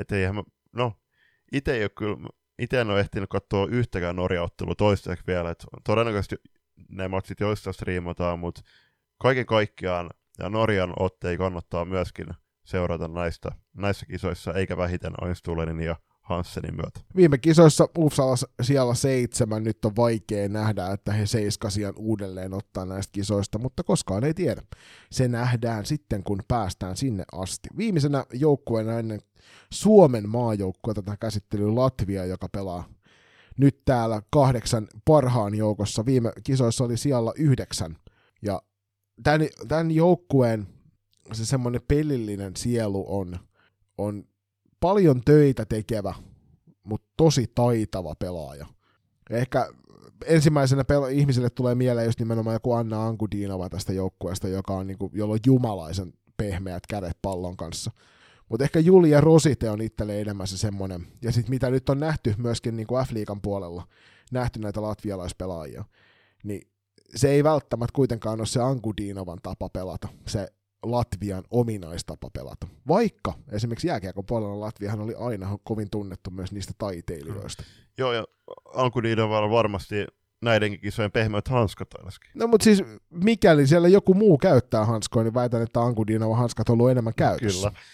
Itse en ole ehtinyt katsoa yhtäkään Norja-ottelua toistaiseksi vielä, että todennäköisesti ne matsit joista striimataan, mutta kaiken kaikkiaan ja Norjan otteja kannattaa myöskin seurata näissä kisoissa, eikä vähiten Einstülenin ja Hanssenin myötä. Viime kisoissa Uppsala siellä 7, nyt on vaikea nähdä, että he 7 uudelleen ottaa näistä kisoista, mutta koskaan ei tiedä. Se nähdään sitten, kun päästään sinne asti. Viimeisenä joukkueena ennen Suomen maajoukkuetta tätä käsittelyä Latvia, joka pelaa nyt täällä 8 parhaan joukossa. Viime kisoissa oli siellä 9, ja tämän joukkueen se semmoinen pelillinen sielu on paljon töitä tekevä, mutta tosi taitava pelaaja. Ja ehkä ensimmäisenä ihmisille tulee mieleen just nimenomaan joku Anna Ankudinova tästä joukkueesta, joka on jolla on jumalaisen pehmeät kädet pallon kanssa. Mutta ehkä Julia Rosite on itselle enemmän se semmoinen. Ja sitten mitä nyt on nähty myöskin niin kuin F-liigan puolella, nähty näitä latvialaispelaajia, niin se ei välttämättä kuitenkaan ole se Ankudinovan tapa pelata, se Latvian ominaistapa pelata. Vaikka esimerkiksi jääkiekon puolella Latviahan oli aina kovin tunnettu myös niistä taiteilijoista. Joo, ja Ankudinova on varmasti näidenkin kisojen pehmeät hanskat ainakin. No mutta siis mikäli siellä joku muu käyttää hanskoja, niin väitän, että Ankudinova hanskat on ollut enemmän käytössä. Kyllä.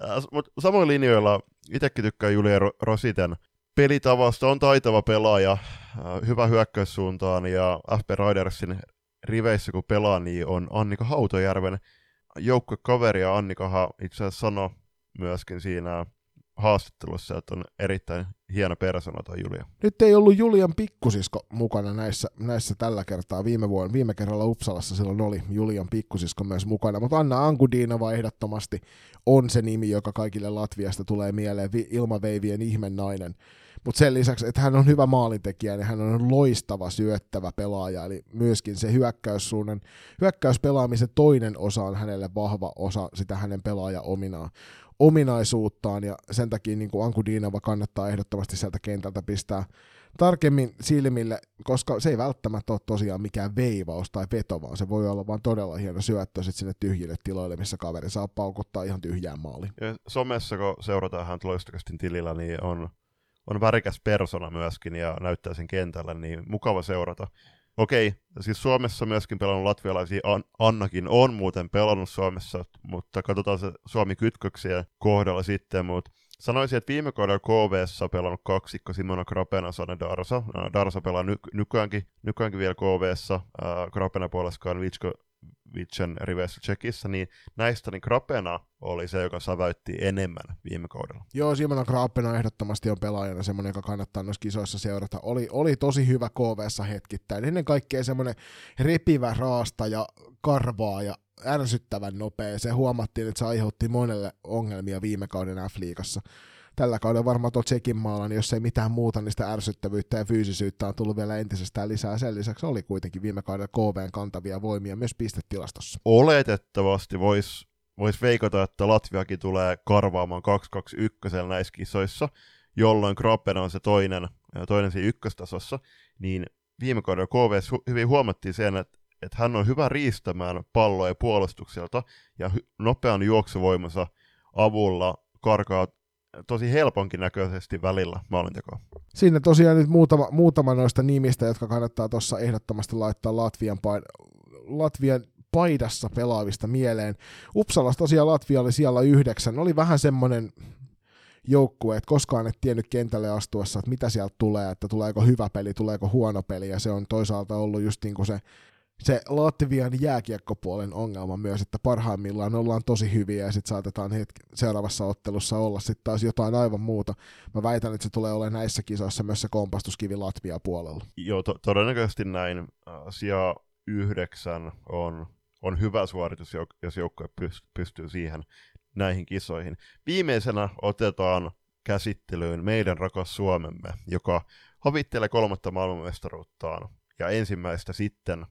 Mutta samoin linjoilla itsekin tykkään Julia Rositen pelitavasta, on taitava pelaaja, hyvä hyökkäyssuuntaan, ja FP Ridersin riveissä kun pelaa, niin on Annika Hautojärven joukkuekaveri, ja Annikahan itse asiassa sanoi myöskin siinä haastattelussa, että on erittäin hieno persona toi Julia. Nyt ei ollut Julian pikkusisko mukana näissä tällä kertaa. Viime kerralla Uppsalassa silloin oli Julian pikkusisko myös mukana, mutta Anna Ankudinova ehdottomasti on se nimi, joka kaikille Latviasta tulee mieleen, ilmaveivien ihmenainen. Mutta sen lisäksi, että hän on hyvä maalintekijä, niin hän on loistava syöttävä pelaaja, eli myöskin se hyökkäyspelaamisen toinen osa on hänelle vahva osa sitä hänen ominaisuuttaan, ja sen takia niin kuin Ankudinova kannattaa ehdottomasti sieltä kentältä pistää tarkemmin silmille, koska se ei välttämättä ole tosiaan mikään veivaus tai veto, vaan se voi olla vaan todella hieno syöttö sit sinne tyhjille tiloille, missä kaveri saa paukuttaa ihan tyhjään maaliin. Ja somessa, kun seurataan hän Loistokastin tilillä, niin on värikäs persona myöskin ja näyttää sen kentällä, niin mukava seurata. Okei, siis Suomessa myöskin pelannut latvialaisia, Annakin on muuten pelannut Suomessa, mutta katsotaan se Suomi-kytköksiä kohdalla sitten, mutta sanoisin, että viime kaudella KV:ssa pelannut kaksikko Simona Krapena, Sanne Darsa. Darsa pelaa nykyäänkin vielä KV:ssa, Krapena puolestaan Vicen riveissä Tsekissä, niin näistä niin Krapena oli se, joka säväytti enemmän viime kaudella. Joo, Simona Krapena ehdottomasti on pelaajana semmoinen, joka kannattaa noissa kisoissa seurata. Oli tosi hyvä KV:ssa hetkittäin. Ennen kaikkea semmoinen repivä raasta ja karvaa ja ärsyttävän nopea. Se huomattiin, että se aiheutti monelle ongelmia viime kauden F-liigassa. Tällä kaudella varmaan tuo Tsekin maalla, niin jos ei mitään muuta, niin sitä ärsyttävyyttä ja fyysisyyttä on tullut vielä entisestään lisää. Sen lisäksi oli kuitenkin viime kaudella KV:n kantavia voimia myös pistetilastossa. Oletettavasti vois veikata, että Latviakin tulee karvaamaan 2-2-1 näissä kisoissa, jolloin Krapena on se toinen siinä ykköstasossa, niin viime kaudella KV:ssä hyvin huomattiin sen, että hän on hyvä riistämään palloja puolustukselta ja nopean juoksuvoimansa avulla karkaa tosi helponkin näköisesti välillä maalintekoa. Siinä tosiaan nyt muutama noista nimistä, jotka kannattaa tuossa ehdottomasti laittaa Latvian paidassa pelaavista mieleen. Uppsalassa tosiaan Latvia oli siellä 9. Oli vähän semmoinen joukkue, että koskaan et tiennyt kentälle astuessa, että mitä sieltä tulee, että tuleeko hyvä peli, tuleeko huono peli, ja se on toisaalta ollut just niin kuin se Latvian jääkiekkopuolen ongelma myös, että parhaimmillaan ollaan tosi hyviä ja sitten saatetaan seuraavassa ottelussa olla sitten taas jotain aivan muuta. Mä väitän, että se tulee olemaan näissä kisoissa myös se kompastuskivi Latvia puolella. Joo, todennäköisesti näin. Sija 9 on hyvä suoritus, jos joukkue pystyy näihin kisoihin. Viimeisenä otetaan käsittelyyn meidän rakas Suomemme, joka havittelee 3. maailmanmestaruuttaan ja ensimmäistä sitten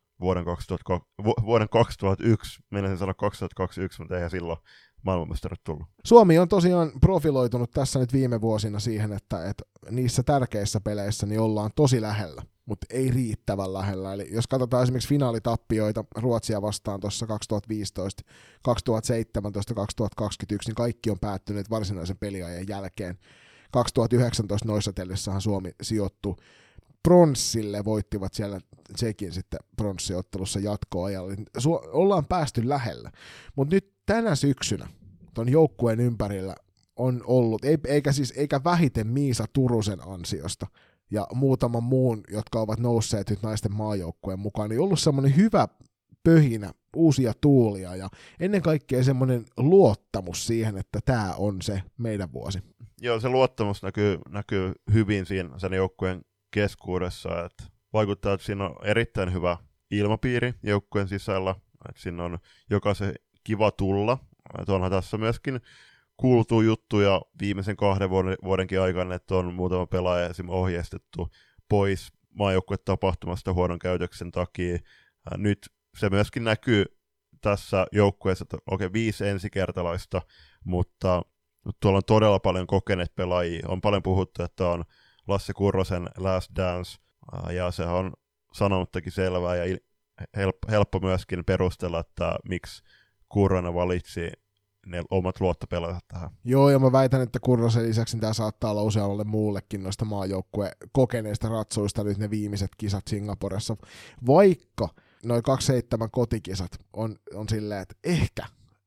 vuoden 2001, meinasin sanoa 2021, mutta eihän silloin maailmanmestarat tullut. Suomi on tosiaan profiloitunut tässä nyt viime vuosina siihen, että niissä tärkeissä peleissä niin ollaan tosi lähellä, mutta ei riittävän lähellä. Eli jos katsotaan esimerkiksi finaalitappioita Ruotsia vastaan tuossa 2015, 2017, 2021, niin kaikki on päättyneet varsinaisen peliajan jälkeen. 2019 noissa tellissahan Suomi sijoittui pronssille, voittivat siellä Tsekin sitten pronssiottelussa jatkoajalla. Ollaan päästy lähellä, mutta nyt tänä syksynä ton joukkueen ympärillä on ollut, eikä vähiten Miisa Turusen ansiosta ja muutaman muun, jotka ovat nousseet nyt naisten maajoukkueen mukaan, niin ollut semmoinen hyvä pöhinä, uusia tuulia ja ennen kaikkea semmoinen luottamus siihen, että tämä on se meidän vuosi. Joo, se luottamus näkyy hyvin siinä sen joukkueen keskuudessa, että vaikuttaa, että siinä on erittäin hyvä ilmapiiri joukkueen sisällä, että siinä on jokaisen kiva tulla. Että onhan tässä myöskin kuultu juttuja viimeisen 2 vuodenkin aikana, että on muutama pelaaja esimerkiksi ohjeistettu pois maajoukkuetapahtumasta huonon käytöksen takia. Nyt se myöskin näkyy tässä joukkueessa, että 5 ensikertalaista, mutta tuolla on todella paljon kokeneet pelaajia. On paljon puhuttu, että on Lasse Kurrosen Last Dance, ja se on sanomattakin selvää ja helppo myöskin perustella, että miksi Kurronen valitsi ne omat luottopelaajat tähän. Joo, ja mä väitän, että Kurrosen lisäksi tämä saattaa olla useammalle muullekin noista maajoukkueen kokeneista ratsuista nyt ne viimeiset kisat Singaporessa, vaikka noin 27 kotikisat on silleen, että ehkä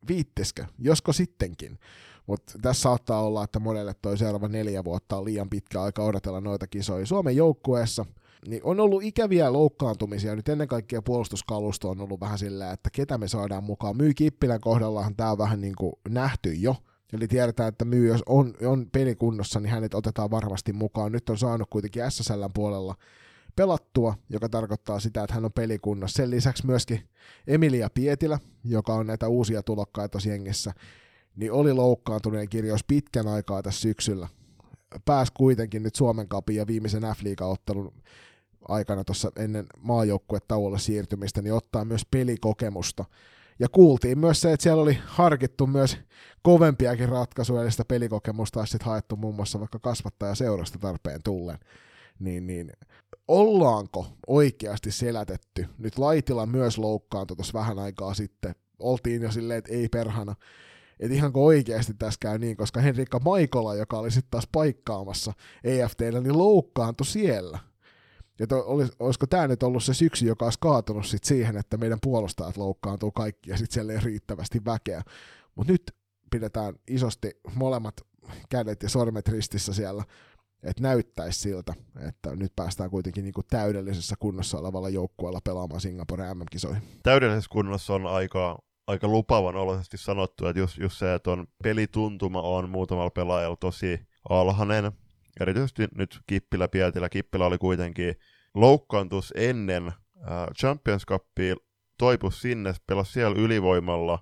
viittiskö, josko sittenkin. Mutta tässä saattaa olla, että monelle toi seuraava 4 vuotta on liian pitkä aika odotella noita kisoja. Suomen joukkueessa niin on ollut ikäviä loukkaantumisia. Nyt ennen kaikkea puolustuskalusto on ollut vähän sillä, että ketä me saadaan mukaan. Myy Kippilän kohdallahan tämä on vähän niin kuin nähty jo. Eli tiedetään, että Myy, jos on pelikunnossa, niin hänet otetaan varmasti mukaan. Nyt on saanut kuitenkin SSL:n puolella pelattua, joka tarkoittaa sitä, että hän on pelikunnossa. Sen lisäksi myöskin Emilia Pietilä, joka on näitä uusia tulokkaita tuossa jengissä, niin oli loukkaantuneen kirjaus pitkän aikaa tässä syksyllä. Pääsi kuitenkin nyt Suomen Cupin ja viimeisen F-liiga-ottelun aikana tuossa ennen maajoukkuetauolle siirtymistä, niin ottaa myös pelikokemusta. Ja kuultiin myös se, että siellä oli harkittu myös kovempiakin ratkaisuja, eli sitä pelikokemusta olisi sitten haettu muun muassa vaikka kasvattajaseurasta tarpeen tullen. Niin ollaanko oikeasti selätetty? Nyt Laitila myös loukkaantui tuossa vähän aikaa sitten. Oltiin jo silleen, että ei perhana. Että ihanko oikeasti tässä käy niin, koska Henrikka Maikola, joka oli sitten taas paikkaamassa EFT:llä, niin loukkaantui siellä. Ja olisiko tämä nyt ollut se syksy, joka olisi kaatunut sit siihen, että meidän puolustajat loukkaantuu kaikki ja sitten siellä ei riittävästi väkeä. Mutta nyt pidetään isosti molemmat kädet ja sormet ristissä siellä, että näyttäisi siltä, että nyt päästään kuitenkin niinku täydellisessä kunnossa olevalla joukkueella pelaamaan Singapore MM-kisoihin. Täydellisessä kunnossa on aika lupavan oloisesti sanottu, että just se, että on pelituntuma on muutamalla pelaajalla tosi alhainen. Erityisesti nyt Kippilä oli kuitenkin loukkaantus ennen Champions Cupia, toipui sinne, pelasi siellä ylivoimalla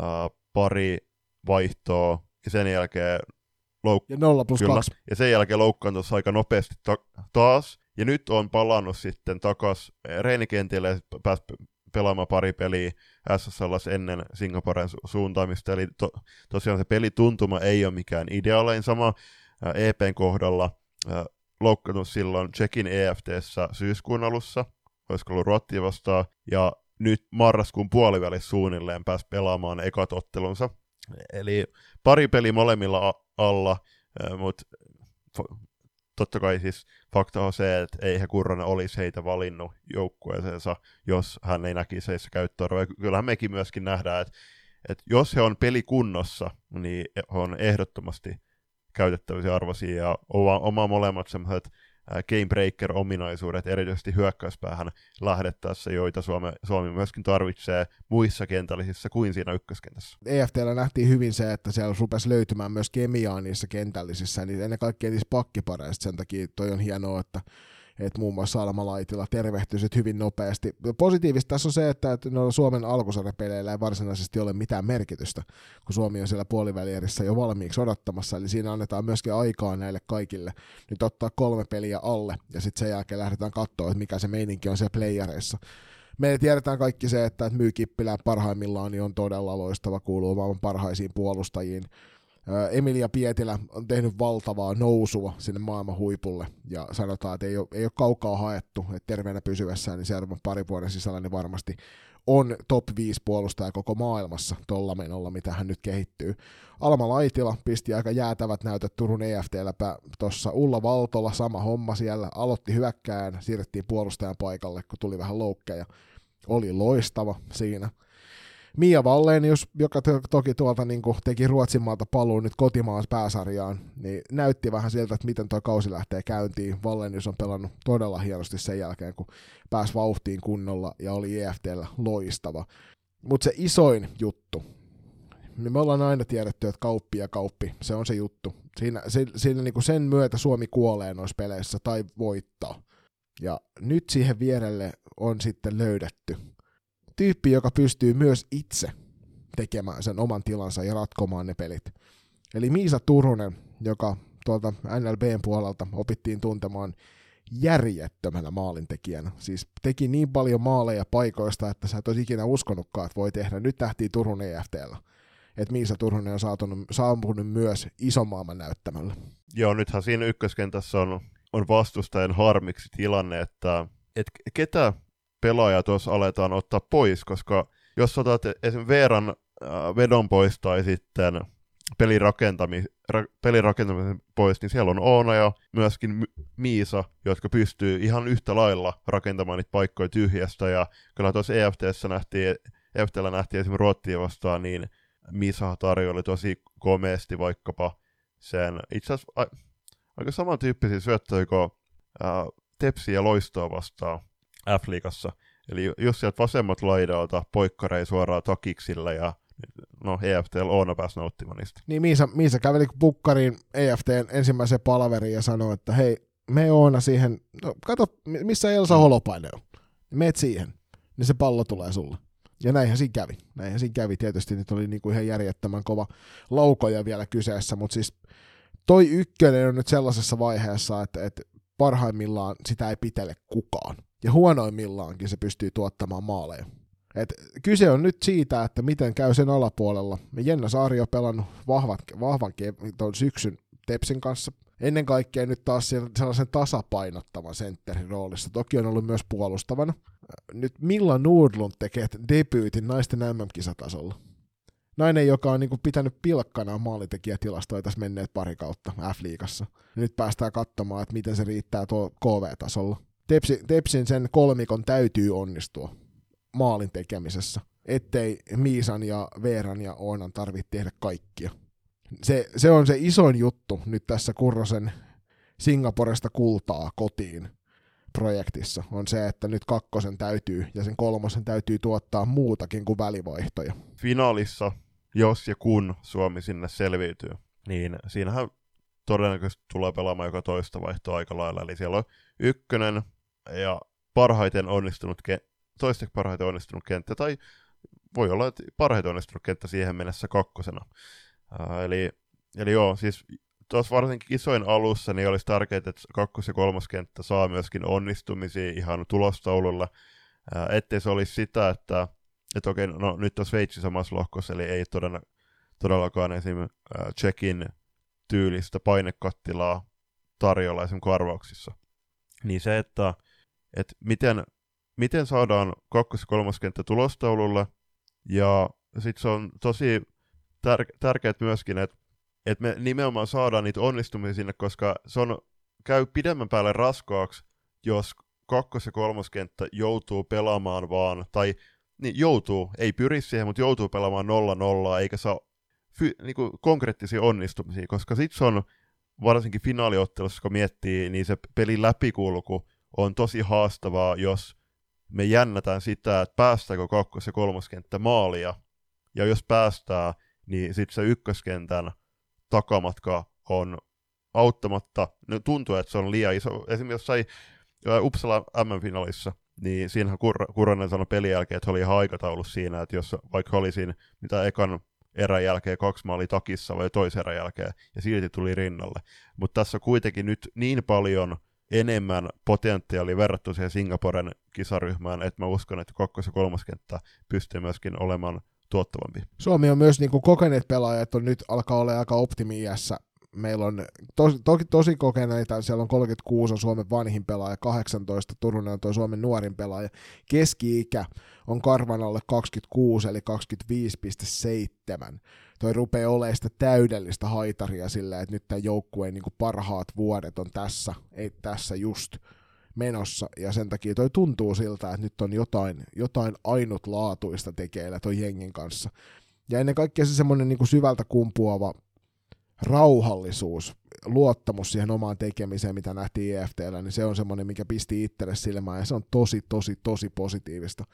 pari vaihtoa ja sen jälkeen ja 0+2. Ja sen jälkeen loukkaantus aika nopeasti taas. Ja nyt on palannut sitten takaisin reenikentille ja pääsi pelaamaan pari peliä SSL:ssä ennen Singaporen suuntaamista. Eli tosiaan se pelituntuma ei ole mikään ideaalein. Sama EPn kohdalla loukkaantunut silloin Tšekin EFT:ssä syyskuun alussa, olisiko ollut Ruotsia vastaan, ja nyt marraskuun puolivälissä suunnilleen pääsi pelaamaan ekat ottelunsa. Eli pari peli molemmilla alla, mutta totta kai siis fakta on se, että eihän Kurronen olisi heitä valinnut joukkueeseensa, jos hän ei näkisi heissä käyttöarvoa. Kyllähän mekin myöskin nähdään, että jos he on pelikunnossa, niin he on ehdottomasti käytettäviä arvoisia ja oma molemmat sellaiset game breaker-ominaisuudet, erityisesti hyökkäyspäähän lähdettäessä, joita Suomi myöskin tarvitsee muissa kentällisissä kuin siinä ykköskentässä. EFT:llä nähtiin hyvin se, että siellä rupesi löytymään myös kemiaa niissä kentällisissä, niin ennen kaikkea niissä pakkipareissa, sen takia toi on hienoa, että muun muassa Alma Laitila tervehtyisit hyvin nopeasti. Positiivista tässä on se, että noilla Suomen alkusarjapeleillä ei varsinaisesti ole mitään merkitystä, kun Suomi on siellä puolivälierissä jo valmiiksi odottamassa, eli siinä annetaan myöskin aikaa näille kaikille nyt ottaa 3 peliä alle, ja sitten sen jälkeen lähdetään katsoa, että mikä se meininki on siellä playereissa. Me tiedetään kaikki se, että Myy Kippilä parhaimmillaan niin on todella loistava, kuuluu maailman parhaisiin puolustajiin. Emilia Pietilä on tehnyt valtavaa nousua sinne maailman huipulle, ja sanotaan, että ei ole kaukaa haettu, että terveenä pysyessään, niin seuraavan parin vuoden sisällä niin varmasti on top 5 puolustaja koko maailmassa tuolla menolla, mitä hän nyt kehittyy. Alma Laitila pisti aika jäätävät näytöt Turun EFT:llä tuossa. Ulla Valtola, sama homma siellä, aloitti hyökkääjän, siirrettiin puolustajan paikalle, kun tuli vähän loukkeja. Oli loistava siinä. Mia Wallenius, joka toki tuolta niin teki Ruotsin maalta paluun nyt kotimaan pääsarjaan, niin näytti vähän siltä, että miten tuo kausi lähtee käyntiin. Wallenius on pelannut todella hienosti sen jälkeen, kun pääsi vauhtiin kunnolla ja oli EFT:llä loistava. Mutta se isoin juttu, niin me ollaan aina tiedetty, että kauppi, se on se juttu. Siinä niin sen myötä Suomi kuolee noissa peleissä tai voittaa. Ja nyt siihen vierelle on sitten löydetty tyyppi, joka pystyy myös itse tekemään sen oman tilansa ja ratkomaan ne pelit. Eli Miisa Turunen, joka tuolta NLBn puolelta opittiin tuntemaan järjettömänä maalintekijänä. Siis teki niin paljon maaleja paikoista, että sä et olisi ikinä uskonutkaan, että voi tehdä. Nyt nähtiin Turun EFT:llä. Että Miisa Turunen on saapunut myös ison maailman näyttämällä. Joo, nythän siinä ykköskentässä on vastustajan harmiksi tilanne, että ketä pelaajaa tuossa aletaan ottaa pois, koska jos otat esimerkiksi Veeran vedon pois tai sitten pelirakentamisen pois, niin siellä on Oona ja myöskin Miisa, jotka pystyy ihan yhtä lailla rakentamaan niitä paikkoja tyhjästä, ja kyllä tuossa EFT:llä nähtiin esimerkiksi Ruotsia vastaan, niin Misa tarjoili tosi komeasti vaikkapa sen, itse asiassa aika samantyyppisiä syöttöjä kuin Tepsi ja Loistoa vastaan F-liigassa. Eli jos sieltä vasemmat laidalta poikkarei suoraan takiksille ja EFTL Oona pääsi nauttimaan niistä. Niin Miisa käveli pukkariin EFTn ensimmäiseen palaveriin ja sanoi, että hei, me Oona siihen, no kato missä Elsa Holopainen on, meet siihen, niin se pallo tulee sulle. Ja näinhän siinä kävi. Tietysti nyt oli niinku ihan järjettömän kova laukoja vielä kyseessä, mutta siis toi ykkönen on nyt sellaisessa vaiheessa, että parhaimmillaan sitä ei pitele kukaan. Ja huonoimmillaankin se pystyy tuottamaan maaleja. Et kyse on nyt siitä, että miten käy sen alapuolella. Jenna Saari on pelannut vahvan syksyn Tepsin kanssa. Ennen kaikkea nyt taas sellaisen tasapainottavan sentterin roolissa. Toki on ollut myös puolustavana. Nyt Milla Nordlund tekee debyytin naisten MM-kisatasolla. Nainen, joka on niinku pitänyt pilkkanaan maalintekijätilastoja tässä menneet pari kautta F-liigassa. Nyt päästään katsomaan, että miten se riittää tuo KV-tasolla. Tepsin sen kolmikon täytyy onnistua maalin tekemisessä, ettei Miisan ja Veeran ja Oonan tarvitse tehdä kaikkia. Se on se isoin juttu nyt tässä Kurrosen Singaporesta kultaa kotiin projektissa, on se, että nyt kakkosen täytyy ja sen kolmosen täytyy tuottaa muutakin kuin välivaihtoja. Finaalissa, jos ja kun Suomi sinne selviytyy, niin siinähän todennäköisesti tulee pelaamaan joka toista vaihtoa aika lailla. Eli siellä on ykkönen ja toiseksi parhaiten onnistunut kenttä, tai voi olla, että parhaiten onnistunut kenttä siihen mennessä kakkosena. Eli joo, siis tuossa varsinkin kisojen alussa niin olisi tärkeää, että kakkos- ja kolmoskenttä saa myöskin onnistumisia ihan tulostaululla, ettei se olisi sitä, että okei, no nyt on Sveitsi samassa lohkossa, eli ei todellakaan esimerkiksi Tšekin tyylistä painekattilaa tarjolla esimerkiksi arvauksissa. Niin se, että miten saadaan kakkos- ja kolmoskenttä tulostaululle, ja sitten se on tosi tärkeää myöskin, että me nimenomaan saadaan niitä onnistumisia sinne, koska käy pidemmän päälle raskaaksi, jos kakkos- ja kolmoskenttä joutuu pelaamaan vaan, tai niin ei pyri siihen, mutta joutuu pelaamaan 0-0, eikä saa niinku konkreettisia onnistumisia, koska sitten se on varsinkin finaaliottelussa, kun miettii, niin se pelin läpikulku on tosi haastavaa, jos me jännätään sitä, että päästäänkö kakkos- ja kolmoskenttä maalia, ja jos päästään, niin sitten se ykköskentän takamatka on auttamatta. No, tuntuu, että se on liian iso. Esimerkiksi jossain Uppsala MM-finaalissa, niin siinähän Kurronen sanoi pelin jälkeen, että oli ihan aikataulussa siinä, että jos vaikka oli siinä mitä ekan erän jälkeen 2 maalia takissa vai toisen erän jälkeen, ja silti tuli rinnalle. Mutta tässä on kuitenkin nyt niin paljon enemmän potentiaalia verrattuna siihen Singaporen kisaryhmään, että mä uskon, että kakkos- ja kolmoskenttä pystyy myöskin olemaan tuottavampi. Suomi on myös niinku kokeneet pelaajat, on nyt alkaa olla aika optimi-iässä. Meillä on tosi kokeneita, siellä on 36 on Suomen vanhin pelaaja, 18 Turunen on tuo Suomen nuorin pelaaja. Keski-ikä on karvan alle 26 eli 25,7. Toi rupeaa olemaan sitä täydellistä haitaria sillä, että nyt tämän joukkueen niinku parhaat vuodet on tässä just menossa, ja sen takia toi tuntuu siltä, että nyt on jotain ainutlaatuista tekeillä toi jengin kanssa. Ja ennen kaikkea se semmoinen niinku syvältä kumpuava rauhallisuus, luottamus siihen omaan tekemiseen, mitä nähtiin EFT:llä, niin se on semmoinen, mikä pisti itselle silmään, ja se on tosi positiivista.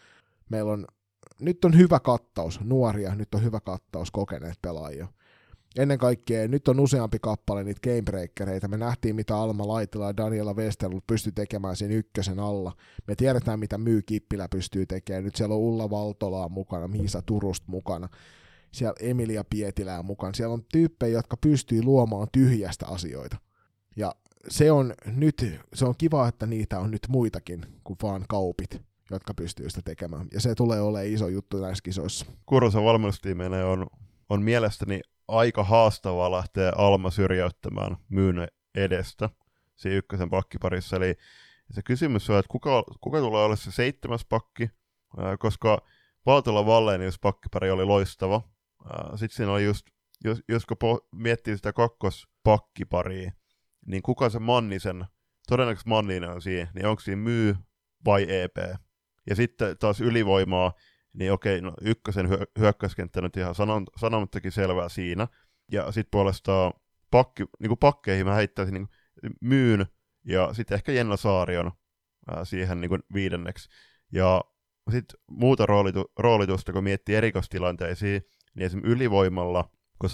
Nyt on hyvä kattaus nuoria, nyt on hyvä kattaus kokeneet pelaajia. Ennen nyt on useampi kappale niitä gamebreakereita. Me nähtiin, mitä Alma Laitila ja Daniela Westerlund pystyi tekemään siinä ykkösen alla. Me tiedetään, mitä Myy Kippilä pystyy tekemään. Nyt siellä on Ulla Valtolaa mukana, Miisa Turust mukana. Siellä Emilia Pietilää mukana. Siellä on tyyppejä, jotka pystyy luomaan tyhjästä asioita. Ja se on kiva, että niitä on nyt muitakin kuin vaan kaupit, jotka pystyy sitä tekemään. Ja se tulee olemaan iso juttu näissä kisoissa. Kurrosen valmennustiimeen on mielestäni aika haastavaa lähteä Alma syrjäyttämään Myyn edestä siinä ykkösen pakkiparissa. Eli se kysymys on, että kuka tulee olla se 7. pakki, koska Valtola Wallenius pakkipari oli loistava. Sitten siinä oli just, jos miettii sitä kakkospakkiparia, niin kuka se Mannisen, todennäköisesti Manninen on siinä, niin onko siinä Myy vai EP? Ja sitten taas ylivoimaa, niin okei, no ykkösen hyökkäyskenttä nyt ihan sanomattakin selvää siinä. Ja sitten puolestaan pakkeihin mä heittäisin niin Myyn ja sitten ehkä Jenna Saarion siihen niin viidenneksi. Ja sitten muuta roolitusta, kun miettii erikoistilanteisiin, niin esimerkiksi ylivoimalla,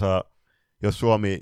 jos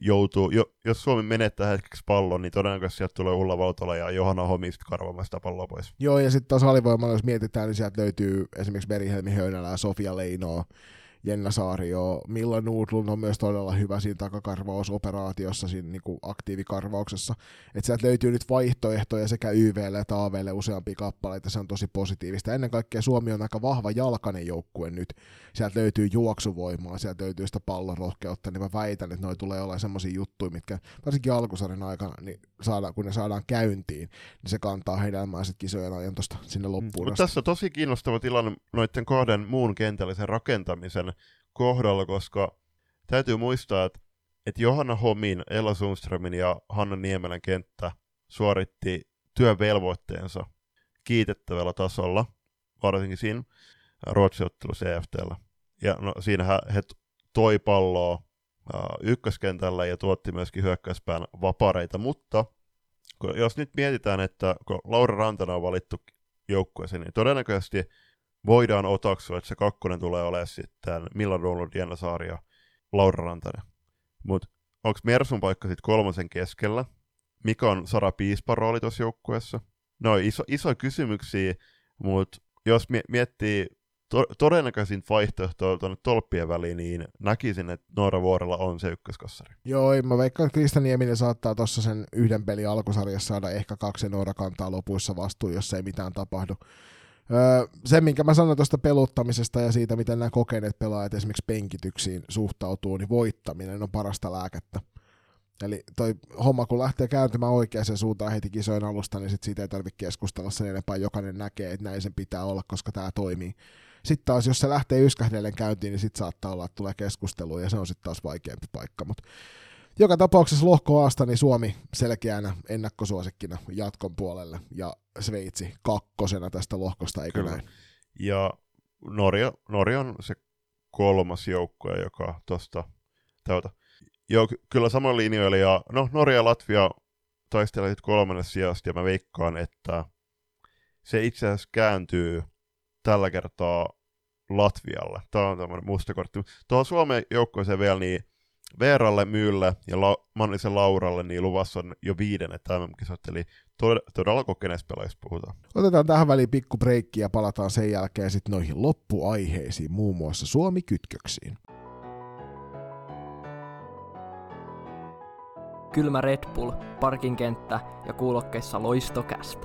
Suomi menettää hetkeksi pallon, niin todennäköisesti sieltä tulee Ulla Valtola ja Johanna Homista karvaamaan sitä palloa pois. Joo, ja sitten taas alivoimalla, jos mietitään, niin sieltä löytyy esimerkiksi Meri-Helmi Höynälä ja Sofia Leinoa, Jenna Saario, Milla Nordlund on myös todella hyvä siinä takakarvausoperaatiossa, siinä niin kuin aktiivikarvauksessa. Että sieltä löytyy nyt vaihtoehtoja sekä YVlle että AVlle useampia kappaleita, se on tosi positiivista. Ennen kaikkea Suomi on aika vahva jalkainen joukkue nyt. Sieltä löytyy juoksuvoimaa, sieltä löytyy sitä pallorohkeutta, niin mä väitän, että noi tulee olemaan semmoisia juttuja, mitkä varsinkin alkusarjan aikana, niin kun ne saadaan käyntiin, niin se kantaa hedelmää sitten kisojen ajan tuosta sinne loppuun. Mutta tässä on tosi kiinnostava tilanne noiden kahden muun kentällisen rakentamisen kohdalla, koska täytyy muistaa, että Johanna Homin, Ella Sundströmin ja Hanna Niemelän kenttä suoritti työvelvoitteensa kiitettävällä tasolla, varsinkin siinä Ruotsi-ottelussa EFT:llä. Ja no, siinähän he toi palloa ykköskentällä ja tuotti myöskin hyökkäyspään vapareita, mutta jos nyt mietitään, että kun Laura Rantanen on valittu joukkueeseen, niin todennäköisesti voidaan otaksua, että se kakkonen tulee olemaan sitten Milla Nordlund, Jenna Saari ja Laura Rantanen. Mutta onko Mersun paikka sitten kolmosen keskellä? Mikä on Sara Piispan rooli tuossa joukkueessa? No iso kysymyksiä, mutta jos miettii todennäköisin vaihtoehtoja tuonne tolppien väliin, niin näkisin, että Noora Vuorella on se ykköskassari. Joo, mä veikkaan, että Krista Nieminen saattaa tuossa sen yhden pelin alkusarjassa saada ehkä 2 Noora kantaa lopuissa vastuun, jos ei mitään tapahdu. Se, minkä mä sanon tuosta peluttamisesta ja siitä, miten nämä kokeneet pelaajat esimerkiksi penkityksiin suhtautuu, niin voittaminen on parasta lääkettä. Eli toi homma, kun lähtee kääntymään oikeaan suuntaan heti kisojen alusta, niin sit siitä ei tarvitse keskustella sen enempää. Jokainen näkee, että näin sen pitää olla, koska tämä toimii. Sitten taas, jos se lähtee yskähdellen käyntiin, niin sitten saattaa olla, että tulee keskustelua, ja se on sitten taas vaikeampi paikka. Mut joka tapauksessa lohko A:sta, niin Suomi selkeänä ennakkosuosikkina jatkon puolelle, ja Sveitsi kakkosena tästä lohkosta, eikö näin? Ja Norja on se kolmas joukkue, joka tuosta täytä. Joo, kyllä samalla linjoilla, ja no Norja ja Latvia taistelevat kolmannessa sijasta, ja mä veikkaan, että se itse asiassa kääntyy tällä kertaa Latvialle. Tämä on tämmöinen musta kortti. Tuohon Suomen joukkueeseen vielä, niin Veeralle, Myylle ja Mannisen Lauralle niin luvassa on jo 5. MM-kisat, eli todella kokeneista pelaajista puhutaan. Otetaan tähän väliin pikku breikki ja palataan sen jälkeen sitten noihin loppuaiheisiin, muun muassa Suomi-kytköksiin. Kylmä Red Bull, parkinkenttä ja kuulokkeissa Loistokäst.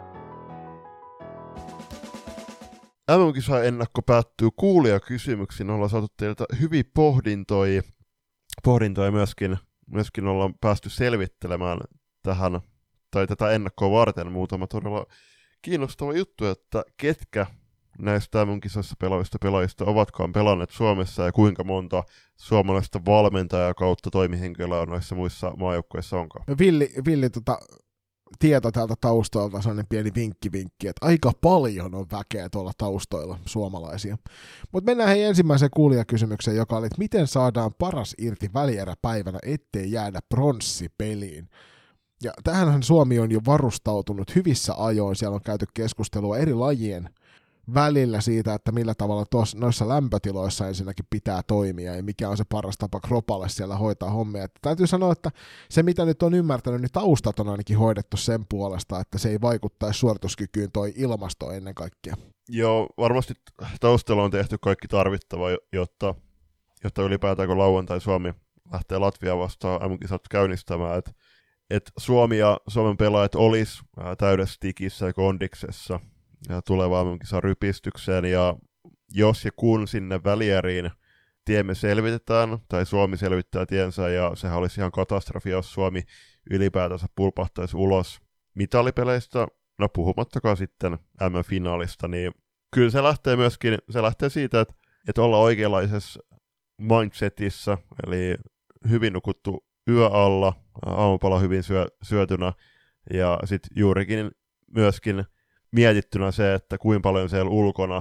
MM-kisan ennakko päättyy kuulijakysymyksiin. Ollaan saatu teiltä hyviä pohdintoja myöskin ollaan päästy selvittelemään tähän, tai tätä ennakkoa varten muutama todella kiinnostava juttu, että ketkä näistä MM-kisoissa pelaavista pelaajista ovatkaan pelanneet Suomessa ja kuinka monta suomalaista valmentajaa kautta toimihenkilöä noissa muissa maajoukkueissa onkaan. Villi tieto täältä taustalta, sellainen pieni vinkki, että aika paljon on väkeä tuolla taustoilla suomalaisia. Mutta mennään ensimmäiseen kuulijakysymykseen, joka oli, että miten saadaan paras irti välieräpäivänä, ettei jäädä pronssipeliin. Ja tähänhän Suomi on jo varustautunut hyvissä ajoin, siellä on käyty keskustelua eri lajien välillä siitä, että millä tavalla noissa lämpötiloissa ensinnäkin pitää toimia ja mikä on se paras tapa kropalle siellä hoitaa hommia. Että täytyy sanoa, että se mitä nyt on ymmärtänyt, niin taustat on ainakin hoidettu sen puolesta, että se ei vaikuttaisi suorituskykyyn toi ilmasto ennen kaikkea. Joo, varmasti taustalla on tehty kaikki tarvittava, jotta ylipäätään kun lauantai Suomi lähtee Latviaa vastaan MM-kisat käynnistämään, että Suomi ja Suomen pelaajat olisi täydessä tikissä ja kondiksessa ja tulevaan MM-kisan rypistykseen, ja jos ja kun sinne välieriin tiemme selvitetään, tai Suomi selvittää tiensä, ja sehän olisi ihan katastrofi, jos Suomi ylipäätänsä pulpahtaisi ulos mitalipeleistä, no puhumattakaan sitten M-finaalista, niin kyllä se lähtee siitä, että ollaan oikeanlaisessa mindsetissä, eli hyvin nukuttu yö alla, aamupala hyvin syötynä, ja sitten juurikin myöskin mietittynä se, että kuinka paljon siellä ulkona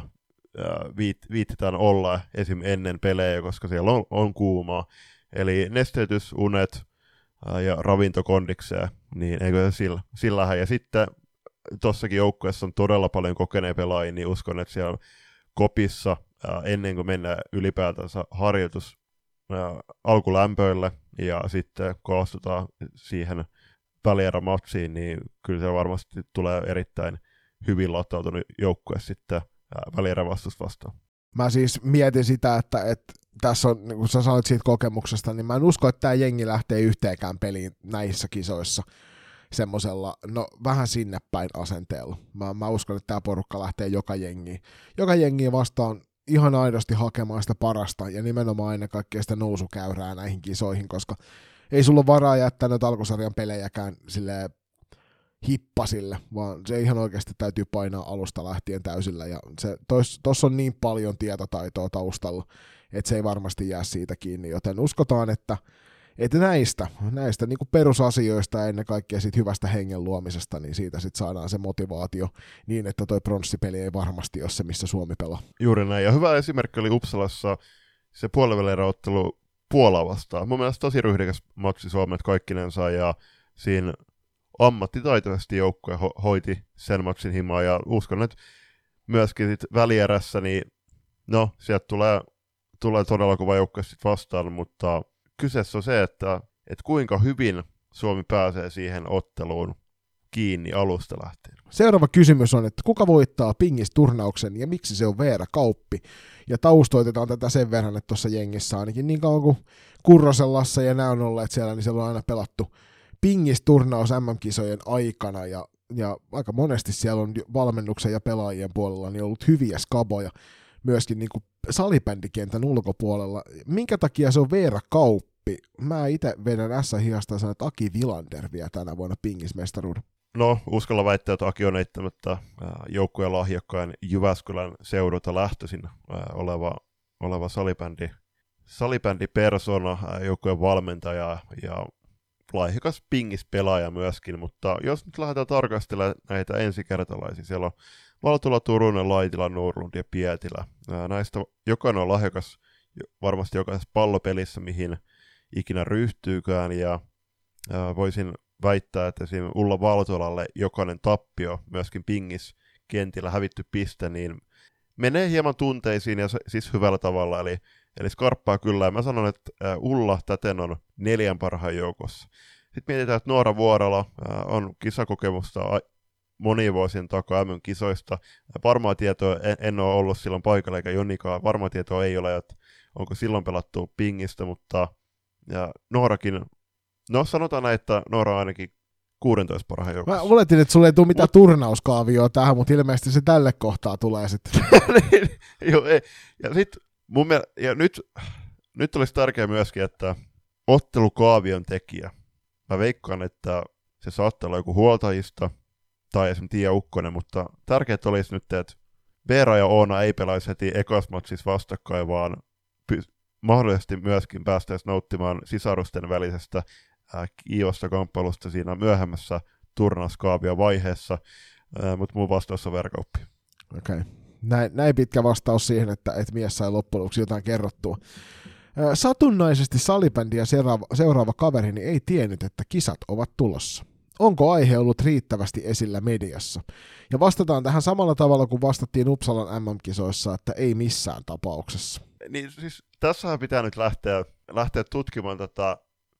viittitään olla esim. Ennen pelejä, koska siellä on kuumaa. Eli nesteytys, unet ja ravintokondikseen, niin eikö se sillähän. Ja sitten tossakin joukkueessa on todella paljon kokeneen pelaajia, niin uskon, että siellä kopissa ennen kuin mennään ylipäätänsä harjoitus alkulämpöille ja sitten kun astutaan siihen välierämatsiin, niin kyllä se varmasti tulee erittäin hyvin latautunut joukkue sitten välierävastusta vastaan. Mä siis mietin sitä, että tässä on, niin kun sä sanoit siitä kokemuksesta, niin mä en usko, että tämä jengi lähtee yhteenkään peliin näissä kisoissa semmosella, no vähän sinne päin asenteella. Mä uskon, että tämä porukka lähtee joka jengiin vastaan ihan aidosti hakemaan sitä parasta ja nimenomaan ennen kaikkea sitä nousukäyrää näihin kisoihin, koska ei sulla ole varaa jättää nyt alkusarjan pelejäkään silleen hippasille, vaan se ihan oikeasti täytyy painaa alusta lähtien täysillä ja tossa on niin paljon tietotaitoa taustalla, että se ei varmasti jää siitä kiinni, joten uskotaan, että näistä niin kuin perusasioista ja ennen kaikkea siitä hyvästä hengen luomisesta, niin siitä sitten saadaan se motivaatio niin, että toi pronssipeli ei varmasti ole se, missä Suomi pelaa. Juuri näin, ja hyvä esimerkki oli Uppsalassa se puolivälieräottelu Puolaa vastaan. Mun mielestä tosi ryhdikäs matsi Suomet kaikkinensa, ja siinä ammattitaitoisesti joukkue hoiti sen matsin himaa, ja uskon, että myöskin sit välierässä, niin no, sieltä tulee todella kova joukkue sit vastaan, mutta kyseessä on se, että kuinka hyvin Suomi pääsee siihen otteluun kiinni alusta lähtien. Seuraava kysymys on, että kuka voittaa pingisturnauksen ja miksi se on Veera Kauppi? Ja taustoitetaan tätä sen verran, että tuossa jengissä ainakin niin kauan kuin Kurrosen Lasse ja nämä on olleet siellä, niin siellä on aina pelattu pingisturnaus MM-kisojen aikana ja aika monesti siellä on valmennuksen ja pelaajien puolella niin ollut hyviä skaboja myöskin niin kuin salibändikentän ulkopuolella. Minkä takia se on Veera Kauppi? Mä itse vedän S-hihasta ja sanon, että Aki Vilander vie tänä vuonna pingismestaruuden. No, uskalla väittää, että Aki on eittämättä joukkueen lahjakkain Jyväskylän seudulta lähtöisin oleva salibändipersona, joukkueen valmentaja ja lahjakas pingispelaaja myöskin, mutta jos nyt lähdetään tarkastelemaan näitä ensikertalaisia, siellä on Valtola, Turunen, Laitila, Nurlund ja Pietilä. Näistä jokainen on lahjakas varmasti jokaisessa pallopelissä, mihin ikinä ryhtyykään, ja voisin väittää, että esimerkiksi Ulla Valtolalle jokainen tappio, myöskin pingiskentillä hävitty piste, niin menee hieman tunteisiin ja siis hyvällä tavalla, eli skarppaa kyllä, ja mä sanon, että Ulla täten on 4 parhaan joukossa. Sitten mietitään, että Noora Vuorala on kisakokemusta moni vuosien takaa MM-kisoista. Varmaa tietoa en ole ollut silloin paikalla, eikä Jonnikaan. Varmaa tietoa ei ole, että onko silloin pelattu pingistä, mutta ja Noorakin, no sanotaan näin, että Noora on ainakin 16 parhaan joukossa. Mä oletin, että sulle ei tule mitään turnauskaavioa tähän, mutta ilmeisesti se tälle kohtaa tulee sitten. Joo, ei. Ja sitten mun mielestä, ja nyt olisi tärkeää myöskin, että ottelukaavion tekijä. Mä veikkaan, että se saattaa olla joku huoltajista, tai esimerkiksi Tiia Ukkonen, mutta tärkeää olisi nyt, että Veera ja Oona ei pelaisi heti ekasmatsissa vastakkain, vaan mahdollisesti myöskin päästäisiin nauttimaan sisarusten välisestä kiivasta kamppailusta siinä myöhemmässä turnauskaavia vaiheessa, mutta mun vastaus on Veera Kauppi. Okei. Näin pitkä vastaus siihen, että mies sai loppujen lopuksi jotain kerrottua. Satunnaisesti salibändiä seuraava kaverini ei tiennyt, että kisat ovat tulossa. Onko aihe ollut riittävästi esillä mediassa? Ja vastataan tähän samalla tavalla, kuin vastattiin Uppsalan MM-kisoissa, että ei missään tapauksessa. Niin siis tässähän pitää nyt lähteä tutkimaan tätä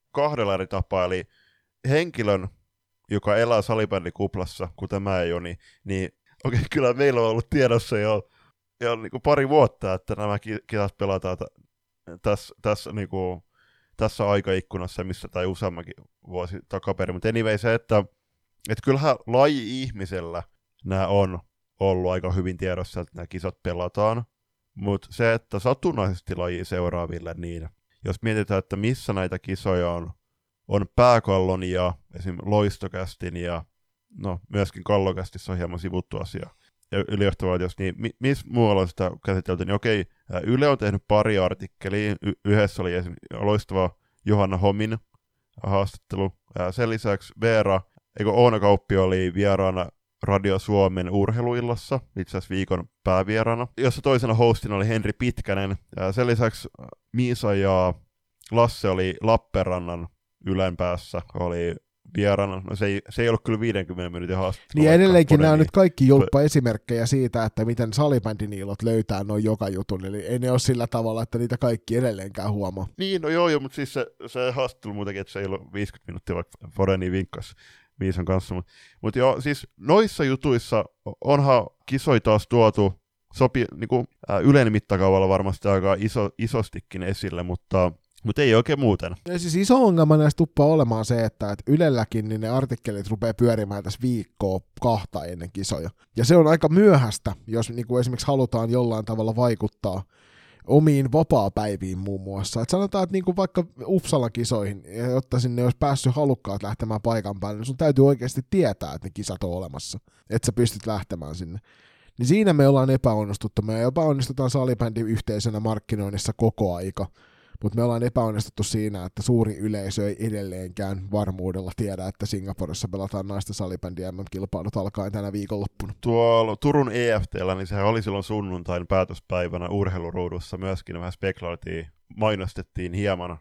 2 eri tapaa, eli henkilön, joka elää salibändikuplassa, kuten mä ja Joni, niin okei, kyllä meillä on ollut tiedossa jo niin kuin pari vuotta, että nämä kisat pelataan tässä aikaikkunassa, missä tai useammankin vuosi takaperin, mutta anyway se, että kyllähän laji-ihmisellä nämä on ollut aika hyvin tiedossa, että nämä kisat pelataan, mutta se, että satunnaisesti laji seuraaville, niin jos mietitään, että missä näitä kisoja on Pääkallon ja esimerkiksi Loistokästin ja no myöskin Kallokästissä on hieman sivuttu asia. Ja ylijohtavaatios, niin missä muualla on sitä käsitelty, niin okei, Yle on tehnyt pari artikkelia, yhdessä oli esimerkiksi loistava Johanna Homin haastattelu, sen lisäksi Oona Kauppi oli vieraana Radio Suomen urheiluillassa, itse asiassa viikon päävierana, jossa toisena hostina oli Henri Pitkänen. Ja sen lisäksi Miisa ja Lasse oli Lappeenrannan Ylenpäässä, oli vieraana. No se ei ollut kyllä 50 minuutin haastattelu. Niin edelleenkin nämä on nyt kaikki julppa-esimerkkejä siitä, että miten salibändiniilot löytää noin joka jutun, eli ei ne ole sillä tavalla, että niitä kaikki edelleenkään huomaa. Niin, no joo, mutta siis se haastattelu muutenkin, että se ei ollut 50 minuuttia, vaikka Foreni vinkkasi Miisan kanssa. Mutta joo, siis noissa jutuissa onhan kisoi taas tuotu niinku, Ylen mittakaavalla varmasti aika isostikin esille, mutta ei oikein muuten. Ja siis iso ongelma näistä tuppaa olemaan se, että Ylelläkin niin ne artikkelit rupeaa pyörimään tässä viikkoa 2 ennen kisoja. Ja se on aika myöhäistä, jos niin kuin esimerkiksi halutaan jollain tavalla vaikuttaa omiin vapaapäiviin muun muassa. Et sanotaan, että niin kuin vaikka Uppsalan kisoihin, jotta sinne olisi päässyt halukkaat lähtemään paikan päälle, niin sun täytyy oikeasti tietää, että ne kisat on olemassa, että sä pystyt lähtemään sinne. Niin siinä me ollaan epäonnistuttu. Me epäonnistutaan salibändin yhteisönä markkinoinnissa koko aika. Mutta me ollaan epäonnistuttu siinä, että suuri yleisö ei edelleenkään varmuudella tiedä, että Singaporessa pelataan naisten salibändien MM-kilpailut alkaen tänä viikonloppuna. Tuolla Turun EFT:llä, niin sehän oli silloin sunnuntain päätöspäivänä urheiluruudussa myöskin vähän spekuloitiin, mainostettiin hieman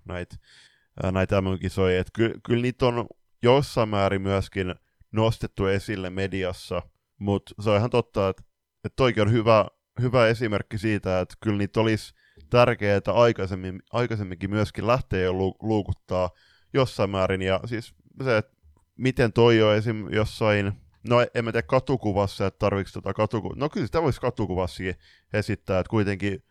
näitä MM-kisoja. Kyllä niitä on jossain määrin myöskin nostettu esille mediassa, mutta se on ihan totta, että toikin on hyvä esimerkki siitä, että kyllä niitä olisi tärkeää aikaisemminkin myöskin lähteä jo luukuttaa jossain määrin, ja siis se, että miten toi on esim. Jossain, no en mä tiedä katukuvassa, että tarvitsi no kyllä sitä voisi katukuvassakin esittää, että kuitenkin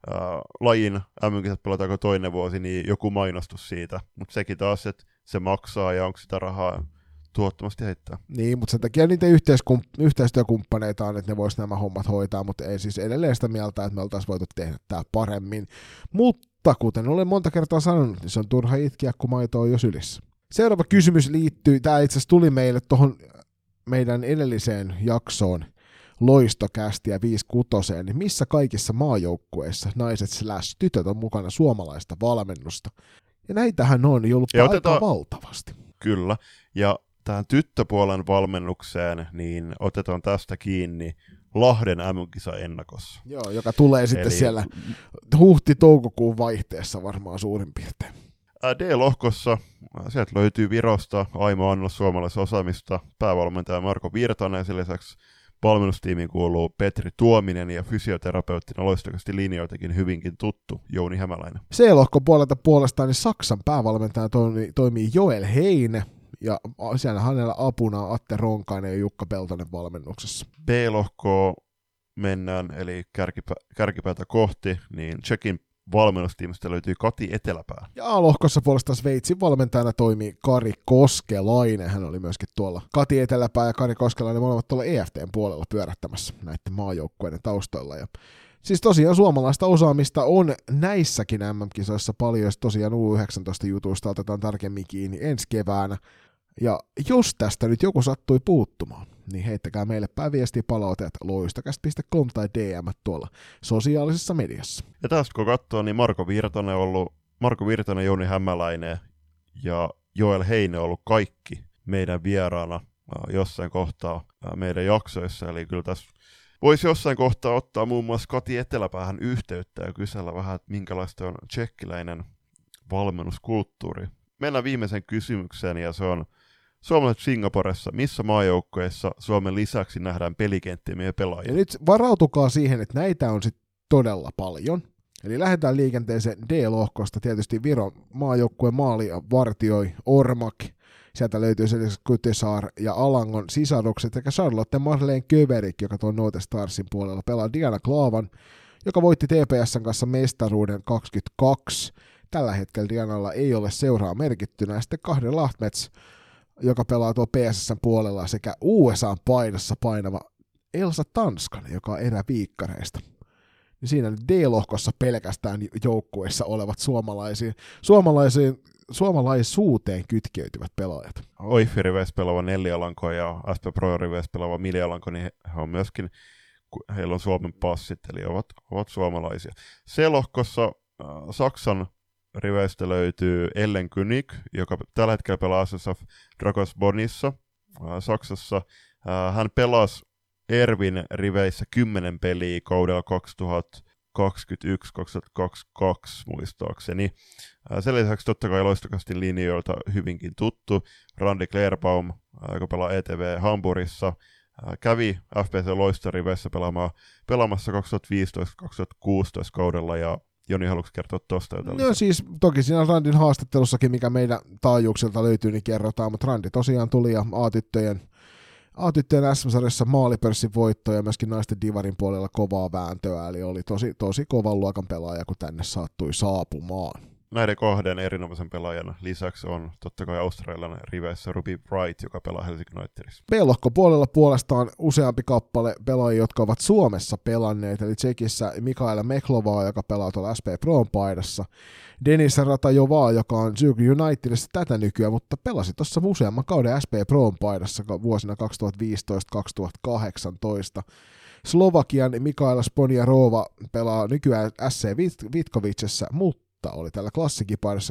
lajin MM-kisat pelataanko toinen vuosi, niin joku mainostus siitä, mutta sekin taas, että se maksaa ja onko sitä rahaa tuottomasti heittää. Niin, mutta sen takia niitä yhteistyökumppaneita on, että ne vois nämä hommat hoitaa, mutta ei siis edelleen sitä mieltä, että me oltaisiin voitu tehdä tämä paremmin. Mutta kuten olen monta kertaa sanonut, niin se on turha itkeä, kun maito on jo sylissä. Seuraava kysymys liittyy, tämä itse asiassa tuli meille tuohon meidän edelliseen jaksoon, Loistokästiä 5-6, niin missä kaikissa maajoukkueissa naiset/tytöt on mukana suomalaista valmennusta? Ja näitähän on ollut aika valtavasti. Kyllä, ja tähän tyttöpuolen valmennukseen, niin otetaan tästä kiinni Lahden MM-kisa ennakossa. Joo, joka tulee sitten siellä huhti-toukokuun vaihteessa varmaan suurin piirtein. D-lohkossa sieltä löytyy Virosta Aimo Annos suomalaisosaamista, päävalmentaja Marko Virtanen, sen lisäksi valmennustiimiin kuuluu Petri Tuominen ja fysioterapeuttina loistokasti linjoitakin hyvinkin tuttu Jouni Hämäläinen. C-lohkon puolelta puolestaan niin Saksan päävalmentaja toimii Joel Heine, ja siellä hänellä apuna Atte Ronkainen ja Jukka Peltonen valmennuksessa. B-lohkoa mennään, eli kärkipäätä kohti, niin Tšekin valmennustiimistä löytyy Kati Eteläpää. Ja A-lohkossa puolestaan Sveitsin valmentajana toimii Kari Koskelainen. Hän oli myöskin tuolla. Kati Eteläpää ja Kari Koskelainen molemmat tuolla EFT:n puolella pyörähtämässä näiden maajoukkueiden taustoilla. Ja siis tosiaan suomalaista osaamista on näissäkin MM-kisoissa paljon, jos tosiaan U19-jutuista otetaan tarkemmin kiinni ensi keväänä. Ja jos tästä nyt joku sattui puuttumaan, niin heittäkää meille viestiä palauteet loistokäst.com tai DM tuolla sosiaalisessa mediassa. Ja tästä kun katsoo, niin Marko Virtanen, Jouni Hämäläinen ja Joel Heine on ollut kaikki meidän vieraana jossain kohtaa meidän jaksoissa. Eli kyllä tässä voisi jossain kohtaa ottaa muun muassa Kati Eteläpäähän yhteyttä ja kysellä vähän, että minkälaista on tšekkiläinen valmennuskulttuuri. Mennään viimeisen kysymykseen, ja se on suomalaiset Singaporessa. Missä maajoukkueessa Suomen lisäksi nähdään pelikenttimiä pelaajia? Ja nyt varautukaa siihen, että näitä on sitten todella paljon. Eli lähdetään liikenteeseen D-lohkosta. Tietysti Viron maajoukkueen maali vartioi Ormak. Sieltä löytyy sen lisäksi Kytesaar ja Alangon sisarukset sekä Charlotte Marleen Köverik, joka tuon Note Starsin puolella pelaa Diana Klaavan, joka voitti TPS:n kanssa mestaruuden 22. Tällä hetkellä Dianalla ei ole seuraa merkittynä. Ja sitten Kahden Lahtmets, joka pelaa tuo PSS:n puolella, sekä USA:n painossa painava Elsa Tanskanen, joka on eräviikkareista. Niin siinä D-lohkossa pelkästään joukkueissa olevat suomalaisuuteen kytkeytyvät pelaajat. OIF-riveissä pelaava Nelialanko ja SP Pro-riveissä pelaava Miljalanko, niin he on myöskin, heillä on Suomen passit, eli ovat suomalaisia. C-lohkossa Saksan riveistä löytyy Ellen König, joka tällä hetkellä pelaa SSF Dragons Bonnissa Saksassa. Hän pelasi Ervin riveissä 10 peliä kaudella 2021-2022 muistaakseni. Sen lisäksi totta kai Loistokastin linjoilta hyvinkin tuttu Randy Klerbaum, joka pelaa ETV Hamburgissa, kävi FPC Loistoriveissä pelaamassa 2015-2016 kaudella, ja Joni, haluatko kertoa tuosta jotain? No siis toki siinä Randin haastattelussakin, mikä meidän taajuuksilta löytyy, niin kerrotaan, mutta Randi tosiaan tuli ja A-tyttöjen SM-sarjassa maalipörssin voitto ja myöskin naisten divarin puolella kovaa vääntöä, eli oli tosi kovan luokan pelaaja, kun tänne saattui saapumaan. Näiden kahden erinomaisen pelaajan lisäksi on totta kai australialainen riveissä Ruby Wright, joka pelaa Helsinki Unitedissa. B-lohkopuolella puolestaan useampi kappale pelaajia, jotka ovat Suomessa pelanneet, eli Tsekissä Mikaela Meklovaa, joka pelaa tuolla SP Proon paidassa, Denis Ratajovaa, joka on Zürich Unitedissa tätä nykyään, mutta pelasi tuossa useamman kauden SP Proon paidassa vuosina 2015-2018. Slovakian Mikaela Sponjarova pelaa nykyään SC Vitkovicessa, mutta oli tällä klassikipaidassa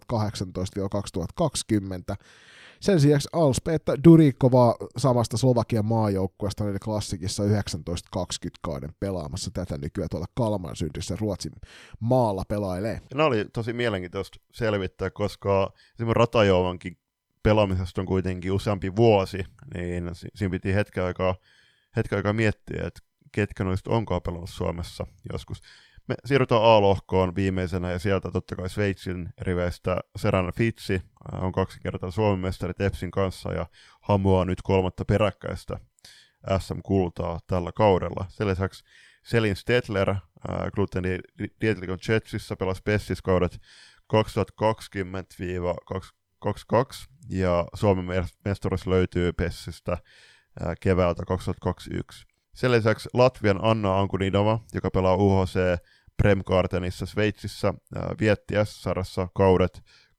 2018-2020. Sen sijaan Alspeta Durikova samasta Slovakian maajoukkueesta oli klassikissa 19-20 kauden pelaamassa tätä nykyään tuolla Kalmarsyntissä Ruotsin maalla pelailee. Nämä oli tosi mielenkiintoista selvittää, koska esimerkiksi Ratajovankin pelaamisesta on kuitenkin useampi vuosi, niin siinä piti hetken aikaa miettiä, että ketkä noista onkaan pelannut Suomessa joskus. Me siirrytään A-lohkoon viimeisenä, ja sieltä totta kai Sveitsin riveistä Serena Fitsi on 2 kertaa Suomen mestari Tepsin kanssa ja hamuaa nyt 3. peräkkäistä SM-kultaa tällä kaudella. Sen lisäksi Selin Stedler Gluteni Dietlikon Jetsissä pelasi Pessis-kaudet 2020-2022, ja Suomen mestaruus löytyy Pessistä keväältä 2021. Sen lisäksi Latvian Anna Ankunidova, joka pelaa UHC Premkartenissa Sveitsissä, vietti S-sarjassa kaudet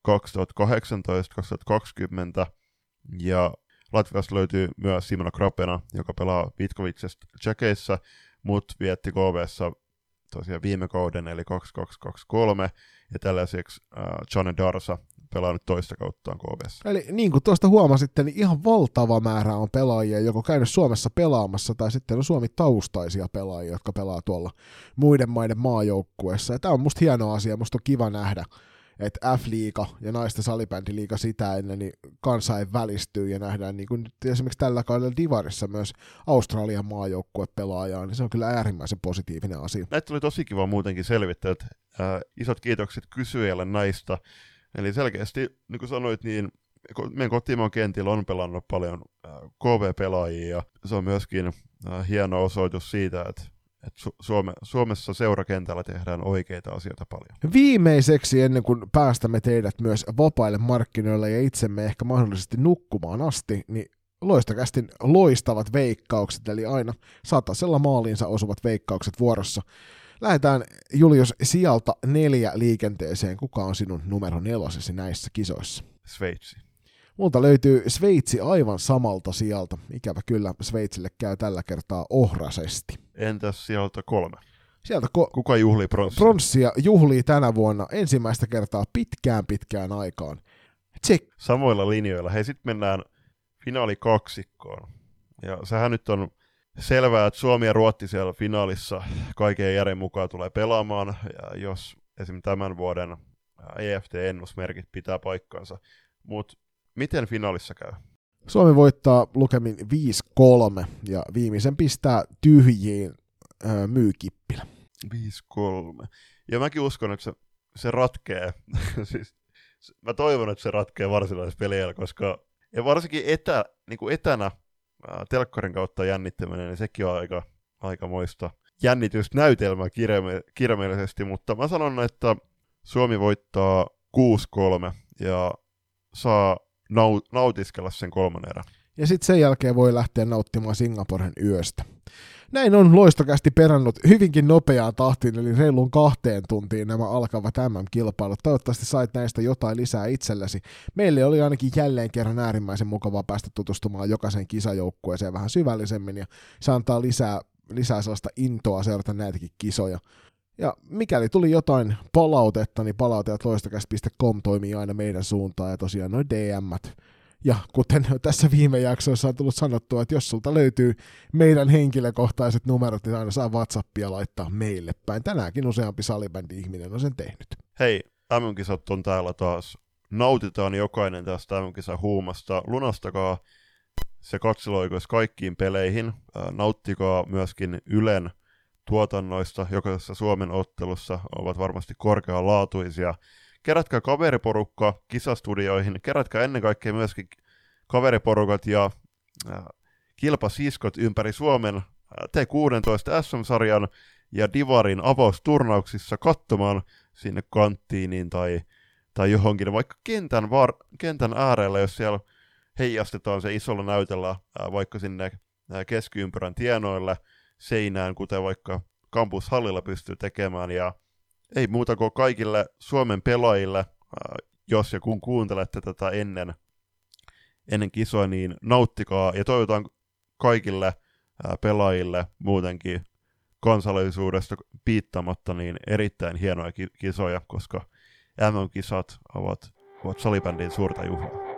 2018-2020, ja Latviasta löytyy myös Simona Krapena, joka pelaa Vitkovicesta Tsekeissä, mutta vietti KV:ssa tosiaan viime kauden, eli 2223, ja tällaiseksi Jane Darsa pelaa nyt toista kauttaan KV:ssä. Eli niin kuin tuosta huomasitte, niin ihan valtava määrä on pelaajia, joko käynyt Suomessa pelaamassa, tai sitten on Suomi-taustaisia pelaajia, jotka pelaa tuolla muiden maiden maajoukkueessa. Ja tämä on musta hieno asia, musta on kiva nähdä, että F-liiga ja naisten salibändiliiga sitä ennen niin kansainvälistyy ja nähdään niin kuin nyt esimerkiksi tällä kaudella Divarissa myös Australian maajoukkue pelaajaa, niin se on kyllä äärimmäisen positiivinen asia. Näitä oli tosi kiva muutenkin selvittää, että isot kiitokset kysyjälle näistä. Eli selkeästi, niin kuin sanoit, niin meidän kotimaan kentillä on pelannut paljon KV-pelaajia, ja se on myöskin hieno osoitus siitä, että Suomessa seurakentällä tehdään oikeita asioita paljon. Viimeiseksi, ennen kuin päästämme teidät myös vapaille markkinoille ja itsemme ehkä mahdollisesti nukkumaan asti, niin Loistokästin loistavat veikkaukset, eli aina 100 maaliinsa osuvat veikkaukset vuorossa. Lähdetään, Julius, sijalta 4 liikenteeseen. Kuka on sinun numero 4 näissä kisoissa? Sveitsi. Multa löytyy Sveitsi aivan samalta sijalta. Ikävä kyllä, Sveitsille käy tällä kertaa ohrasesti. Entäs sijalta 3? Kuka juhlii pronssia? Pronssia juhlii tänä vuonna ensimmäistä kertaa pitkään aikaan. Tsek. Samoilla linjoilla. Hei, sitten mennään finaalikaksikkoon. Ja sehän nyt on selvää, että Suomi ja Ruotti siellä finaalissa kaiken järjen mukaan tulee pelaamaan, ja jos esimerkiksi tämän vuoden EFT-ennusmerkit pitää paikkansa. Mutta miten finaalissa käy? Suomi voittaa lukemin 5-3, ja viimeisen pistää tyhjiin Myykippilä. 5-3. Ja mäkin uskon, että se ratkee. Siis, mä toivon, että se ratkee varsinaisessa peliä, koska ja varsinkin etänä telkkarin kautta jännittäminen, niin sekin on aikamoista jännitysnäytelmää kirjaimellisesti, mutta mä sanon, että Suomi voittaa 6-3 ja saa nautiskella sen 3. erän. Ja sitten sen jälkeen voi lähteä nauttimaan Singaporen yöstä. Näin on Loistokästi perannut hyvinkin nopeaan tahtiin, eli reilun 2 tuntiin nämä alkavat MM-kilpailut. Toivottavasti sait näistä jotain lisää itsellesi. Meille oli ainakin jälleen kerran äärimmäisen mukavaa päästä tutustumaan jokaisen kisajoukkueeseen vähän syvällisemmin, ja se antaa lisää sellaista intoa seurata näitäkin kisoja. Ja mikäli tuli jotain palautetta, niin palautajat loistokäst.com toimii aina meidän suuntaan, ja tosiaan noi DM:t Ja kuten tässä viime jaksoissa on tullut sanottua, että jos sulta löytyy meidän henkilökohtaiset numerot, niin aina saa WhatsAppia laittaa meille päin. Tänäänkin useampi salibändi-ihminen on sen tehnyt. Hei, MM-kisat on täällä taas. Nautitaan jokainen tästä MM-kisan huumasta. Lunastakaa se katseluoikeus kaikkiin peleihin. Nauttikaa myöskin Ylen tuotannoista, jokaisessa Suomen ottelussa ovat varmasti korkealaatuisia. Kerätkää kaveriporukka kisastudioihin, kerätkää ennen kaikkea myöskin kaveriporukat ja kilpasiskot ympäri Suomen T16 SM-sarjan ja Divarin avausturnauksissa katsomaan sinne kanttiiniin tai johonkin, vaikka kentän äärellä, jos siellä heijastetaan se isolla näytöllä vaikka sinne keskiympyrän tienoille seinään, kuten vaikka kampushallilla pystyy tekemään, ja ei muuta kuin kaikille Suomen pelaajille, jos ja kun kuuntelette tätä ennen kisoa, niin nauttikaa ja toivotaan kaikille pelaajille muutenkin kansallisuudesta piittamatta niin erittäin hienoja kisoja, koska MM-kisat ovat salibändin suurta juhlaa.